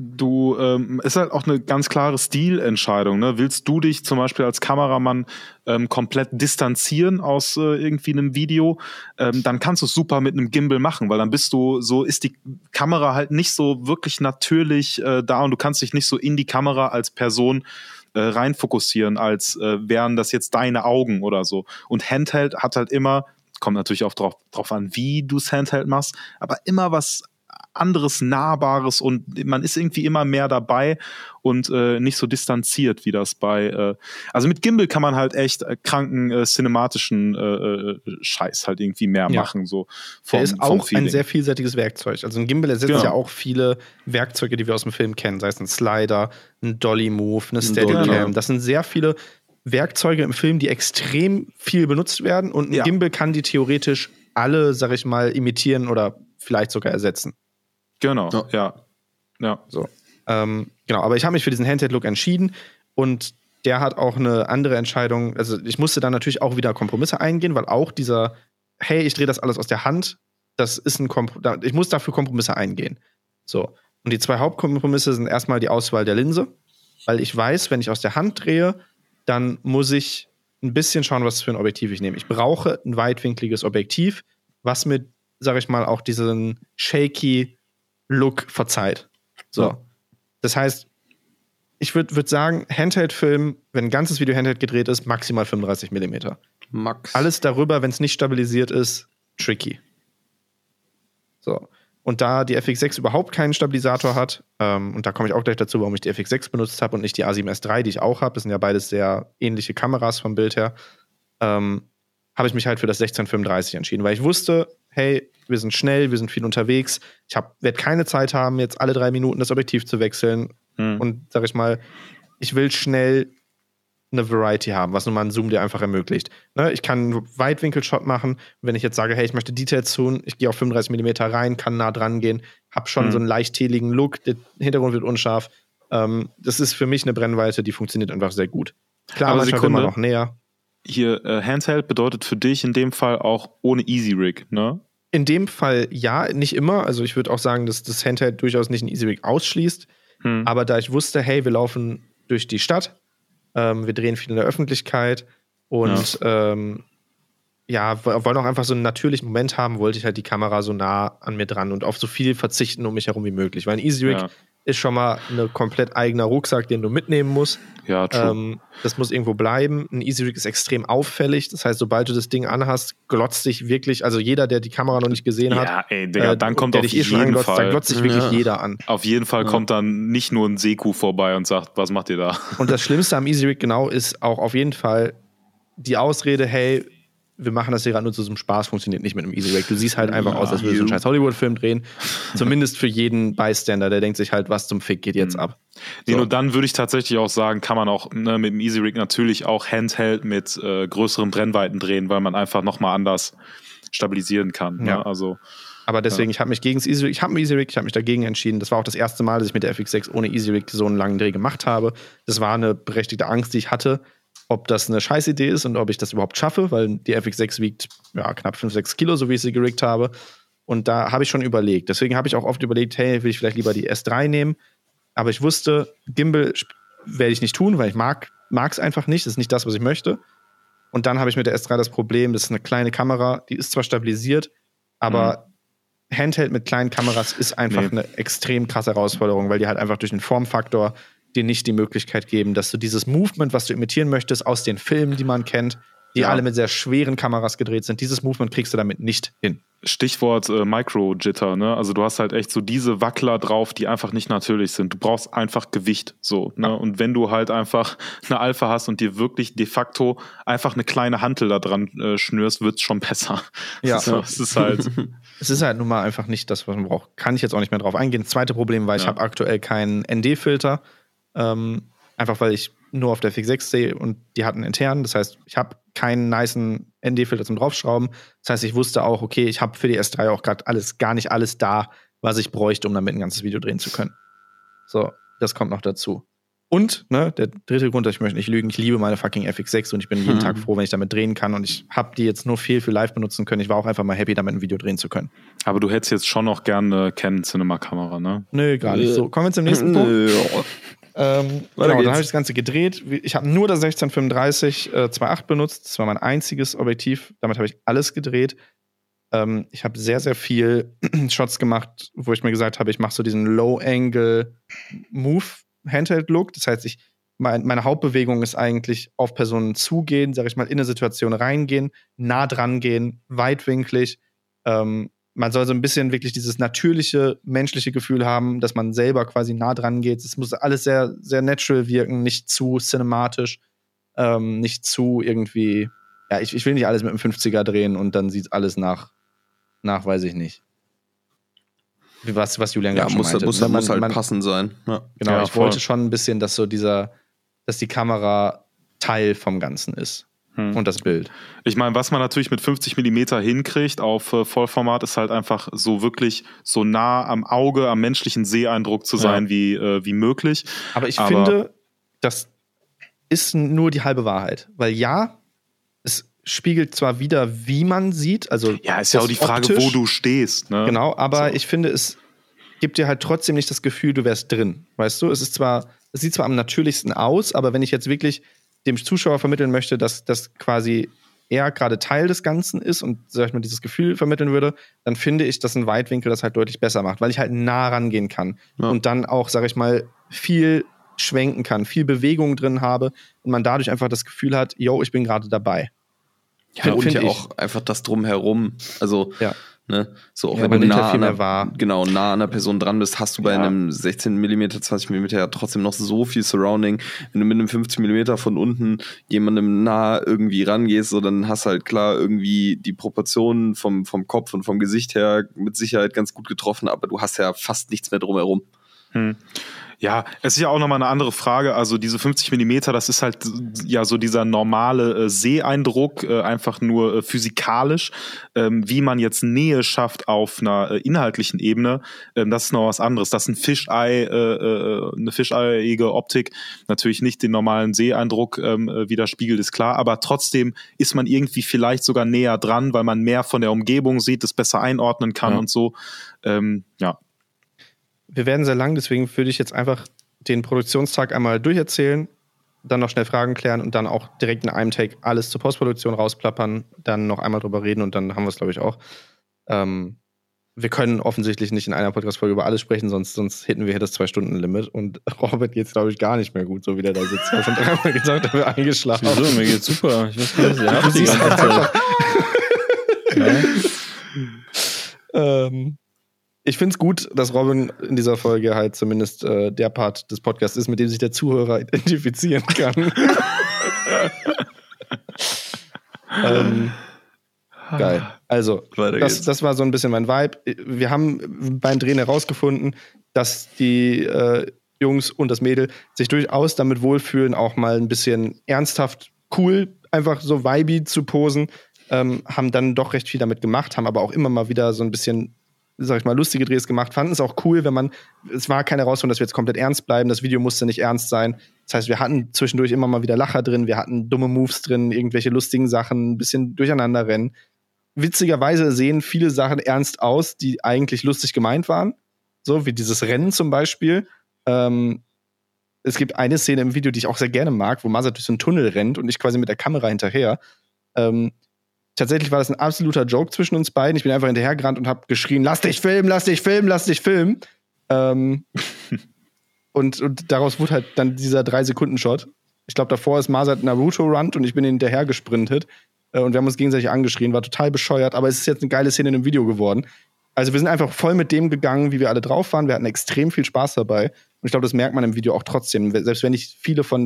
ist halt auch eine ganz klare Stilentscheidung, ne? Willst du dich zum Beispiel als Kameramann komplett distanzieren aus irgendwie einem Video, dann kannst du es super mit einem Gimbal machen, weil dann ist die Kamera halt nicht so wirklich natürlich da und du kannst dich nicht so in die Kamera als Person rein fokussieren, als wären das jetzt deine Augen oder so. Und Handheld hat halt immer, kommt natürlich auch drauf an, wie du es Handheld machst, aber immer was anderes, Nahbares und man ist irgendwie immer mehr dabei und nicht so distanziert, wie das also mit Gimbal kann man halt echt kranken cinematischen Scheiß halt irgendwie mehr machen. So der ist auch ein sehr vielseitiges Werkzeug. Also ein Gimbal ersetzt ja auch viele Werkzeuge, die wir aus dem Film kennen, sei es ein Slider, ein Dolly-Move, eine Steadicam. Das sind sehr viele Werkzeuge im Film, die extrem viel benutzt werden und ein Gimbal kann die theoretisch alle, sag ich mal, imitieren oder vielleicht sogar ersetzen. Genau, ja. So. Genau, aber ich habe mich für diesen Handheld-Look entschieden und der hat auch eine andere Entscheidung, also ich musste dann natürlich auch wieder Kompromisse eingehen, weil auch dieser, hey, ich drehe das alles aus der Hand, das ist ich muss dafür Kompromisse eingehen. So. Und die zwei Hauptkompromisse sind erstmal die Auswahl der Linse, weil ich weiß, wenn ich aus der Hand drehe, dann muss ich ein bisschen schauen, was für ein Objektiv ich nehme. Ich brauche ein weitwinkliges Objektiv, was mir sag ich mal, auch diesen shaky Look verzeiht. So. Ja. Das heißt, ich würd sagen, Handheld-Film, wenn ein ganzes Video Handheld gedreht ist, maximal 35 mm. Max. Alles darüber, wenn es nicht stabilisiert ist, tricky. So. Und da die FX6 überhaupt keinen Stabilisator hat, und da komme ich auch gleich dazu, warum ich die FX6 benutzt habe und nicht die A7S III, die ich auch habe, das sind ja beides sehr ähnliche Kameras vom Bild her, habe ich mich halt für das 1635 entschieden, weil ich wusste, hey, wir sind schnell, wir sind viel unterwegs, ich werde keine Zeit haben, jetzt alle 3 Minuten das Objektiv zu wechseln und sag ich mal, ich will schnell eine Variety haben, was nun mal ein Zoom dir einfach ermöglicht. Ne? Ich kann einen Weitwinkel-Shot machen. Wenn ich jetzt sage, hey, ich möchte Details tun, ich gehe auf 35 mm rein, kann nah dran gehen, habe schon so einen leicht teligen Look, der Hintergrund wird unscharf. Das ist für mich eine Brennweite, die funktioniert einfach sehr gut. Klar, aber manchmal will man noch näher. Hier, Handheld bedeutet für dich in dem Fall auch ohne Easy Rig, ne? In dem Fall ja, nicht immer. Also ich würde auch sagen, dass das Handheld durchaus nicht ein Easy Rig ausschließt. Aber da ich wusste, hey, wir laufen durch die Stadt, wir drehen viel in der Öffentlichkeit und wollen auch einfach so einen natürlichen Moment haben, wollte ich halt die Kamera so nah an mir dran und auf so viel verzichten um mich herum wie möglich. Weil ein Easy Rig ist schon mal ein komplett eigener Rucksack, den du mitnehmen musst. Ja, true. Das muss irgendwo bleiben. Ein Easy Rig ist extrem auffällig. Das heißt, sobald du das Ding anhast, glotzt dich wirklich, also jeder, der die Kamera noch nicht gesehen hat, Ja, ey, Digga, dann kommt der auf dich schon jeden anglotzt, da Fall, glotzt sich wirklich jeder an. auf jeden Fall kommt dann nicht nur ein Seku vorbei und sagt, was macht ihr da? Und das Schlimmste am Easy Rig genau ist auch auf jeden Fall die Ausrede, hey, wir machen das hier gerade nur zu so einem Spaß, funktioniert nicht mit einem Easy Rig. Du siehst halt einfach aus, als würdest du einen scheiß Hollywood-Film drehen. Zumindest für jeden Bystander, der denkt sich halt, was zum Fick geht jetzt ab. Nee, nur dann würde ich tatsächlich auch sagen, kann man auch mit dem Easy Rig natürlich auch Handheld mit größeren Brennweiten drehen, weil man einfach nochmal anders stabilisieren kann. Ne? Ja. Also, aber deswegen, ich habe mich gegen das Easy Rig, ich habe mich dagegen entschieden. Das war auch das erste Mal, dass ich mit der FX6 ohne Easy Rig so einen langen Dreh gemacht habe. Das war eine berechtigte Angst, die ich hatte, ob das eine Scheißidee ist und ob ich das überhaupt schaffe, weil die FX6 wiegt knapp 5-6 Kilo, so wie ich sie geriggt habe. Und da habe ich schon überlegt. Deswegen habe ich auch oft überlegt, hey, will ich vielleicht lieber die S3 nehmen? Aber ich wusste, Gimbal werde ich nicht tun, weil ich mag es einfach nicht. Das ist nicht das, was ich möchte. Und dann habe ich mit der S3 das Problem, das ist eine kleine Kamera, die ist zwar stabilisiert, aber Handheld mit kleinen Kameras ist einfach eine extrem krasse Herausforderung, weil die halt einfach durch den Formfaktor dir nicht die Möglichkeit geben, dass du dieses Movement, was du imitieren möchtest, aus den Filmen, die man kennt, die alle mit sehr schweren Kameras gedreht sind, dieses Movement kriegst du damit nicht hin. Stichwort Micro-Jitter, ne? Also du hast halt echt so diese Wackler drauf, die einfach nicht natürlich sind. Du brauchst einfach Gewicht, so, ne? Und wenn du halt einfach eine Alpha hast und dir wirklich de facto einfach eine kleine Hantel da dran schnürst, wird's schon besser. Ja. Es ist halt es ist halt nun mal einfach nicht das, was man braucht. Kann ich jetzt auch nicht mehr drauf eingehen. Das zweite Problem war, ich habe aktuell keinen ND-Filter. Einfach weil ich nur auf der FX6 sehe und die hatten intern. Das heißt, ich habe keinen nicen ND-Filter zum Draufschrauben. Das heißt, ich wusste auch, okay, ich habe für die S3 auch gerade gar nicht alles da, was ich bräuchte, um damit ein ganzes Video drehen zu können. So, das kommt noch dazu. Und, der dritte Grund, dass ich möchte nicht lügen, ich liebe meine fucking FX6 und ich bin jeden Tag froh, wenn ich damit drehen kann und ich habe die jetzt nur viel für live benutzen können. Ich war auch einfach mal happy, damit ein Video drehen zu können. Aber du hättest jetzt schon noch gerne eine Canon Cinema-Kamera, ne? Nö, gar nicht. So, kommen wir zum nächsten Punkt. Genau, dann habe ich das Ganze gedreht. Ich habe nur das 1635 2.8 benutzt. Das war mein einziges Objektiv. Damit habe ich alles gedreht. Ich habe sehr, sehr viel Shots gemacht, wo ich mir gesagt habe, ich mache so diesen Low-Angle-Move-Handheld-Look. Das heißt, meine Hauptbewegung ist eigentlich auf Personen zugehen, sage ich mal, in eine Situation reingehen, nah dran gehen, weitwinklig. Man soll so ein bisschen wirklich dieses natürliche, menschliche Gefühl haben, dass man selber quasi nah dran geht. Es muss alles sehr, sehr natural wirken, nicht zu cinematisch, nicht zu irgendwie, ich will nicht alles mit einem 50er drehen und dann sieht alles nach, weiß ich nicht. Was Julian gerade schon meinte. Muss halt passend sein. Ja. Genau, Ja, ich wollte schon ein bisschen, dass die Kamera Teil vom Ganzen ist. Und das Bild. Ich meine, was man natürlich mit 50 mm hinkriegt auf Vollformat, ist halt einfach so wirklich so nah am Auge, am menschlichen Seeeindruck zu sein wie möglich. Aber ich finde, das ist nur die halbe Wahrheit. Weil es spiegelt zwar wieder, wie man sieht. Also ja, ist ja auch die Frage, optisch, wo du stehst. Ne? Genau, aber ich finde, es gibt dir halt trotzdem nicht das Gefühl, du wärst drin. Weißt du, es sieht zwar am natürlichsten aus, aber wenn ich jetzt wirklich dem Zuschauer vermitteln möchte, dass das quasi er gerade Teil des Ganzen ist und, sag ich mal, dieses Gefühl vermitteln würde, dann finde ich, dass ein Weitwinkel das halt deutlich besser macht, weil ich halt nah rangehen kann und dann auch, sag ich mal, viel schwenken kann, viel Bewegung drin habe und man dadurch einfach das Gefühl hat, yo, ich bin gerade dabei. Ja, und ja auch einfach das Drumherum. Also, ne, so auch wenn du nah an der Person dran bist, hast du bei einem 16 mm, 20 mm ja trotzdem noch so viel Surrounding. Wenn du mit einem 50 mm von unten jemandem nah irgendwie rangehst, so, dann hast du halt klar irgendwie die Proportionen vom Kopf und vom Gesicht her mit Sicherheit ganz gut getroffen, aber du hast ja fast nichts mehr drumherum. Ja, es ist ja auch nochmal eine andere Frage. Also diese 50 Millimeter, das ist halt ja so dieser normale Seheindruck, einfach nur physikalisch. Wie man jetzt Nähe schafft auf einer inhaltlichen Ebene, das ist noch was anderes. Das ist eine fischeiige Optik natürlich nicht den normalen Seeeindruck widerspiegelt, ist klar. Aber trotzdem ist man irgendwie vielleicht sogar näher dran, weil man mehr von der Umgebung sieht, das besser einordnen kann und so. Wir werden sehr lang, deswegen würde ich jetzt einfach den Produktionstag einmal durcherzählen, dann noch schnell Fragen klären und dann auch direkt in einem Take alles zur Postproduktion rausplappern, dann noch einmal drüber reden und dann haben wir es, glaube ich, auch. Wir können offensichtlich nicht in einer Podcast-Folge über alles sprechen, sonst hätten wir hier das 2-Stunden-Limit und Robert geht's, glaube ich, gar nicht mehr gut, so wie der da sitzt. Ich habe schon dreimal gesagt, er wäre eingeschlafen. Wieso? Mir geht's super. Ich weiß nicht, was ihr habt die ganze Zeit. Ich finde es gut, dass Robin in dieser Folge halt zumindest der Part des Podcasts ist, mit dem sich der Zuhörer identifizieren kann. Geil. Also, das war so ein bisschen mein Vibe. Wir haben beim Drehen herausgefunden, dass die Jungs und das Mädel sich durchaus damit wohlfühlen, auch mal ein bisschen ernsthaft cool, einfach so vibey zu posen. Haben dann doch recht viel damit gemacht, haben aber auch immer mal wieder so ein bisschen, sag ich mal, lustige Drehs gemacht, fanden es auch cool, es war keine Herausforderung, dass wir jetzt komplett ernst bleiben, das Video musste nicht ernst sein. Das heißt, wir hatten zwischendurch immer mal wieder Lacher drin, wir hatten dumme Moves drin, irgendwelche lustigen Sachen, ein bisschen durcheinander rennen. Witzigerweise sehen viele Sachen ernst aus, die eigentlich lustig gemeint waren. So wie dieses Rennen zum Beispiel. Es gibt eine Szene im Video, die ich auch sehr gerne mag, wo Mazat durch so einen Tunnel rennt und ich quasi mit der Kamera hinterher. Tatsächlich war das ein absoluter Joke zwischen uns beiden. Ich bin einfach hinterhergerannt und habe geschrien, lass dich filmen, lass dich filmen, lass dich filmen. Und daraus wurde halt dann dieser 3-Sekunden-Shot. Ich glaube, davor ist Mazat Naruto-Run und ich bin hinterher gesprintet. Und wir haben uns gegenseitig angeschrien, war total bescheuert, aber es ist jetzt eine geile Szene in dem Video geworden. Also wir sind einfach voll mit dem gegangen, wie wir alle drauf waren. Wir hatten extrem viel Spaß dabei. Und ich glaube, das merkt man im Video auch trotzdem. Selbst wenn ich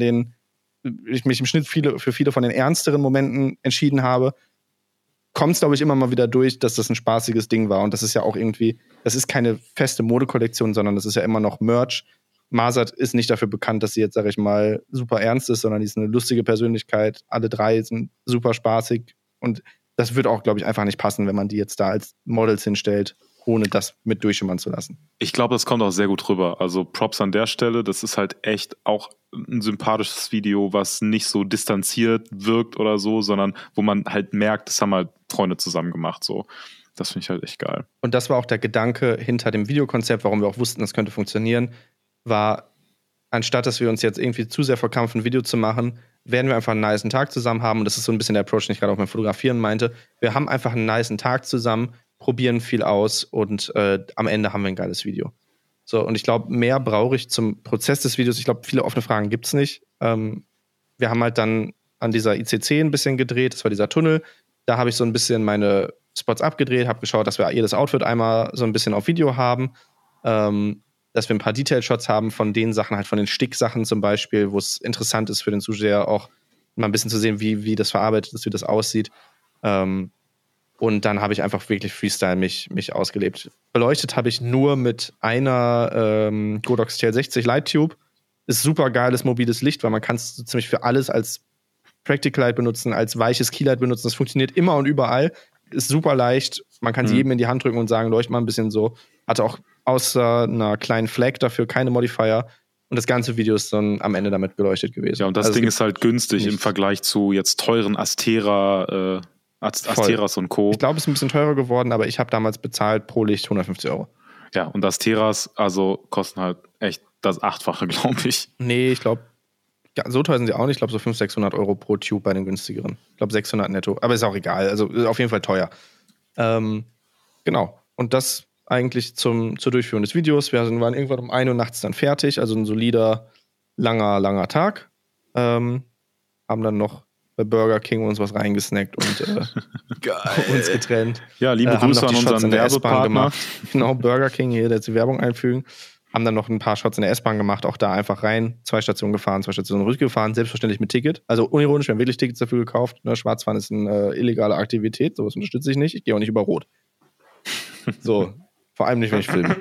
mich im Schnitt für viele von den ernsteren Momenten entschieden habe, kommt es, glaube ich, immer mal wieder durch, dass das ein spaßiges Ding war. Und das ist ja auch irgendwie, das ist keine feste Modekollektion, sondern das ist ja immer noch Merch. Mazat ist nicht dafür bekannt, dass sie jetzt, sag ich mal, super ernst ist, sondern die ist eine lustige Persönlichkeit. Alle drei sind super spaßig. Und das wird auch, glaube ich, einfach nicht passen, wenn man die jetzt da als Models hinstellt, ohne das mit durchschimmern zu lassen. Ich glaube, das kommt auch sehr gut rüber. Also Props an der Stelle. Das ist halt echt auch ein sympathisches Video, was nicht so distanziert wirkt oder so, sondern wo man halt merkt, das haben halt Freunde zusammen gemacht. So. Das finde ich halt echt geil. Und das war auch der Gedanke hinter dem Videokonzept, warum wir auch wussten, das könnte funktionieren, war, anstatt dass wir uns jetzt irgendwie zu sehr verkrampfen, ein Video zu machen, werden wir einfach einen nicen Tag zusammen haben. Und das ist so ein bisschen der Approach, den ich gerade auch beim Fotografieren meinte. Wir haben einfach einen nicen Tag zusammen, probieren viel aus und am Ende haben wir ein geiles Video. So, und ich glaube, mehr brauche ich zum Prozess des Videos. Ich glaube, viele offene Fragen gibt es nicht. Wir haben halt dann an dieser ICC ein bisschen gedreht, das war dieser Tunnel. Da habe ich so ein bisschen meine Spots abgedreht, habe geschaut, dass wir jedes Outfit einmal so ein bisschen auf Video haben, dass wir ein paar Detail-Shots haben von den Sachen, halt von den Sticksachen zum Beispiel, wo es interessant ist für den Zuschauer auch mal ein bisschen zu sehen, wie das verarbeitet ist, wie das aussieht. Und dann habe ich einfach wirklich Freestyle mich ausgelebt. Beleuchtet habe ich nur mit einer Godox TL60 Light Tube. Ist super geiles mobiles Licht, weil man kann es so ziemlich für alles als Practical Light benutzen, als weiches Keylight benutzen. Das funktioniert immer und überall. Ist super leicht. Man kann es jedem in die Hand drücken und sagen, leucht mal ein bisschen so. Hatte auch außer einer kleinen Flag dafür keine Modifier. Und das ganze Video ist dann am Ende damit beleuchtet gewesen. Ja, und das Ding ist halt günstig im Vergleich zu jetzt teuren Asteras und Co. Ich glaube, es ist ein bisschen teurer geworden, aber ich habe damals bezahlt pro Licht 150 €. Ja, und Asteras, also kosten halt echt das 8-fache, glaube ich. Nee, ich glaube so teuer sind sie auch nicht. Ich glaube, so 500-600 Euro pro Tube bei den günstigeren. Ich glaube, 600 netto. Aber ist auch egal. Also auf jeden Fall teuer. Genau. Und das eigentlich zur Durchführung des Videos. Wir waren irgendwann um 1 Uhr nachts dann fertig. Also ein solider, langer Tag. Haben dann noch bei Burger King uns was reingesnackt und uns getrennt. Ja, liebe Grüße an unseren Werbepartner. Genau, Burger King hier, der jetzt die Werbung einfügen. Haben dann noch ein paar Shots in der S-Bahn gemacht, auch da einfach rein, 2 Stationen gefahren, 2 Stationen zurückgefahren, selbstverständlich mit Ticket. Also unironisch, wir haben wirklich Tickets dafür gekauft. Ne? Schwarzfahren ist eine illegale Aktivität, sowas unterstütze ich nicht. Ich gehe auch nicht über Rot. So, vor allem nicht, wenn ich filme.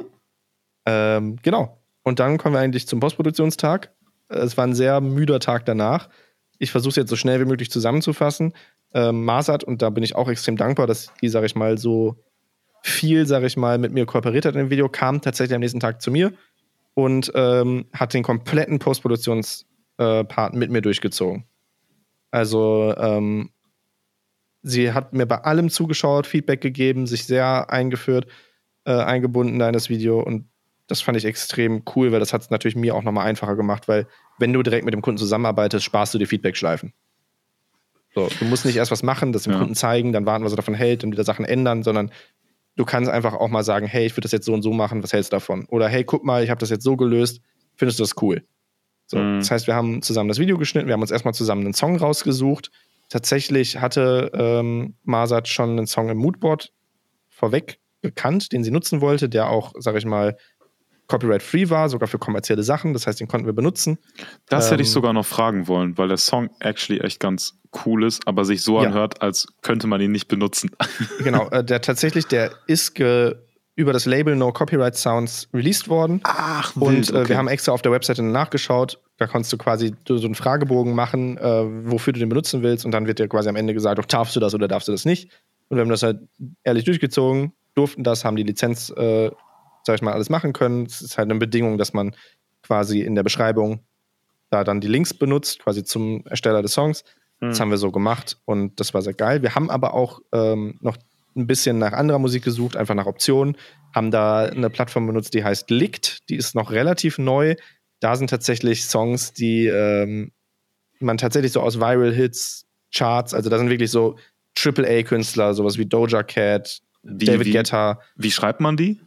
Genau. Und dann kommen wir eigentlich zum Postproduktionstag. Es war ein sehr müder Tag danach. Ich versuche es jetzt so schnell wie möglich zusammenzufassen. Marsat, und da bin ich auch extrem dankbar, dass die, sag ich mal, so viel, sag ich mal, mit mir kooperiert hat in dem Video, kam tatsächlich am nächsten Tag zu mir und hat den kompletten Postproduktionspart mit mir durchgezogen. Also sie hat mir bei allem zugeschaut, Feedback gegeben, sich sehr eingebunden da in das Video und das fand ich extrem cool, weil das hat es natürlich mir auch nochmal einfacher gemacht, weil wenn du direkt mit dem Kunden zusammenarbeitest, sparst du dir Feedback-Schleifen. So, du musst nicht erst was machen, das dem Kunden zeigen, dann warten, was er davon hält und wieder Sachen ändern, sondern du kannst einfach auch mal sagen, hey, ich würde das jetzt so und so machen, was hältst du davon? Oder hey, guck mal, ich habe das jetzt so gelöst, findest du das cool? So, das heißt, wir haben zusammen das Video geschnitten, wir haben uns erstmal zusammen einen Song rausgesucht. Tatsächlich hatte Marsat schon einen Song im Moodboard vorweg gekannt, den sie nutzen wollte, der auch, sag ich mal, copyright-free war, sogar für kommerzielle Sachen. Das heißt, den konnten wir benutzen. Das hätte ich sogar noch fragen wollen, weil der Song actually echt ganz cool ist, aber sich so anhört, als könnte man ihn nicht benutzen. Genau, der ist über das Label No Copyright Sounds released worden. Ach, wild, und okay. Wir haben extra auf der Webseite nachgeschaut. Da konntest du quasi so einen Fragebogen machen, wofür du den benutzen willst, und dann wird dir quasi am Ende gesagt, darfst du das oder darfst du das nicht? Und wir haben das halt ehrlich durchgezogen, durften das, haben die Lizenz sag ich mal, alles machen können. Es ist halt eine Bedingung, dass man quasi in der Beschreibung da dann die Links benutzt, quasi zum Ersteller des Songs. Das haben wir so gemacht und das war sehr geil. Wir haben aber auch noch ein bisschen nach anderer Musik gesucht, einfach nach Optionen, haben da eine Plattform benutzt, die heißt Likt, die ist noch relativ neu. Da sind tatsächlich Songs, die man tatsächlich so aus Viral Hits, Charts, also da sind wirklich so AAA-Künstler, sowas wie Doja Cat, David Guetta. Wie schreibt man die?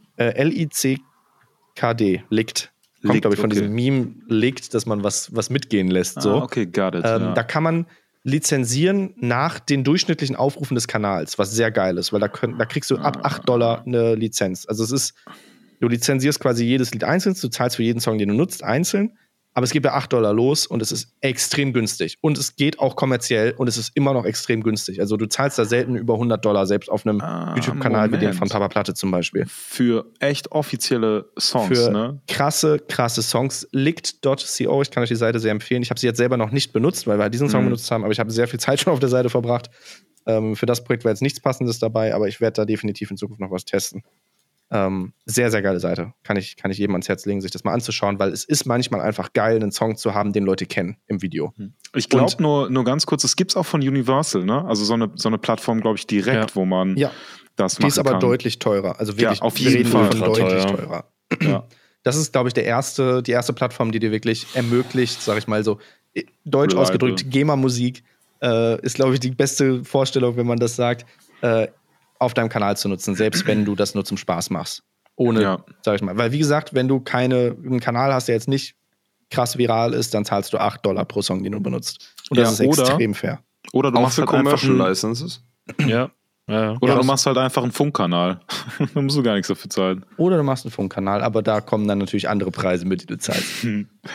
L-I-C-K-D, Likt. Kommt, glaube ich, von diesem Meme Likt, dass man was mitgehen lässt. So. Okay, got it. Da kann man lizenzieren nach den durchschnittlichen Aufrufen des Kanals, was sehr geil ist, weil da kriegst du ab $8 eine Lizenz. Also du lizenzierst quasi jedes Lied einzeln, du zahlst für jeden Song, den du nutzt, einzeln, aber es geht bei $8 los und es ist extrem günstig. Und es geht auch kommerziell und es ist immer noch extrem günstig. Also du zahlst da selten über $100, selbst auf einem YouTube-Kanal wie den von Papa Platte zum Beispiel. Für echt offizielle Songs, für krasse Songs. Likt.co, ich kann euch die Seite sehr empfehlen. Ich habe sie jetzt selber noch nicht benutzt, weil wir halt diesen Song benutzt haben, aber ich habe sehr viel Zeit schon auf der Seite verbracht. Für das Projekt war jetzt nichts Passendes dabei, aber ich werde da definitiv in Zukunft noch was testen. Sehr, sehr geile Seite. Kann ich jedem ans Herz legen, sich das mal anzuschauen, weil es ist manchmal einfach geil, einen Song zu haben, den Leute kennen im Video. Ich glaube nur ganz kurz, es gibt es auch von Universal, ne? Also so eine Plattform, glaube ich, direkt, wo man das machen kann. Die ist aber deutlich teurer. Also wirklich, auf jeden Fall deutlich teurer. Ja. Das ist, glaube ich, die erste Plattform, die dir wirklich ermöglicht, sag ich mal so, deutsch ausgedrückt, GEMA-Musik ist, glaube ich, die beste Vorstellung, wenn man das sagt, auf deinem Kanal zu nutzen, selbst wenn du das nur zum Spaß machst. Ohne, sag ich mal. Weil, wie gesagt, wenn du einen Kanal hast, der jetzt nicht krass viral ist, dann zahlst du $8 pro Song, den du benutzt. Und das ist extrem fair. Oder du machst für halt Commercial Licenses. Oder du machst halt einfach einen Funkkanal. Da musst du gar nichts dafür zahlen. Oder du machst einen Funkkanal, aber da kommen dann natürlich andere Preise mit, die du zahlst.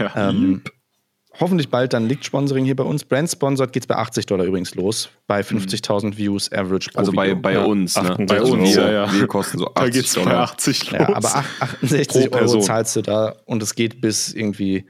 Hoffentlich bald dann Likt-Sponsoring hier bei uns. Brand-Sponsored geht es bei $80 übrigens los. Bei 50.000 Views average pro Video. Bei uns, ne? Bei uns, Wir kosten so $80. Da geht's bei 80 los. Ja, aber 68 Euro zahlst du da und es geht bis irgendwie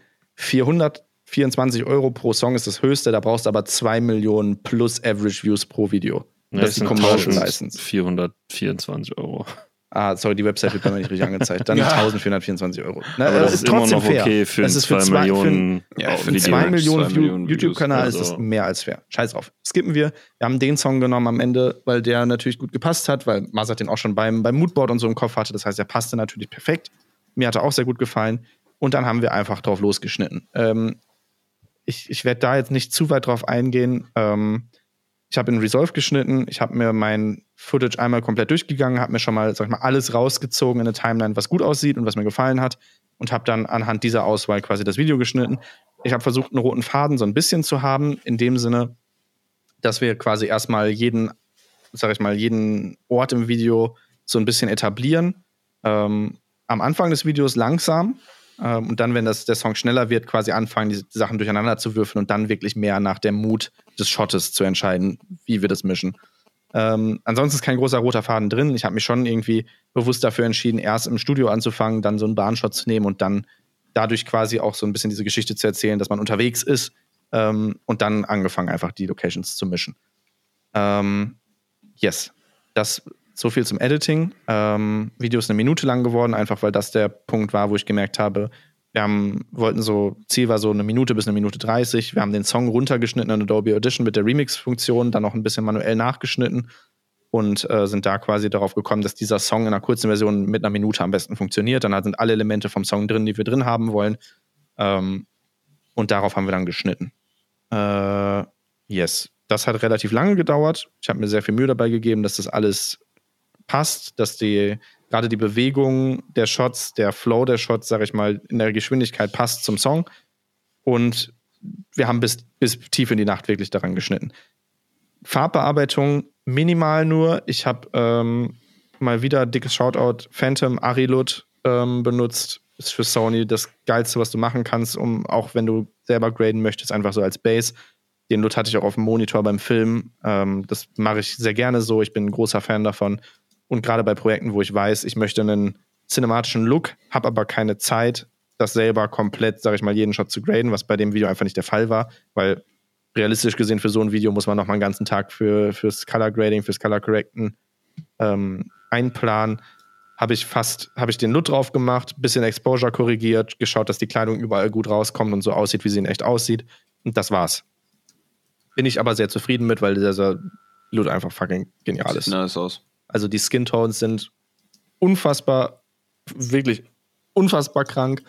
424 Euro pro Song ist das höchste. Da brauchst du aber 2 Millionen plus Average Views pro Video. Das ist die Commercial License. 424 Euro. Sorry, die Website wird bei mir nicht richtig angezeigt. Dann 1424 Euro. Aber das ist trotzdem immer noch okay für einen 2 Millionen Für einen 2 Millionen YouTube-Kanal ist das mehr als fair. Scheiß drauf. Skippen wir. Wir haben den Song genommen am Ende, weil der natürlich gut gepasst hat, weil Marsat den auch schon beim Moodboard und so im Kopf hatte. Das heißt, der passte natürlich perfekt. Mir hat er auch sehr gut gefallen. Und dann haben wir einfach drauf losgeschnitten. ich werde da jetzt nicht zu weit drauf eingehen. Ich habe in Resolve geschnitten, ich habe mir mein Footage einmal komplett durchgegangen, habe mir schon mal, sag ich mal, alles rausgezogen in eine Timeline, was gut aussieht und was mir gefallen hat und habe dann anhand dieser Auswahl quasi das Video geschnitten. Ich habe versucht, einen roten Faden so ein bisschen zu haben, in dem Sinne, dass wir quasi erstmal jeden Ort im Video so ein bisschen etablieren. Am Anfang des Videos langsam und dann, wenn der Song schneller wird, quasi anfangen, die Sachen durcheinander zu würfeln und dann wirklich mehr nach dem Mut des Shottes zu entscheiden, wie wir das mischen. Ansonsten ist kein großer roter Faden drin. Ich habe mich schon irgendwie bewusst dafür entschieden, erst im Studio anzufangen, dann so einen Bahnshot zu nehmen und dann dadurch quasi auch so ein bisschen diese Geschichte zu erzählen, dass man unterwegs ist und dann angefangen, einfach die Locations zu mischen. Yes, das so viel zum Editing. Video ist 1 Minute lang geworden, einfach weil das der Punkt war, wo ich gemerkt habe, Ziel war so 1 Minute bis 1 Minute 30. Wir haben den Song runtergeschnitten in Adobe Audition mit der Remix-Funktion, dann noch ein bisschen manuell nachgeschnitten und sind da quasi darauf gekommen, dass dieser Song in einer kurzen Version mit 1 Minute am besten funktioniert. Dann sind alle Elemente vom Song drin, die wir drin haben wollen. Und darauf haben wir dann geschnitten. Yes. Das hat relativ lange gedauert. Ich habe mir sehr viel Mühe dabei gegeben, dass das alles passt, dass gerade die Bewegung der Shots, der Flow der Shots, sag ich mal, in der Geschwindigkeit passt zum Song. Und wir haben bis tief in die Nacht wirklich daran geschnitten. Farbbearbeitung minimal nur. Ich habe mal wieder dickes Shoutout Phantom Arilud benutzt. Ist für Sony das Geilste, was du machen kannst, auch wenn du selber graden möchtest, einfach so als Base. Den LUT hatte ich auch auf dem Monitor beim Film. Das mache ich sehr gerne so. Ich bin ein großer Fan davon. Und gerade bei Projekten, wo ich weiß, ich möchte einen cinematischen Look, habe aber keine Zeit, das selber komplett, sage ich mal, jeden Shot zu graden, was bei dem Video einfach nicht der Fall war, weil realistisch gesehen für so ein Video muss man noch mal einen ganzen Tag fürs Color Grading, fürs Color Correcten einplanen. Habe ich den LUT drauf gemacht, bisschen Exposure korrigiert, geschaut, dass die Kleidung überall gut rauskommt und so aussieht, wie sie in echt aussieht. Und das war's. Bin ich aber sehr zufrieden mit, weil dieser LUT einfach fucking genial ist. Sieht nice aus. Also die Skin Tones sind unfassbar, wirklich unfassbar krank.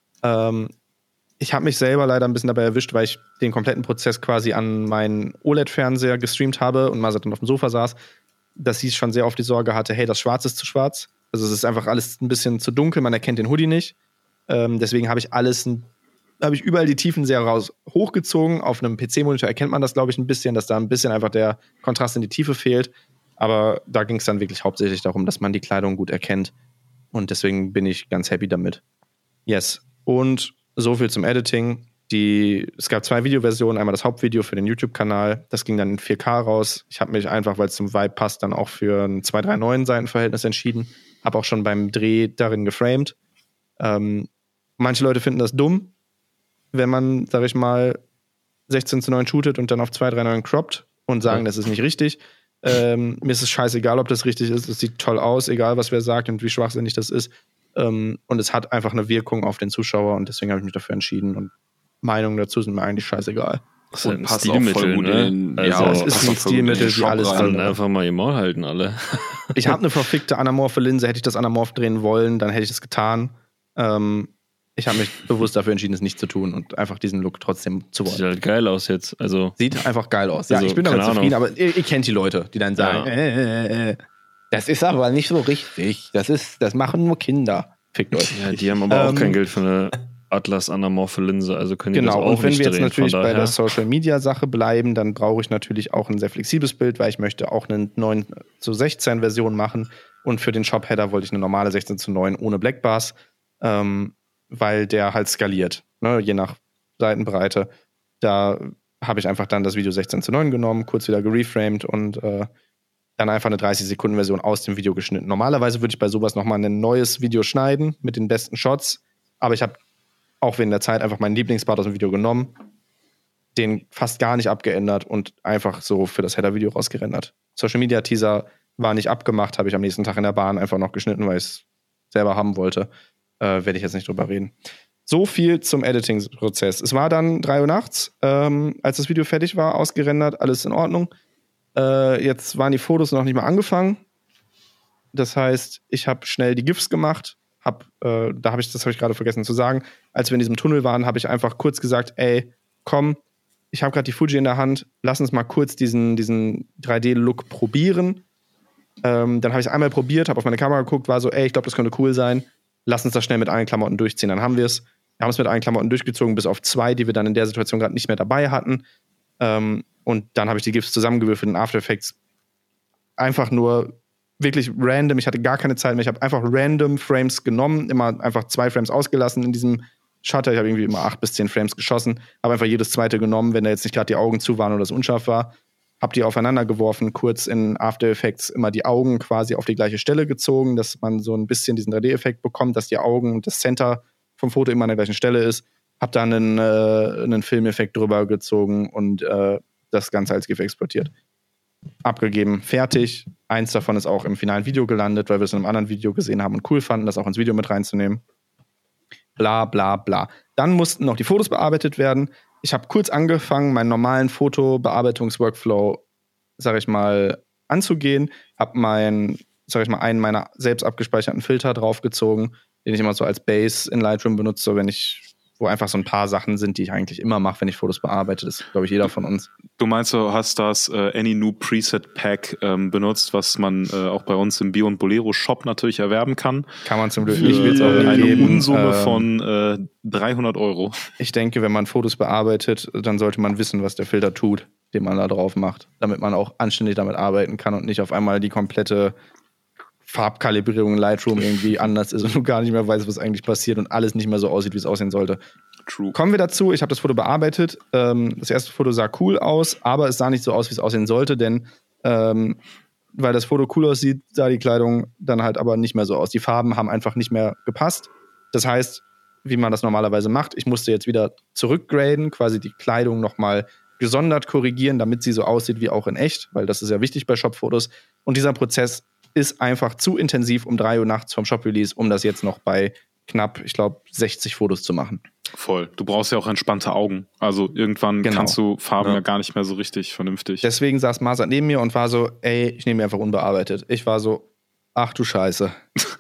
Ich habe mich selber leider ein bisschen dabei erwischt, weil ich den kompletten Prozess quasi an meinen OLED-Fernseher gestreamt habe und Mazat dann auf dem Sofa saß, dass sie schon sehr oft die Sorge hatte, hey, das Schwarz ist zu schwarz. Also es ist einfach alles ein bisschen zu dunkel, man erkennt den Hoodie nicht. Deswegen habe ich überall die Tiefen sehr hochgezogen. Auf einem PC-Monitor erkennt man das, glaube ich, ein bisschen, dass da ein bisschen einfach der Kontrast in die Tiefe fehlt. Aber da ging es dann wirklich hauptsächlich darum, dass man die Kleidung gut erkennt. Und deswegen bin ich ganz happy damit. Yes. Und so viel zum Editing. Es gab 2 Videoversionen. Einmal das Hauptvideo für den YouTube-Kanal. Das ging dann in 4K raus. Ich habe mich einfach, weil es zum Vibe passt, dann auch für ein 2:3:9 Seitenverhältnis entschieden. Habe auch schon beim Dreh darin geframed. Manche Leute finden das dumm, wenn man, sag ich mal, 16:9 shootet und dann auf 2:3:9 croppt und sagen, das ist nicht richtig. Mir ist es scheißegal, ob das richtig ist. Es sieht toll aus, egal was wer sagt und wie schwachsinnig das ist. Und es hat einfach eine Wirkung auf den Zuschauer und deswegen habe ich mich dafür entschieden. Und Meinungen dazu sind mir eigentlich scheißegal. Das ist halt ein passt Stilmittel, auch voll gut ne? in Also, es ist ein Stilmittel, wie alles Dann andere. einfach mal ihr Maul halten, alle. Ich habe eine verfickte anamorphe Linse. Hätte ich das anamorph drehen wollen, dann hätte ich das getan. Ich habe mich bewusst dafür entschieden, es nicht zu tun und einfach diesen Look trotzdem zu Sieht wollen. halt geil aus jetzt. Also, Sieht einfach geil aus. Ja, Also, ich bin damit keine zufrieden, Ahnung. aber ihr kennt die Leute, die dann sagen, das ist aber nicht so richtig. Das machen nur Kinder. Fickt euch. ja, die haben aber auch kein Geld für eine Atlas-anamorphe Linse, also können die Genau, das auch und wenn nicht wir jetzt drehen. natürlich Von bei daher, der Social-Media-Sache bleiben, dann brauche ich natürlich auch ein sehr flexibles Bild, weil ich möchte auch eine 9:16-Version machen und für den Shop-Header wollte ich eine normale 16:9 ohne Blackbars, weil der halt skaliert, ne, je nach Seitenbreite. Da habe ich einfach dann das Video 16:9 genommen, kurz wieder gereframed und dann einfach eine 30-Sekunden-Version aus dem Video geschnitten. Normalerweise würde ich bei sowas nochmal ein neues Video schneiden mit den besten Shots, aber ich habe auch wegen der Zeit einfach meinen Lieblingspart aus dem Video genommen, den fast gar nicht abgeändert und einfach so für das Header-Video rausgerendert. Social-Media-Teaser war nicht abgemacht, habe ich am nächsten Tag in der Bahn einfach noch geschnitten, weil ich es selber haben wollte. Werde ich jetzt nicht drüber reden. So viel zum Editing-Prozess. Es war dann 3 Uhr nachts, als das Video fertig war, ausgerendert, alles in Ordnung. Jetzt waren die Fotos noch nicht mal angefangen. Das heißt, ich habe schnell die GIFs gemacht. Das habe ich gerade vergessen zu sagen. Als wir in diesem Tunnel waren, habe ich einfach kurz gesagt, ey, komm, ich habe gerade die Fuji in der Hand, lass uns mal kurz diesen 3D-Look probieren. Dann habe ich es einmal probiert, habe auf meine Kamera geguckt, war so, ey, ich glaube, das könnte cool sein. Lass uns das schnell mit allen Klamotten durchziehen. Dann haben wir es. Wir haben es mit allen Klamotten durchgezogen, bis auf 2, die wir dann in der Situation gerade nicht mehr dabei hatten. Und dann habe ich die GIFs zusammengewürfelt in After Effects. Einfach nur wirklich random. Ich hatte gar keine Zeit mehr. Ich habe einfach random Frames genommen, immer einfach 2 Frames ausgelassen in diesem Shutter. Ich habe irgendwie immer 8 bis 10 Frames geschossen. Habe einfach jedes zweite genommen, wenn da jetzt nicht gerade die Augen zu waren oder es unscharf war. Habe die aufeinander geworfen, kurz in After Effects immer die Augen quasi auf die gleiche Stelle gezogen, dass man so ein bisschen diesen 3D-Effekt bekommt, dass die Augen und das Center vom Foto immer an der gleichen Stelle ist. Hab dann einen Filmeffekt drüber gezogen und das Ganze als GIF exportiert. Abgegeben, fertig. Eins davon ist auch im finalen Video gelandet, weil wir es in einem anderen Video gesehen haben und cool fanden, das auch ins Video mit reinzunehmen. Bla, bla, bla. Dann mussten noch die Fotos bearbeitet werden. Ich habe kurz angefangen, meinen normalen Fotobearbeitungs-Workflow, sag ich mal, anzugehen. Habe einen meiner selbst abgespeicherten Filter draufgezogen, den ich immer so als Base in Lightroom benutze, wo einfach so ein paar Sachen sind, die ich eigentlich immer mache, wenn ich Fotos bearbeite. Das ist, glaube ich, jeder von uns. Du meinst, du hast das AnyNoob Preset Pack benutzt, was man auch bei uns im Bio- und Bolero-Shop natürlich erwerben kann. Kann man zum Glück nicht. Ich will es auch eine geben. Unsumme von 300 Euro. Ich denke, wenn man Fotos bearbeitet, dann sollte man wissen, was der Filter tut, den man da drauf macht, damit man auch anständig damit arbeiten kann und nicht auf einmal die komplette Farbkalibrierung in Lightroom irgendwie anders ist und du gar nicht mehr weißt, was eigentlich passiert und alles nicht mehr so aussieht, wie es aussehen sollte. True. Kommen wir dazu, ich habe das Foto bearbeitet. Das erste Foto sah cool aus, aber es sah nicht so aus, wie es aussehen sollte, denn weil das Foto cool aussieht, sah die Kleidung dann halt aber nicht mehr so aus. Die Farben haben einfach nicht mehr gepasst. Das heißt, wie man das normalerweise macht, ich musste jetzt wieder zurückgraden, quasi die Kleidung nochmal gesondert korrigieren, damit sie so aussieht wie auch in echt, weil das ist ja wichtig bei Shop-Fotos. Und dieser Prozess ist einfach zu intensiv um 3 Uhr nachts vom Shop-Release, um das jetzt noch bei knapp, ich glaube, 60 Fotos zu machen. Voll. Du brauchst ja auch entspannte Augen. Also irgendwann kannst du Farben ja gar nicht mehr so richtig vernünftig. Deswegen saß Marsad neben mir und war so, ey, ich nehme mir einfach unbearbeitet. Ich war so, ach du Scheiße.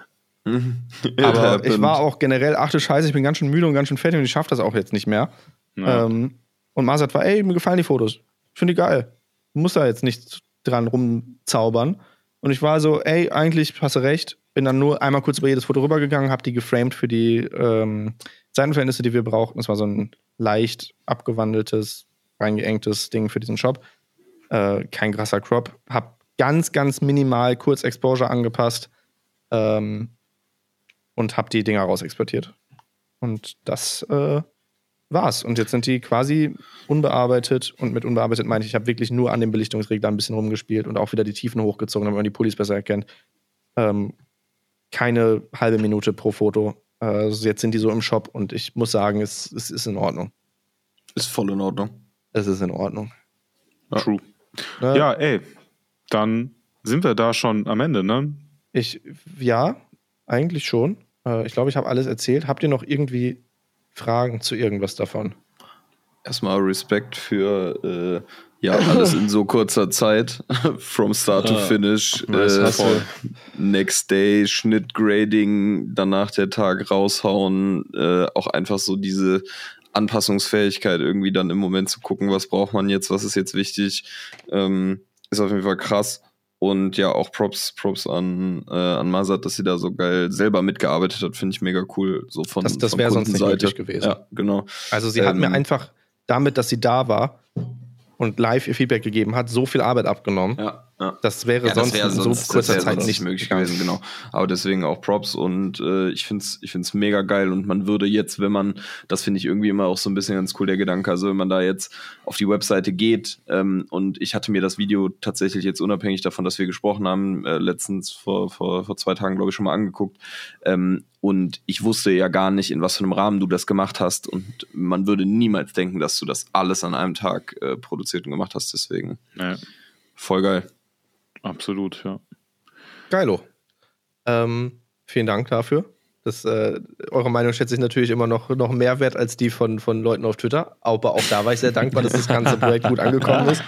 Aber ich war auch generell, ach du Scheiße, ich bin ganz schön müde und ganz schön fertig und ich schaffe das auch jetzt nicht mehr. Ja. Und Marsad war, ey, mir gefallen die Fotos. Ich finde die geil. Du musst da jetzt nicht dran rumzaubern. Und ich war so, ey, eigentlich hast du recht. Bin dann nur einmal kurz über jedes Foto rübergegangen, habe die geframed für die Seitenverhältnisse, die wir brauchten. Das war so ein leicht abgewandeltes, reingeengtes Ding für diesen Shop. Kein krasser Crop. Hab ganz, ganz minimal kurz Exposure angepasst und hab die Dinger raus exportiert. Und das war's. Und jetzt sind die quasi unbearbeitet. Und mit unbearbeitet meine ich habe wirklich nur an dem Belichtungsregler ein bisschen rumgespielt und auch wieder die Tiefen hochgezogen, damit man die Pullis besser erkennt. Keine halbe Minute pro Foto. Also jetzt sind die so im Shop und ich muss sagen, es ist in Ordnung. Ist voll in Ordnung. Es ist in Ordnung. True. Ja, ey, dann sind wir da schon am Ende, ne? Ja, eigentlich schon. Ich glaube, ich habe alles erzählt. Habt ihr noch irgendwie Fragen zu irgendwas davon? Erstmal Respekt für alles in so kurzer Zeit. From start to finish. Next day, Schnittgrading, danach der Tag raushauen. Auch einfach so diese Anpassungsfähigkeit irgendwie dann im Moment zu gucken, was braucht man jetzt, was ist jetzt wichtig. Ist auf jeden Fall krass. Und ja, auch Props an Marsad, dass sie da so geil selber mitgearbeitet hat, finde ich mega cool. So das wäre sonst nicht möglich gewesen. Ja, genau. Also sie hat mir einfach damit, dass sie da war und live ihr Feedback gegeben hat, so viel Arbeit abgenommen. Ja. Das wäre sonst in so kurzer Zeit nicht möglich gewesen. Genau. Aber deswegen auch Props und ich find's mega geil und man würde jetzt, wenn man, das finde ich irgendwie immer auch so ein bisschen ganz cool, der Gedanke, also wenn man da jetzt auf die Webseite geht und ich hatte mir das Video tatsächlich jetzt unabhängig davon, dass wir gesprochen haben, letztens vor 2 Tagen, glaube ich, schon mal angeguckt und ich wusste ja gar nicht, in was für einem Rahmen du das gemacht hast und man würde niemals denken, dass du das alles an einem Tag produziert und gemacht hast, deswegen voll geil. Absolut, ja. Geilo. Vielen Dank dafür. Eure Meinung schätze ich natürlich immer noch mehr wert als die von Leuten auf Twitter. Aber auch da war ich sehr dankbar, dass das ganze Projekt gut angekommen ist.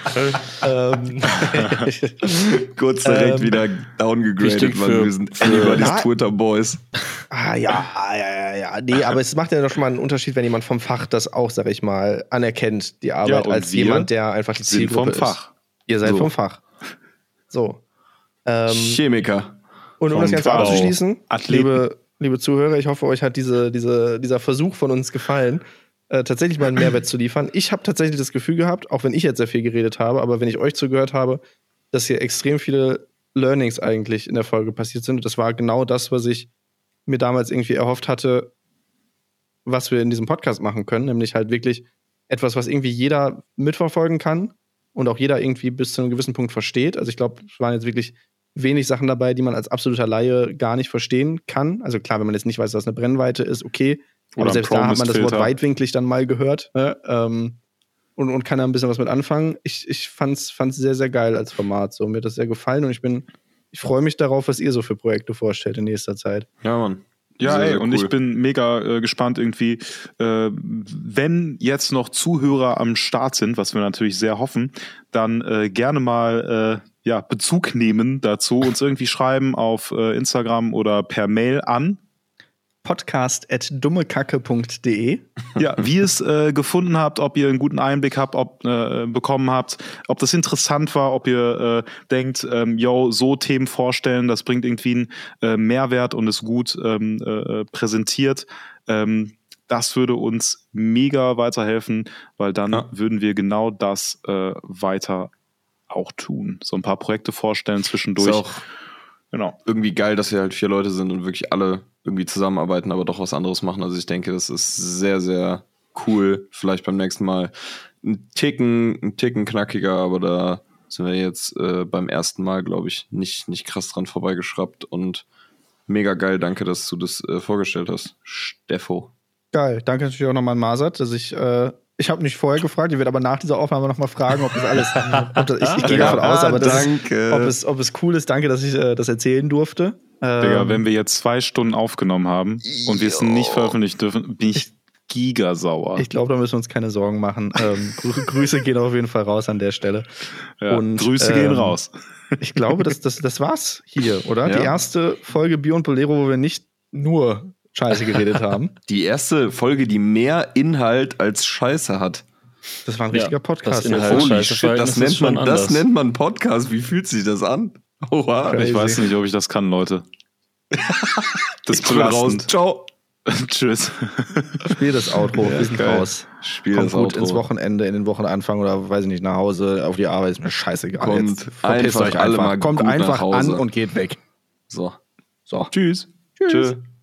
Kurz direkt wieder downgegradet, weil wir sind anybody's Twitter Boys. Ja. Nee, aber es macht ja doch schon mal einen Unterschied, wenn jemand vom Fach das auch, sag ich mal, anerkennt, die Arbeit, als jemand, der einfach die Zielgruppe ist. Vom Fach. Ihr seid vom Fach. So. Chemiker. Und um das Ganze abzuschließen, Athleten. liebe Zuhörer, ich hoffe, euch hat dieser Versuch von uns gefallen, tatsächlich mal einen Mehrwert zu liefern. Ich habe tatsächlich das Gefühl gehabt, auch wenn ich jetzt sehr viel geredet habe, aber wenn ich euch zugehört habe, dass hier extrem viele Learnings eigentlich in der Folge passiert sind. Und das war genau das, was ich mir damals irgendwie erhofft hatte, was wir in diesem Podcast machen können, nämlich halt wirklich etwas, was irgendwie jeder mitverfolgen kann und auch jeder irgendwie bis zu einem gewissen Punkt versteht. Also ich glaube, es waren jetzt wirklich wenig Sachen dabei, die man als absoluter Laie gar nicht verstehen kann. Also klar, wenn man jetzt nicht weiß, was eine Brennweite ist, okay. Aber selbst da hat man das Wort weitwinklig dann mal gehört, ne? Und kann da ein bisschen was mit anfangen. Ich fand's sehr, sehr geil als Format. So, mir hat das sehr gefallen und ich freue mich darauf, was ihr so für Projekte vorstellt in nächster Zeit. Ja, Mann. Ja, sehr, sehr und cool. ich bin mega gespannt irgendwie, wenn jetzt noch Zuhörer am Start sind, was wir natürlich sehr hoffen, dann gerne mal Bezug nehmen dazu, uns irgendwie schreiben auf Instagram oder per Mail an podcast@dummekacke.de. Ja, wie ihr es gefunden habt, ob ihr einen guten Einblick habt, bekommen habt, ob das interessant war, ob ihr denkt, so Themen vorstellen, das bringt irgendwie einen Mehrwert und ist gut präsentiert. Das würde uns mega weiterhelfen, weil dann würden wir genau das weiter auch tun. So ein paar Projekte vorstellen zwischendurch. Ist auch irgendwie geil, dass wir halt 4 Leute sind und wirklich alle irgendwie zusammenarbeiten, aber doch was anderes machen. Also ich denke, das ist sehr, sehr cool. Vielleicht beim nächsten Mal ein Ticken knackiger, aber da sind wir jetzt beim ersten Mal, glaube ich, nicht krass dran vorbeigeschraubt und mega geil. Danke, dass du das vorgestellt hast, Steffo. Geil. Danke natürlich auch nochmal an Masat, dass ich habe nicht vorher gefragt, ich werde aber nach dieser Aufnahme nochmal fragen, ob das alles, ich gehe davon aus, aber ob es cool ist. Danke, dass ich das erzählen durfte. Digga, wenn wir jetzt 2 Stunden aufgenommen haben und wir es nicht veröffentlichen dürfen, bin ich gigasauer. Ich glaube, da müssen wir uns keine Sorgen machen. Grüße gehen auf jeden Fall raus an der Stelle. Ja, und Grüße gehen raus. Ich glaube, das war's hier, oder? Ja. Die erste Folge Bier und Bolero, wo wir nicht nur Scheiße geredet haben. Die erste Folge, die mehr Inhalt als Scheiße hat. Das war ein richtiger Podcast. Holy shit, das nennt man Podcast. Wie fühlt sich das an? Oha. Crazy. Ich weiß nicht, ob ich das kann, Leute. Das ist raus. Ciao. Tschüss. Spiel das Outro. Wir sind raus. Spiel Kommt das gut Outro. ins Wochenende, in den Wochenanfang oder weiß ich nicht, nach Hause, auf die Arbeit. Ist mir scheißegal. Kommt einfach alle mal Kommt gut einfach nach Hause. an und geht weg. So. Tschüss. Tschüss.